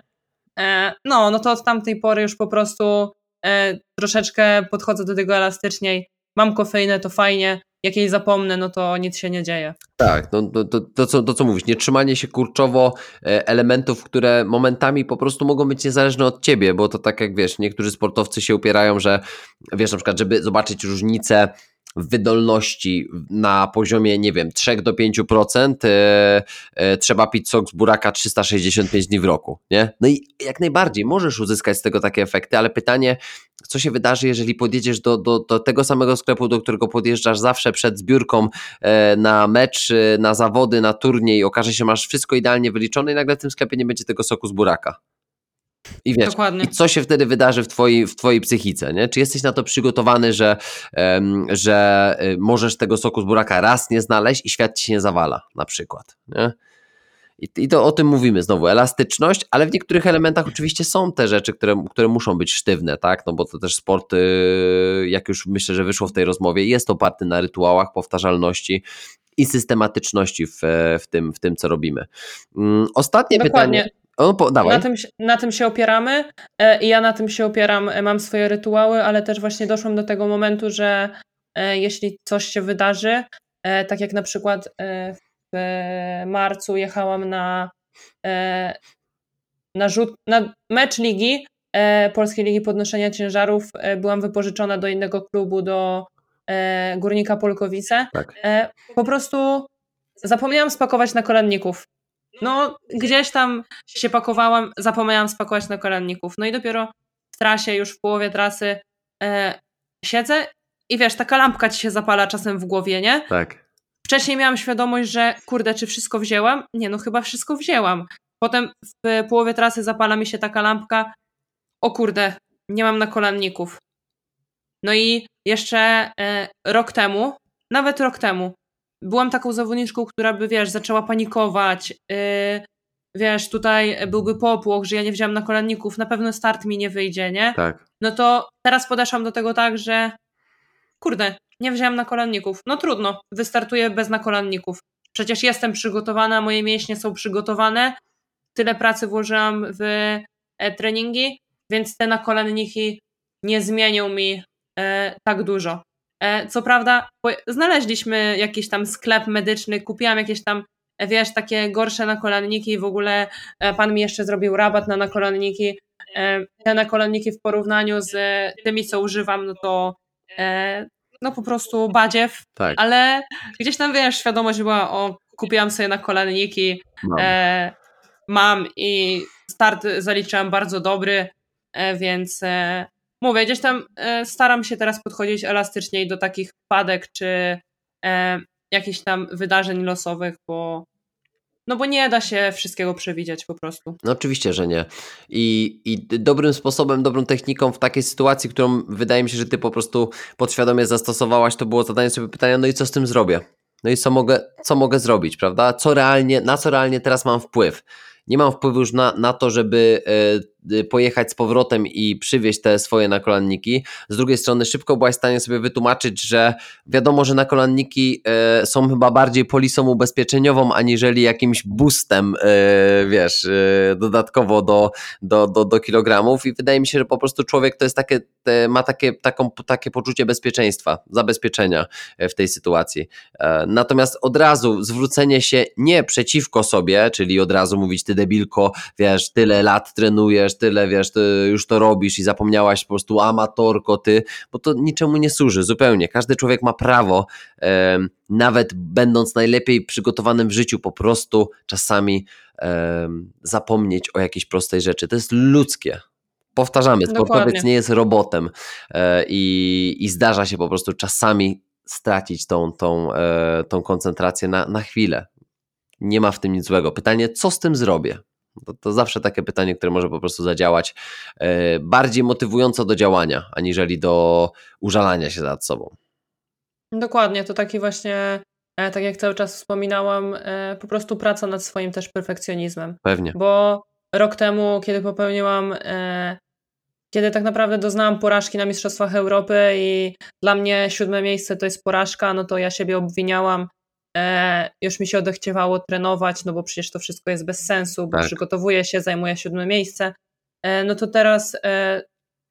E, no, no to od tamtej pory już po prostu e, troszeczkę podchodzę do tego elastyczniej. Mam kofeinę, to fajnie, jak jej zapomnę, no to nic się nie dzieje. Tak, no, to, to, to, co, to co mówisz, nie trzymanie się kurczowo e, elementów, które momentami po prostu mogą być niezależne od ciebie, bo to tak jak wiesz, niektórzy sportowcy się upierają, że wiesz, na przykład, żeby zobaczyć różnicę w wydolności na poziomie, nie wiem, trzy do pięciu procent e, e, trzeba pić sok z buraka trzysta sześćdziesiąt pięć dni w roku, nie? No i jak najbardziej możesz uzyskać z tego takie efekty, ale pytanie, co się wydarzy, jeżeli podjedziesz do, do, do tego samego sklepu, do którego podjeżdżasz zawsze przed zbiórką e, na mecz, e, na zawody, na turniej, okaże się, że masz wszystko idealnie wyliczone i nagle w tym sklepie nie będzie tego soku z buraka. I wiesz, Dokładnie. i co się wtedy wydarzy w twojej, w twojej psychice, nie? Czy jesteś na to przygotowany, że, em, że y, możesz tego soku z buraka raz nie znaleźć i świat ci się nie zawala, na przykład, nie? I, I to o tym mówimy znowu, elastyczność, ale w niektórych elementach oczywiście są te rzeczy, które, które muszą być sztywne, tak? No bo to też sport, y, jak już myślę, że wyszło w tej rozmowie, jest oparty na rytuałach, powtarzalności i systematyczności w, w, tym, w tym, co robimy. Mm, Ostatnie Dokładnie. pytanie. O, po, Na dawaj. tym, się- na tym się opieramy e, i ja na tym się opieram, e, mam swoje rytuały, ale też właśnie doszłam do tego momentu, że e, jeśli coś się wydarzy, e, tak jak na przykład e, w e, marcu jechałam na, e, na, rzut, na mecz ligi, e, Polskiej Ligi Podnoszenia Ciężarów, e, byłam wypożyczona do innego klubu, do e, Górnika Polkowice. Tak. E, po prostu zapomniałam spakować na kolenników. No, gdzieś tam się pakowałam, zapomniałam spakować na kolenników. No i dopiero w trasie, już w połowie trasy e, siedzę i wiesz, taka lampka ci się zapala czasem w głowie, nie? Tak. Wcześniej miałam świadomość, że kurde, czy wszystko wzięłam? Nie, no chyba wszystko wzięłam. Potem w połowie trasy zapala mi się taka lampka, o kurde, nie mam nakolanników. No i jeszcze e, rok temu, nawet rok temu, byłam taką zawodniczką, która by, wiesz, zaczęła panikować, yy, wiesz, tutaj byłby popłoch, że ja nie wziąłam nakolanników, na pewno start mi nie wyjdzie, nie? Tak. No to teraz podeszłam do tego tak, że kurde, nie wziąłam nakolanników. No trudno, wystartuję bez nakolanników. Przecież jestem przygotowana, moje mięśnie są przygotowane, tyle pracy włożyłam w e, treningi, więc te nakolanniki nie zmienią mi e, tak dużo. E, co prawda, znaleźliśmy jakiś tam sklep medyczny, kupiłam jakieś tam, e, wiesz, takie gorsze nakolanniki i w ogóle e, pan mi jeszcze zrobił rabat na nakolanniki. E, te nakolanniki w porównaniu z e, tymi, co używam, no to e, no po prostu badziew, Tak. ale gdzieś tam, wiesz, świadomość była, o, kupiłam sobie nakolanniki, Mam. e, mam i start zaliczyłam bardzo dobry, e, więc e, mówię, gdzieś tam e, staram się teraz podchodzić elastyczniej do takich wpadek czy e, jakichś tam wydarzeń losowych, bo no bo nie da się wszystkiego przewidzieć po prostu. No oczywiście, że nie. I, I dobrym sposobem, dobrą techniką w takiej sytuacji, którą wydaje mi się, że ty po prostu podświadomie zastosowałaś, to było zadanie sobie pytania, no i co z tym zrobię? No i co mogę, co mogę zrobić, prawda? Co realnie, na co realnie teraz mam wpływ? Nie mam wpływu już na, na to, żeby e, pojechać z powrotem i przywieźć te swoje nakolanniki. Z drugiej strony szybko byłaś w stanie sobie wytłumaczyć, że wiadomo, że nakolanniki e, są chyba bardziej polisą ubezpieczeniową, aniżeli jakimś boostem, e, wiesz, e, dodatkowo do, do, do, do kilogramów i wydaje mi się, że po prostu człowiek to jest takie, te, ma takie, taką, takie poczucie bezpieczeństwa, zabezpieczenia w tej sytuacji. E, natomiast od razu zwrócenie się nie przeciwko sobie, czyli od razu mówić, ty debilko, wiesz, tyle lat trenujesz, tyle, wiesz, ty już to robisz i zapomniałaś po prostu amatorko ty, bo to niczemu nie służy, zupełnie. Każdy człowiek ma prawo, e, nawet będąc najlepiej przygotowanym w życiu, po prostu czasami e, zapomnieć o jakiejś prostej rzeczy. To jest ludzkie. Powtarzamy, sportowiec Dokładnie. nie jest robotem e, i, i zdarza się po prostu czasami stracić tą, tą, e, tą koncentrację na, na chwilę. Nie ma w tym nic złego. Pytanie, co z tym zrobię? To, to zawsze takie pytanie, które może po prostu zadziałać e, bardziej motywująco do działania, aniżeli do użalania się nad sobą. Dokładnie, to taki właśnie, e, tak jak cały czas wspominałam, e, po prostu praca nad swoim też perfekcjonizmem. Pewnie. Bo rok temu, kiedy popełniłam, e, kiedy tak naprawdę doznałam porażki na Mistrzostwach Europy i dla mnie siódme miejsce to jest porażka, no to ja siebie obwiniałam, e, już mi się odechciewało trenować, no bo przecież to wszystko jest bez sensu, bo Tak. przygotowuję się, zajmuję siódme miejsce, e, no to teraz... E,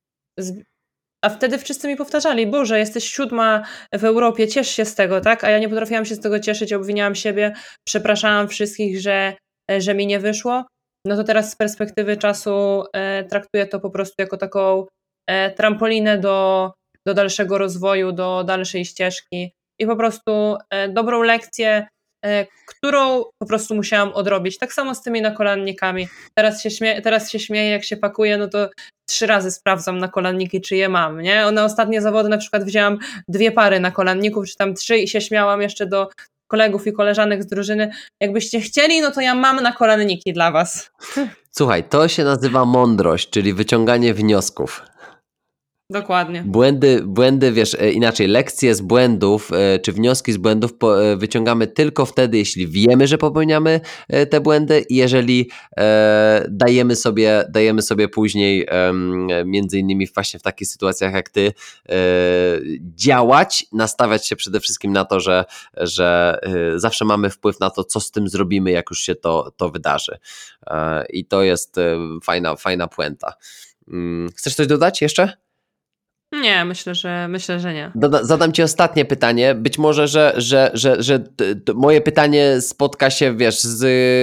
z, A wtedy wszyscy mi powtarzali, Boże, jesteś siódma w Europie, ciesz się z tego, tak? A ja nie potrafiłam się z tego cieszyć, obwiniałam siebie, przepraszałam wszystkich, że, że mi nie wyszło. No to teraz z perspektywy czasu e, traktuję to po prostu jako taką e, trampolinę do, do dalszego rozwoju, do dalszej ścieżki i po prostu e, dobrą lekcję, e, którą po prostu musiałam odrobić. Tak samo z tymi nakolannikami. Teraz się, śmie- teraz się śmieję, jak się pakuję, no to trzy razy sprawdzam nakolanniki, czy je mam, nie? Na ostatnie zawody na przykład wzięłam dwie pary nakolanników, czy tam trzy i się śmiałam jeszcze do kolegów i koleżanek z drużyny. Jakbyście chcieli, no to ja mam nakolanniki dla was. Słuchaj, to się nazywa mądrość, czyli wyciąganie wniosków. Dokładnie. Błędy, błędy, wiesz, e, inaczej, lekcje z błędów, e, czy wnioski z błędów po, e, wyciągamy tylko wtedy, jeśli wiemy, że popełniamy e, te błędy i jeżeli e, dajemy sobie, dajemy sobie później, e, między innymi właśnie w takich sytuacjach jak ty, e, działać, nastawiać się przede wszystkim na to, że, że e, zawsze mamy wpływ na to, co z tym zrobimy, jak już się to, to wydarzy. E, I to jest e, fajna, fajna puenta. Mm, Chcesz coś dodać jeszcze? Nie, myślę, że myślę, że nie. Doda- zadam ci ostatnie pytanie. Być może, że, że, że, że t- t- moje pytanie spotka się, wiesz, z,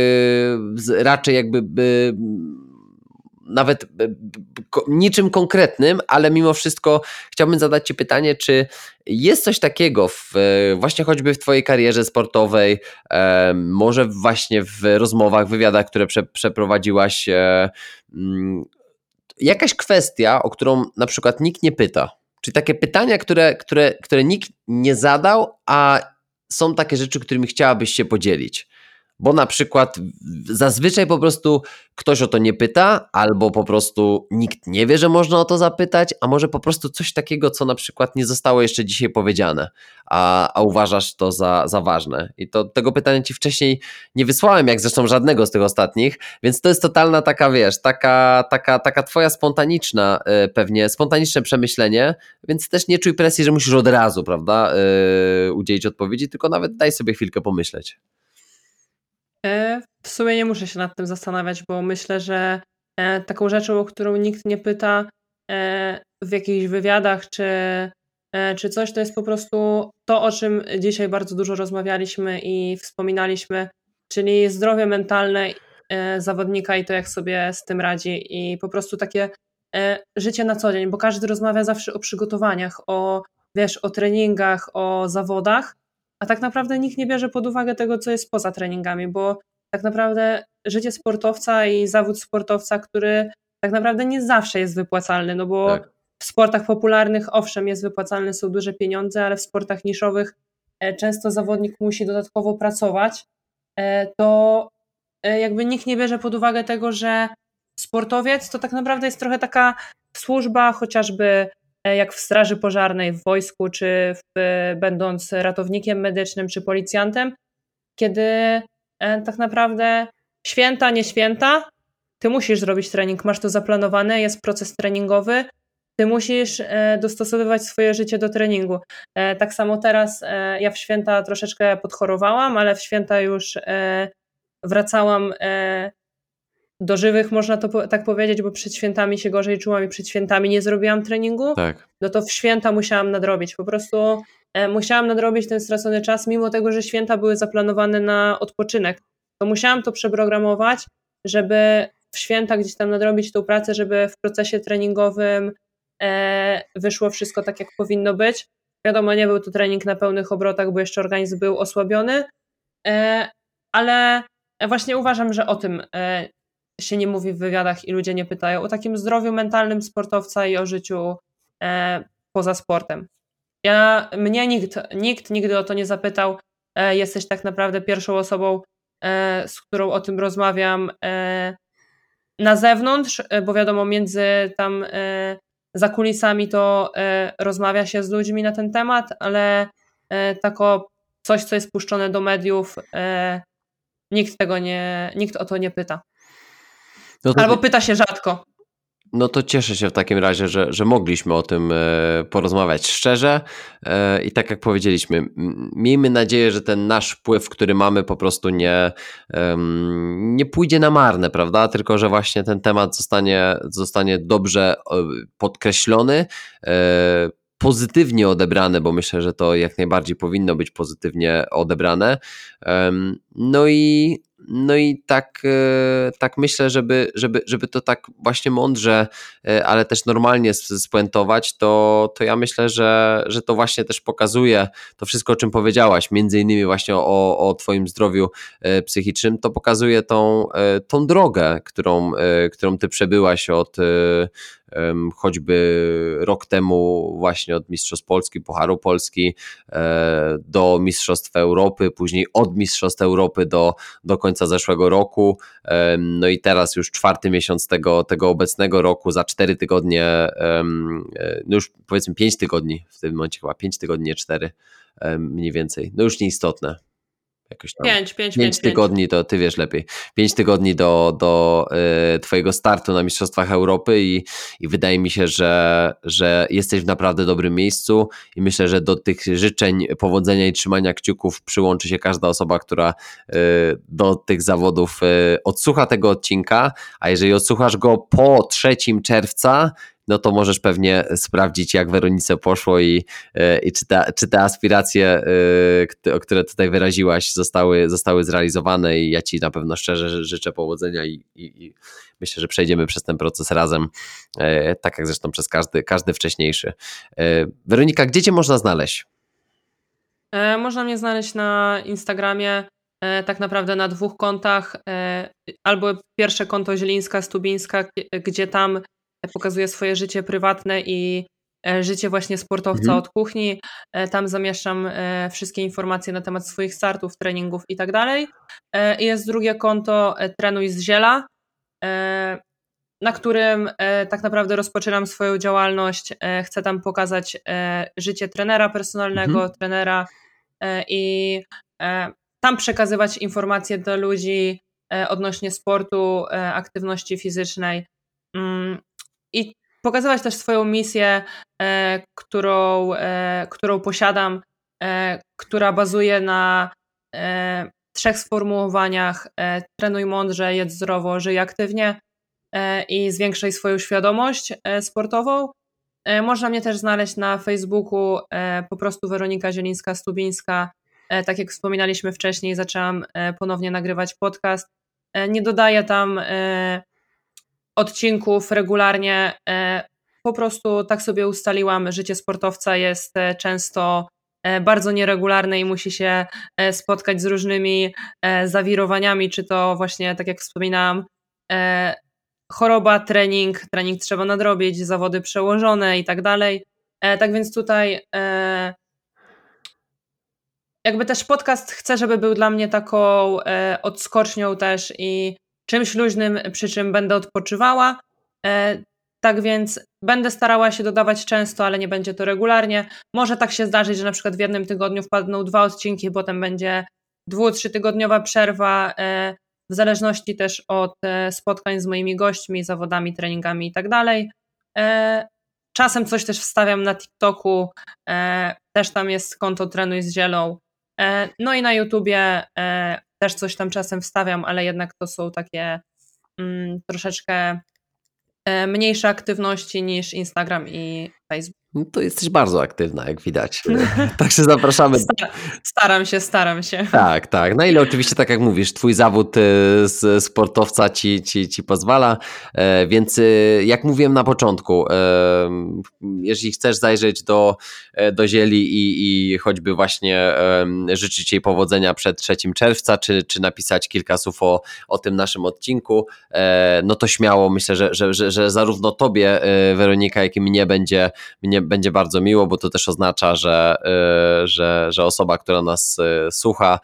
z raczej jakby by, nawet by, by, ko- niczym konkretnym, ale mimo wszystko chciałbym zadać ci pytanie, czy jest coś takiego w, właśnie choćby w twojej karierze sportowej, e, może właśnie w rozmowach, wywiadach, które prze, przeprowadziłaś, e, mm, jakaś kwestia, o którą na przykład nikt nie pyta, Czyli takie pytania, które, które, które nikt nie zadał, a są takie rzeczy, którymi chciałabyś się podzielić. Bo na przykład zazwyczaj po prostu ktoś o to nie pyta, albo po prostu nikt nie wie, że można o to zapytać, a może po prostu coś takiego, co na przykład nie zostało jeszcze dzisiaj powiedziane, a, a uważasz to za, za ważne. I to tego pytania ci wcześniej nie wysłałem, jak zresztą żadnego z tych ostatnich, więc to jest totalna taka, wiesz, taka, taka, taka twoja spontaniczna, yy, pewnie spontaniczne przemyślenie, więc też nie czuj presji, że musisz od razu, prawda, yy, udzielić odpowiedzi, tylko nawet daj sobie chwilkę pomyśleć. E, W sumie nie muszę się nad tym zastanawiać, bo myślę, że e, taką rzeczą, o którą nikt nie pyta e, w jakichś wywiadach czy, e, czy coś, to jest po prostu to, o czym dzisiaj bardzo dużo rozmawialiśmy i wspominaliśmy, czyli zdrowie mentalne e, zawodnika i to, jak sobie z tym radzi i po prostu takie e, życie na co dzień, bo każdy rozmawia zawsze o przygotowaniach, o, wiesz, o treningach, o zawodach, a tak naprawdę nikt nie bierze pod uwagę tego, co jest poza treningami, bo tak naprawdę życie sportowca i zawód sportowca, który tak naprawdę nie zawsze jest wypłacalny, no bo Tak. w sportach popularnych owszem jest wypłacalny, są duże pieniądze, ale w sportach niszowych e, często zawodnik musi dodatkowo pracować, e, to e, jakby nikt nie bierze pod uwagę tego, że sportowiec to tak naprawdę jest trochę taka służba, chociażby e, jak w straży pożarnej, w wojsku, czy w, będąc ratownikiem medycznym, czy policjantem, kiedy e, tak naprawdę święta, nie święta, ty musisz zrobić trening, masz to zaplanowane, jest proces treningowy, ty musisz e, dostosowywać swoje życie do treningu. E, tak samo teraz e, ja w święta troszeczkę podchorowałam, ale w święta już e, wracałam e, do żywych, można to po, tak powiedzieć, bo przed świętami się gorzej czułam i przed świętami nie zrobiłam treningu, Tak. no to w święta musiałam nadrobić. Po prostu e, musiałam nadrobić ten stracony czas, mimo tego, że święta były zaplanowane na odpoczynek. To musiałam to przeprogramować, żeby w święta gdzieś tam nadrobić tą pracę, żeby w procesie treningowym e, wyszło wszystko tak, jak powinno być. Wiadomo, nie był to trening na pełnych obrotach, bo jeszcze organizm był osłabiony, e, ale właśnie uważam, że o tym e, się nie mówi w wywiadach i ludzie nie pytają, o takim zdrowiu mentalnym sportowca i o życiu e, poza sportem. Ja, mnie nikt, nikt nigdy o to nie zapytał. E, jesteś tak naprawdę pierwszą osobą, e, z którą o tym rozmawiam e, na zewnątrz, e, bo wiadomo, między tam e, za kulisami to e, rozmawia się z ludźmi na ten temat, ale e, tako coś, co jest puszczone do mediów, e, nikt tego nie, nikt o to nie pyta. No to, Albo pyta się rzadko. no to cieszę się w takim razie, że, że mogliśmy o tym e, porozmawiać szczerze e, i tak jak powiedzieliśmy, m- miejmy nadzieję, że ten nasz wpływ, który mamy, po prostu nie, em, nie pójdzie na marne, prawda? Tylko że właśnie ten temat zostanie, zostanie dobrze e, podkreślony, e, pozytywnie odebrane, bo myślę, że to jak najbardziej powinno być pozytywnie odebrane. Em, No i, no i tak, e, tak myślę, żeby, żeby, żeby to tak właśnie mądrze, e, ale też normalnie s- spuentować, to, to ja myślę, że, że to właśnie też pokazuje to wszystko, o czym powiedziałaś, między innymi właśnie o, o twoim zdrowiu e, psychicznym, to pokazuje tą, e, tą drogę, którą, e, którą ty przebyłaś od e, em, choćby rok temu właśnie od Mistrzostw Polski, Pucharu Polski e, do Mistrzostw Europy, później od Mistrzostw Europy do, do końca zeszłego roku, em, no i teraz już czwarty miesiąc tego, tego obecnego roku, za cztery tygodnie, em, e, no już powiedzmy pięć tygodni, w tym momencie chyba pięć tygodni, nie cztery, em, mniej więcej, no już nieistotne. Jakoś tam. Pięć, pięć, Pięć pięć, pięć. tygodni, to ty wiesz lepiej. Pięć tygodni do, do y, twojego startu na Mistrzostwach Europy i, i wydaje mi się, że, że jesteś w naprawdę dobrym miejscu i myślę, że do tych życzeń powodzenia i trzymania kciuków przyłączy się każda osoba, która y, do tych zawodów y, odsłucha tego odcinka, a jeżeli odsłuchasz go po trzeciego czerwca, no to możesz pewnie sprawdzić, jak Weronice poszło i, e, i czy, te, czy te aspiracje, e, kt- które tutaj wyraziłaś, zostały, zostały zrealizowane i ja ci na pewno szczerze ży- życzę powodzenia i, i, i myślę, że przejdziemy przez ten proces razem, e, tak jak zresztą przez każdy, każdy wcześniejszy. E, Weronika, gdzie cię można znaleźć? E, Można mnie znaleźć na Instagramie, e, tak naprawdę na dwóch kontach. e, Albo pierwsze konto Zielińska Stubińska, gie- gdzie tam pokazuję swoje życie prywatne i życie właśnie sportowca Mhm. od kuchni. Tam zamieszczam wszystkie informacje na temat swoich startów, treningów i tak dalej. I jest drugie konto Trenuj z Ziela, na którym tak naprawdę rozpoczynam swoją działalność. Chcę tam pokazać życie trenera personalnego, Mhm. trenera i tam przekazywać informacje do ludzi odnośnie sportu, aktywności fizycznej i pokazywać też swoją misję, którą, którą posiadam, która bazuje na trzech sformułowaniach: trenuj mądrze, jedz zdrowo, żyj aktywnie i zwiększaj swoją świadomość sportową. Można mnie też znaleźć na Facebooku, po prostu Weronika Zielińska-Stubińska. Tak jak wspominaliśmy wcześniej, zaczęłam ponownie nagrywać podcast. Nie dodaję tam odcinków regularnie, po prostu tak sobie ustaliłam. Życie sportowca jest często bardzo nieregularne i musi się spotkać z różnymi zawirowaniami, czy to właśnie, tak jak wspominałam, choroba, trening, trening trzeba nadrobić, zawody przełożone i tak dalej. Tak więc tutaj jakby też podcast chcę, żeby był dla mnie taką odskocznią też i czymś luźnym, przy czym będę odpoczywała. Tak więc będę starała się dodawać często, ale nie będzie to regularnie. Może tak się zdarzyć, że na przykład w jednym tygodniu wpadną dwa odcinki, potem będzie dwu-, trzytygodniowa przerwa, w zależności też od spotkań z moimi gośćmi, zawodami, treningami i tak dalej. Czasem coś też wstawiam na TikToku, też tam jest konto Trenuj z Zielą. No i na YouTubie też coś tam czasem wstawiam, ale jednak to są takie mm, troszeczkę mniejsze aktywności niż Instagram i Facebook. No to jesteś bardzo aktywna, jak widać. Także zapraszamy. Star- staram się, staram się. Tak, tak. Na ile oczywiście, tak jak mówisz, twój zawód z sportowca ci, ci, ci pozwala, więc jak mówiłem na początku, jeżeli chcesz zajrzeć do, do Zieli i, i choćby właśnie życzyć jej powodzenia przed trzeciego czerwca, czy, czy napisać kilka słów o, o tym naszym odcinku, no to śmiało, myślę, że, że, że, że zarówno tobie, Weronika, jak i mnie będzie, mnie będzie bardzo miło, bo to też oznacza, że, że, że osoba, która nas słucha,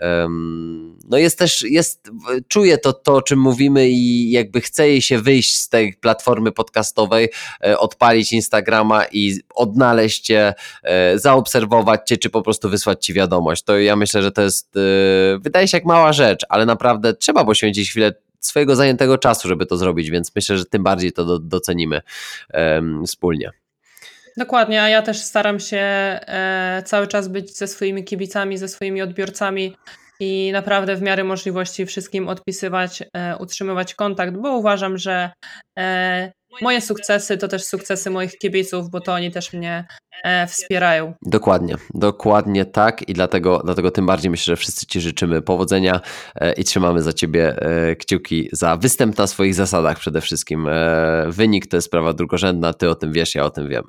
no jest też, jest, czuje to, to, o czym mówimy i jakby chce jej się wyjść z tej platformy podcastowej, odpalić Instagrama i odnaleźć cię, zaobserwować cię, czy po prostu wysłać ci wiadomość. To ja myślę, że to jest, wydaje się jak mała rzecz, ale naprawdę trzeba poświęcić chwilę swojego zajętego czasu, żeby to zrobić, więc myślę, że tym bardziej to do, docenimy um, wspólnie. Dokładnie, a ja też staram się e, cały czas być ze swoimi kibicami, ze swoimi odbiorcami i naprawdę w miarę możliwości wszystkim odpisywać, e, utrzymywać kontakt, bo uważam, że e, moje sukcesy to też sukcesy moich kibiców, bo to oni też mnie e, wspierają. Dokładnie, dokładnie tak i dlatego, dlatego tym bardziej myślę, że wszyscy ci życzymy powodzenia e, i trzymamy za ciebie e, kciuki za występ na swoich zasadach przede wszystkim. E, wynik to jest sprawa drugorzędna, ty o tym wiesz, ja o tym wiem.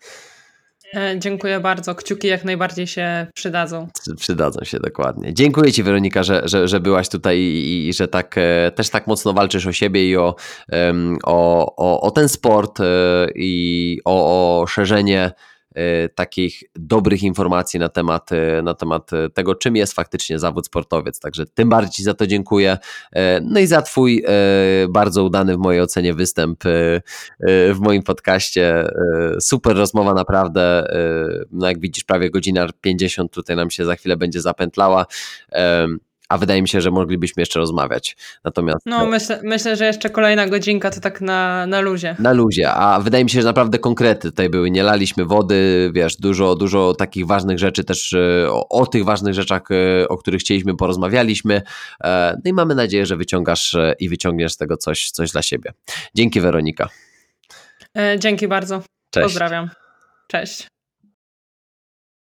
Dziękuję bardzo. Kciuki jak najbardziej się przydadzą. Przydadzą się, dokładnie. Dziękuję ci, Weronika, że, że, że byłaś tutaj i, i że tak, też tak mocno walczysz o siebie i o, o, o, o ten sport i o, o szerzenie takich dobrych informacji na temat, na temat tego, czym jest faktycznie zawód sportowiec. Także tym bardziej ci za to dziękuję. No i za twój bardzo udany w mojej ocenie występ w moim podcaście. Super rozmowa naprawdę. No jak widzisz, prawie godzina pięćdziesiąt tutaj nam się za chwilę będzie zapętlała. A wydaje mi się, że moglibyśmy jeszcze rozmawiać. Natomiast no myślę, myślę, że jeszcze kolejna godzinka to tak na, na luzie. Na luzie, a wydaje mi się, że naprawdę konkrety tutaj były. Nie laliśmy wody, wiesz, dużo, dużo takich ważnych rzeczy też o, o tych ważnych rzeczach, o których chcieliśmy, porozmawialiśmy. No i mamy nadzieję, że wyciągasz i wyciągniesz z tego coś, coś dla siebie. Dzięki, Weronika. Dzięki bardzo. Cześć. Pozdrawiam. Cześć.